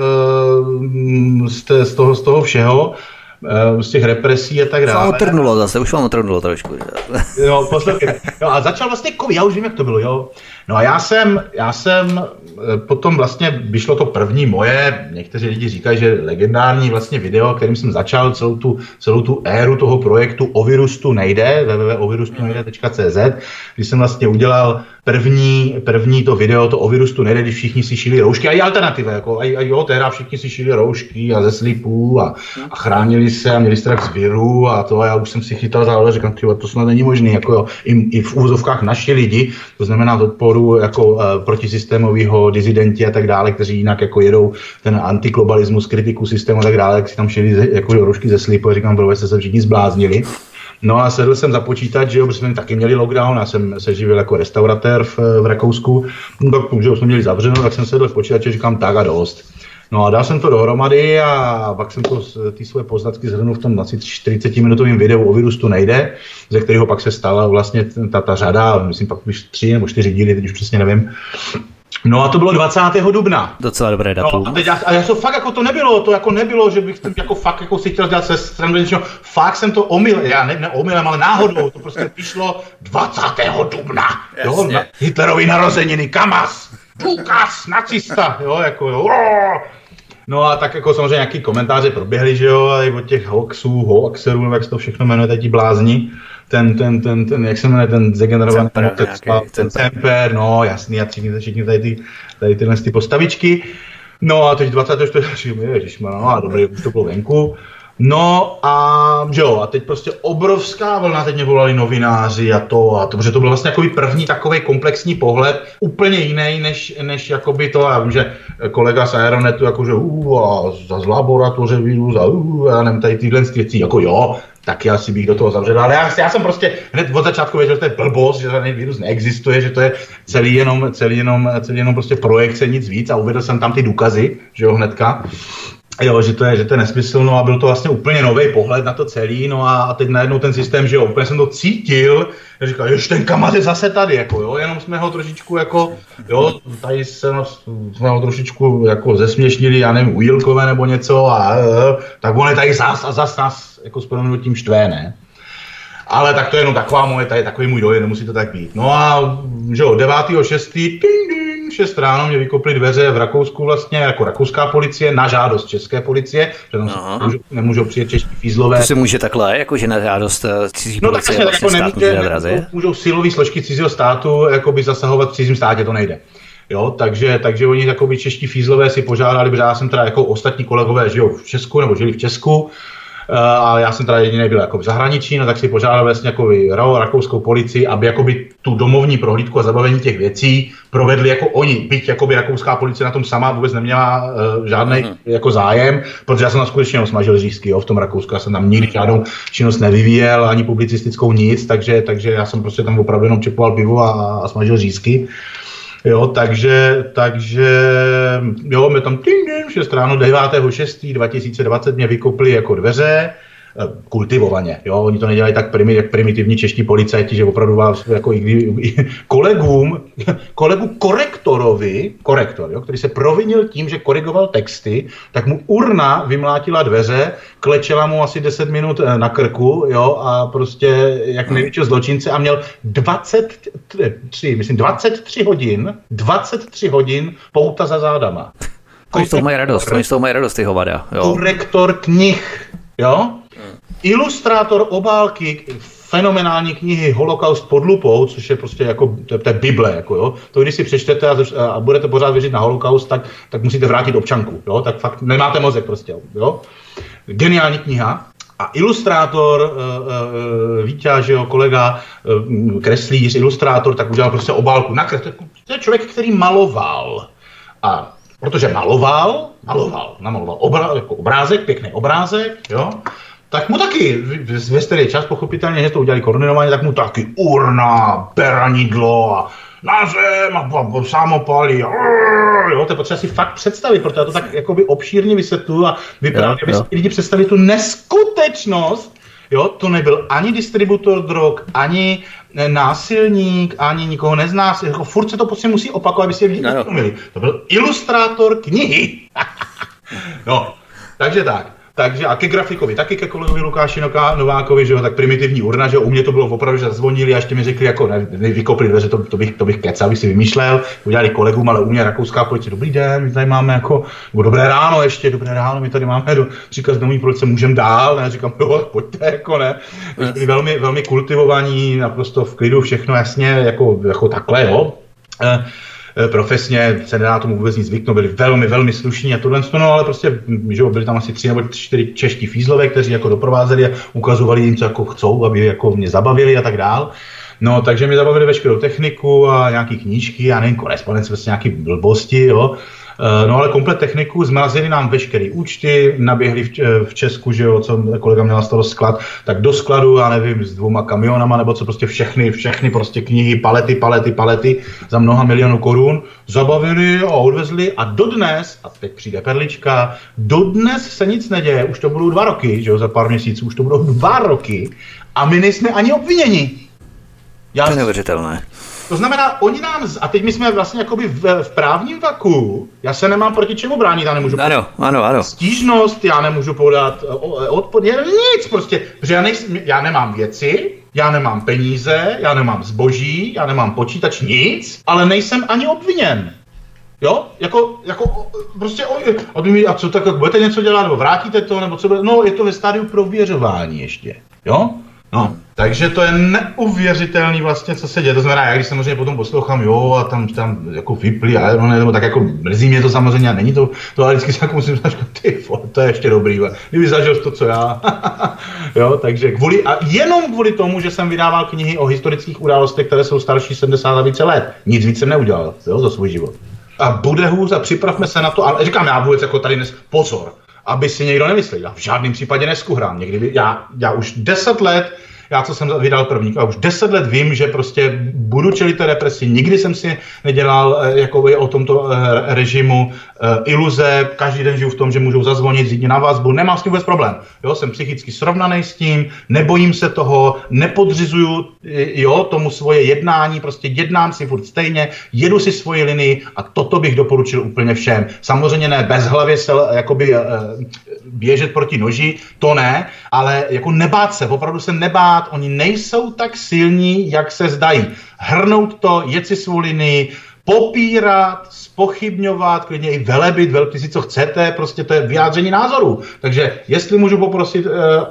z toho všeho, z těch represí a tak dále. Už vám otrnulo trošku. Jo, poslouchejte. No a začal vlastně COVID, já už vím, jak to bylo, jo. No a já jsem potom vlastně vyšlo to první moje, někteří lidi říkají, že legendární vlastně video, kterým jsem začal celou tu éru toho projektu O virusu tu nejde, www.ovirustunejde.cz, když jsem vlastně udělal první to video, to O virusu tu nejde, když všichni si šili roušky, a i alternativy, jako, a jo, tehdy všichni si šili roušky a ze slipů a chránili se a měli strach z viru a to, a já už jsem si chytal za hlavu, říkám, to snad není možný, jako jo, i v úvozovkách naši lidi, to znamená podporu jako protisystémového disidenti a tak dále, kteří jinak jako jedou ten antiglobalismus, kritiku systému a tak dále, jak si tam šili jako roušky ze slipu a říkám, bro, jste se všichni zbláznili. No a sedl jsem za počítač, že jo, protože jsme taky měli lockdown, já jsem se živil jako restauratér v Rakousku, no tak že jsme měli zavřeno, tak jsem sedl v počítači a říkám, tak a dost. No a dal jsem to dohromady a pak jsem ty svoje poznatky zhrnul v tom 40-minutovém videu O virusu tu nejde, ze kterého pak se stala vlastně ta řada, myslím pak už 3 nebo 4 díly, teď už přesně nevím. No a to bylo 20. dubna. Docela dobré datum. No a já to fakt jako to nebylo, že bych jako fakt jako si chtěl dělat se stranu, fakt jsem to omylem, já neomylem, ale náhodou, to prostě vyšlo 20. dubna. Jo, Hitlerovy narozeniny, Kamas, důkaz, nacista, jo, jako jo. No a tak jako samozřejmě nějaký komentáře proběhly, že jo, i od těch hoaxerů, nebo jak se to všechno jmenuje, ti blázni. Ten, jak se jmenuje, ten degenerovaný ten Semper, no jasný, a všichni tady tyhle ty postavičky. No a teď 24. ježišmar, no a dobrý, už to bylo venku. No a že jo, a teď prostě obrovská vlna, teď mě volali novináři a to, protože to byl vlastně takový první takový komplexní pohled, úplně jiný, než jakoby to, já vím, že kolega z Aeronetu, jakože a z laboratoře virus a já nevím, tady tyhle věci, jako jo, taky asi bych do toho zavřel, ale já jsem prostě hned od začátku věděl, že to je blbost, že žádný virus neexistuje, že to je celý jenom prostě projekce, nic víc, a uvedl jsem tam ty důkazy, že jo, hnedka. Jo, že to je nesmysl, no a byl to vlastně úplně nový pohled na to celý, no a teď najednou ten systém, že jo, úplně jsem to cítil, já říkal, ještě ten Kamas je zase tady, jako jo, jenom jsme ho trošičku jako, jo, tady jsme ho trošičku jako zesměšnili, já nevím, u Jilkové nebo něco tak on je tady zas nás jako s proměnutím štve, ne? Ale tak to je jenom takový můj dojem, nemusí to tak být. No a že jo, 9.6. 6 ráno mě vykopli dveře v Rakousku vlastně, jako rakouská policie, na žádost české policie, že tam nemůžou přijet čeští fízlové. To se může takhle, jakože na žádost cizí policie vlastně stát můžou silové složky cizího státu jakoby zasahovat v cizím státě, to nejde. Jo, takže oni jakoby čeští fízlové si požádali, protože já jsem teda jako ostatní kolegové žili v Česku, a já jsem teda jediný byl jako v zahraničí, no tak si požádal vlastně jako rakouskou policii, aby jakoby tu domovní prohlídku a zabavení těch věcí provedli jako oni, byť jakoby rakouská policie na tom sama vůbec neměla žádný jako zájem, protože já jsem tam skutečně smažil řízky, jo, v tom Rakousku, já jsem tam nikdy žádnou činnost nevyvíjel, ani publicistickou nic, takže já jsem prostě tam opravdu jenom čepoval pivo a smažil řízky. Jo, takže jo, mě tam 6 ráno 9.6.2020 mě vykopli jako dveře, kultivovaně, jo, oni to nedělají tak primitivní čeští policajti, že opravdu vás jako kolegu korektor, jo, který se provinil tím, že korigoval texty, tak mu urna vymlátila dveře, klečela mu asi 10 minut na krku, jo, a prostě jak největšího zločince a měl 23 hodin pouta za zádama. Oni z toho mají radost, ty hovada, jo. Korektor knih, jo. Ilustrátor obálky fenomenální knihy Holokaust pod lupou, což je prostě jako, to je Bible, jako jo. To když si přečtete a budete pořád věřit na holokaust, tak musíte vrátit občanku, jo. Tak fakt nemáte mozek prostě, jo. Geniální kniha. A ilustrátor, Víťa, že jo, kolega, kreslíř, ilustrátor, tak udělal prostě obálku. To je člověk, který maloval. A protože namaloval jako obrázek, pěkný obrázek, jo, tak mu taky, ve stejný čas pochopitelně, že to udělali koordinovaně, tak mu taky urna, beranidlo a na zem a samopalí, jo, to je potřeba si fakt představit, protože já to tak jakoby obšírně vysvětluju a vypadá, aby si lidi představili tu neskutečnost, jo, to nebyl ani distributor drog, ani násilník, ani nikoho nezná, jako furt se to prostě musí opakovat, aby si je lidi uvědomili. To byl ilustrátor knihy. No, takže tak. Takže a ke grafikovi, taky ke kolegovi Lukáši Novákovi, že jo, tak primitivní urna, že jo, u mě to bylo opravdu, že zazvonili a ještě mi řekli, jako vykopli dveře, to bych kecal, bych si vymýšlel, udělali kolegům, ale u mě rakouská policie, dobrý den, my tady máme jako, dobré ráno ještě, dobré ráno, my tady máme příkaz domů, proč se můžeme dál, ne, říkám, jo, pojďte, jako ne, byli velmi, velmi kultivovaní, naprosto v klidu, všechno jasně, jako takhle, jo. Profesně se nedá tomu vůbec nic zvyknout, byli velmi, velmi slušní a tohle, no, ale prostě, že byli tam asi 3 nebo 4 čeští fízlové, kteří jako doprovázeli a ukazovali jim, co jako chcou, aby jako mě zabavili a tak dál. No, takže mi zabavili veškerou techniku a nějaký knížky a nevím, korespondence, prostě nějaký blbosti, jo. No ale komplet techniku, zmrazili nám veškeré účty, naběhli v Česku, že jo, co kolega měla starost sklad, tak do skladu, já nevím, s 2 kamionama, nebo co prostě všechny prostě knihy, palety za mnoha milionů korun, zabavili a odvezli a dodnes, a teď přijde perlička, dodnes se nic neděje, už to budou 2 roky, že jo, za pár měsíců, už to budou 2 roky a my nejsme ani obviněni. To je neuvěřitelné. To znamená, oni nám, a teď my jsme vlastně jakoby v právním vaku, já se nemám proti čemu bránit, já nemůžu ano. Stížnost, já nemůžu podat odpor, nic prostě, protože já nemám věci, já nemám peníze, já nemám zboží, já nemám počítač, nic, ale nejsem ani obviněn. Jo? Jako prostě, a co tak, budete něco dělat, nebo vrátíte to, nebo co bude, no je to ve stádiu prověřování ještě, jo? No, takže to je neuvěřitelný vlastně, co se děje. To znamená, já když samozřejmě potom poslouchám, jo, a tam jako vyplí, nebo tak jako mrzí mě to samozřejmě a není to, ale vždycky se jako musím říct, to je ještě dobrý, kdyby zažil to, co já. Jo, takže jenom kvůli tomu, že jsem vydával knihy o historických událostech, které jsou starší 70 a více let. Nic víc jsem neudělal, jo, za svůj život. A bude hůř a připravme se na to, ale říkám, já vůbec jako tady dnes, pozor, aby si někdo nemyslel, já v žádném případě neskuhrám. Někdy já už 10 let, já co jsem vydal první, a už 10 let vím, že prostě budu čelit té represi. Nikdy jsem si nedělal jako o tomto režimu iluze, každý den žiju v tom, že můžou zazvonit, zjít na vazbu, nemám s tím vůbec problém. Jo, jsem psychicky srovnaný s tím, nebojím se toho, nepodřizuju tomu svoje jednání, prostě jednám si furt stejně, jedu si svoji linii a toto bych doporučil úplně všem. Samozřejmě ne bezhlavě se jakoby běžet proti noži, to ne, ale jako nebát se, opravdu se nebát, oni nejsou tak silní, jak se zdají. Hrnout to, jet si svou linii, popírat, zpochybňovat, klidně i velebit si, co chcete, prostě to je vyjádření názoru. Takže jestli můžu poprosit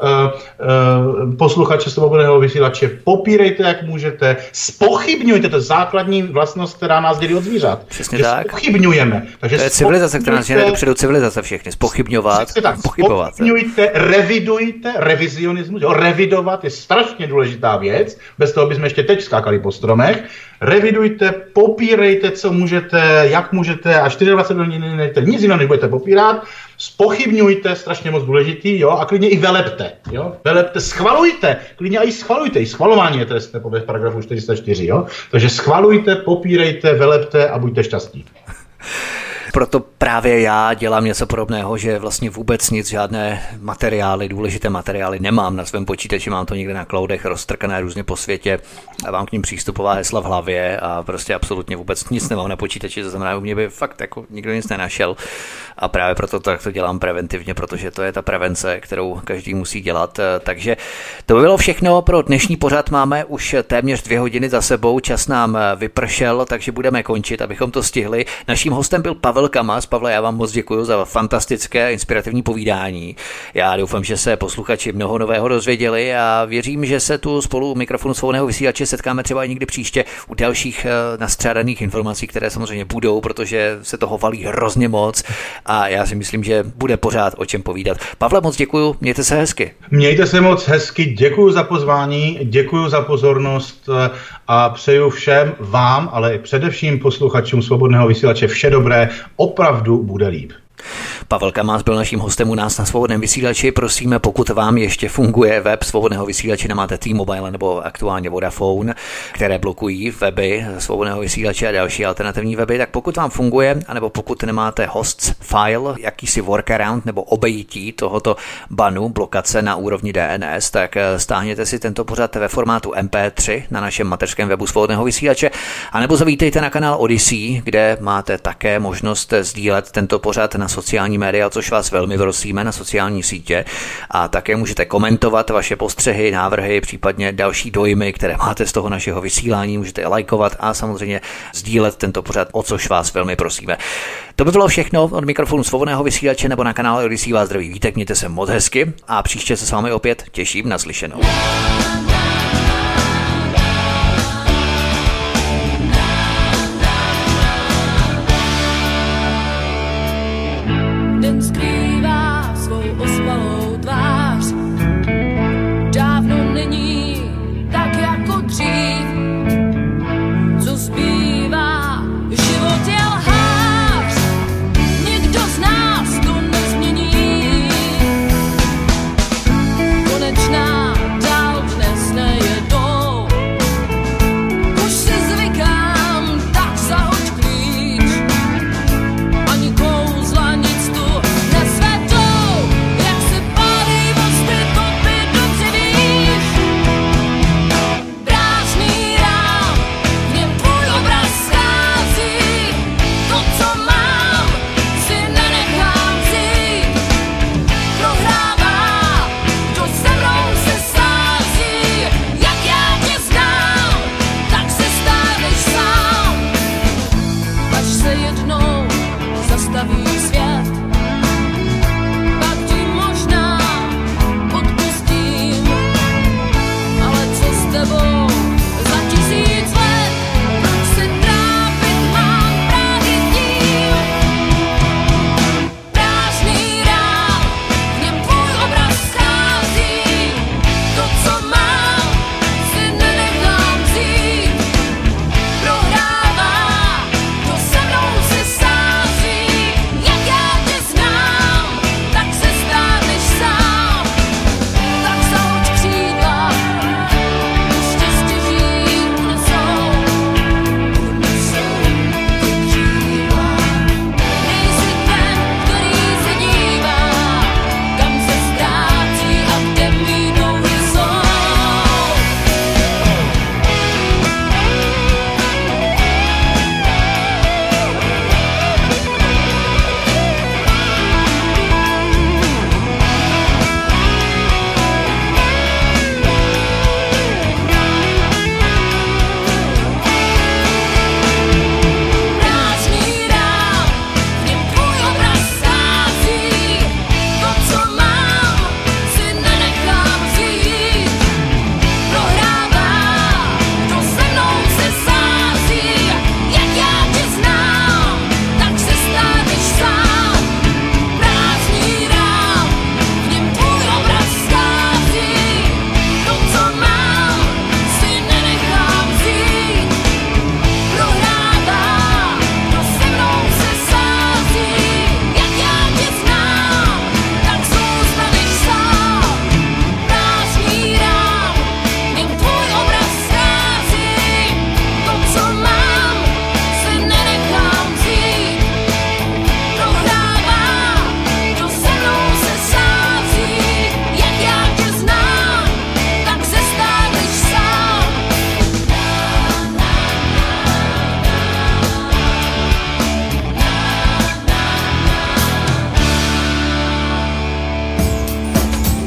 posluchače Svobodného vysílače, popírejte, jak můžete, zpochybňujte, to je základní vlastnost, která nás dělí od zvířat. Přesně tak. Zpochybňujeme. Takže to je civilizace, která nás žene dopředu, civilizace všechny. Zpochybňovat, pochybovat. Zpochybňujte, revidujte, revizionismus, revidovat je strašně důležitá věc, bez toho bychom ještě teď skákali po stromech. Revidujte, popírejte, co můžete, jak můžete, a 24 hodin nejte nic jiného, než budete popírat, zpochybňujte, strašně moc důležitý, jo, a klidně i velepte, jo, velepte, schvalujte, klidně i schvalujte, i schvalování je trestné podle paragrafu 404, jo, takže schvalujte, popírejte, velepte a buďte šťastní. Proto právě já dělám něco podobného, že vlastně vůbec nic, žádné materiály, důležité materiály nemám na svém počítači, mám to někde na cloudech roztrkané různě po světě a mám k ním přístupová hesla v hlavě a prostě absolutně vůbec nic nemám na počítači, to znamená, u mě by fakt jako nikdo nic nenašel a právě proto tak to dělám preventivně, protože to je ta prevence, kterou každý musí dělat. Takže to by bylo všechno pro dnešní pořad, máme už téměř 2 hodiny za sebou, čas nám vypršel, takže budeme končit, abychom to stihli. Naším hostem byl Pavel Pavel Kamas. Pavle, já vám moc děkuji za fantastické, inspirativní povídání. Já doufám, že se posluchači mnoho nového dozvěděli a věřím, že se tu spolu u mikrofonu Svobodného vysílače setkáme třeba i někdy příště u dalších nastřádaných informací, které samozřejmě budou, protože se toho valí hrozně moc a já si myslím, že bude pořád o čem povídat. Pavle, moc děkuji, mějte se hezky. Mějte se moc hezky, děkuji za pozvání, děkuji za pozornost a přeju všem vám, ale i především posluchačům Svobodného vysílače vše dobré, opravdu bude líp. Pavel Kamas byl naším hostem u nás na Svobodném vysílači. Prosíme, pokud vám ještě funguje web Svobodného vysílače, nemáte T-Mobile nebo aktuálně Vodafone, které blokují weby Svobodného vysílače a další alternativní weby, tak pokud vám funguje, anebo pokud nemáte hosts file, jakýsi workaround nebo obejití tohoto banu, blokace na úrovni DNS, tak stáhněte si tento pořad ve formátu MP3 na našem mateřském webu Svobodného vysílače, anebo zavítejte na kanál Odyssey, kde máte také možnost sdílet tento pořad na sociální média, což vás velmi prosíme, na sociální sítě, a také můžete komentovat vaše postřehy, návrhy, případně další dojmy, které máte z toho našeho vysílání, můžete lajkovat a samozřejmě sdílet tento pořad, o což vás velmi prosíme. To by bylo všechno od mikrofonu Svobodného vysílače nebo na kanále Odyssey vás zdraví Vítek, mějte se moc hezky a příště se s vámi opět těším na slyšenou.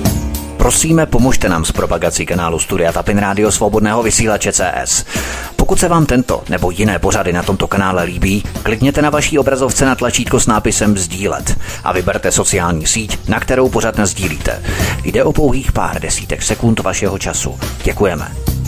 Prosíme, pomožte nám s propagací kanálu Studia Tapin Rádio Svobodného vysílače CS. Pokud Pokud se vám tento nebo jiné pořady na tomto kanále líbí, klikněte na vaší obrazovce na tlačítko s nápisem sdílet a vyberte sociální síť, na kterou pořad nasdílíte. Jde o pouhých pár desítek sekund vašeho času. Děkujeme.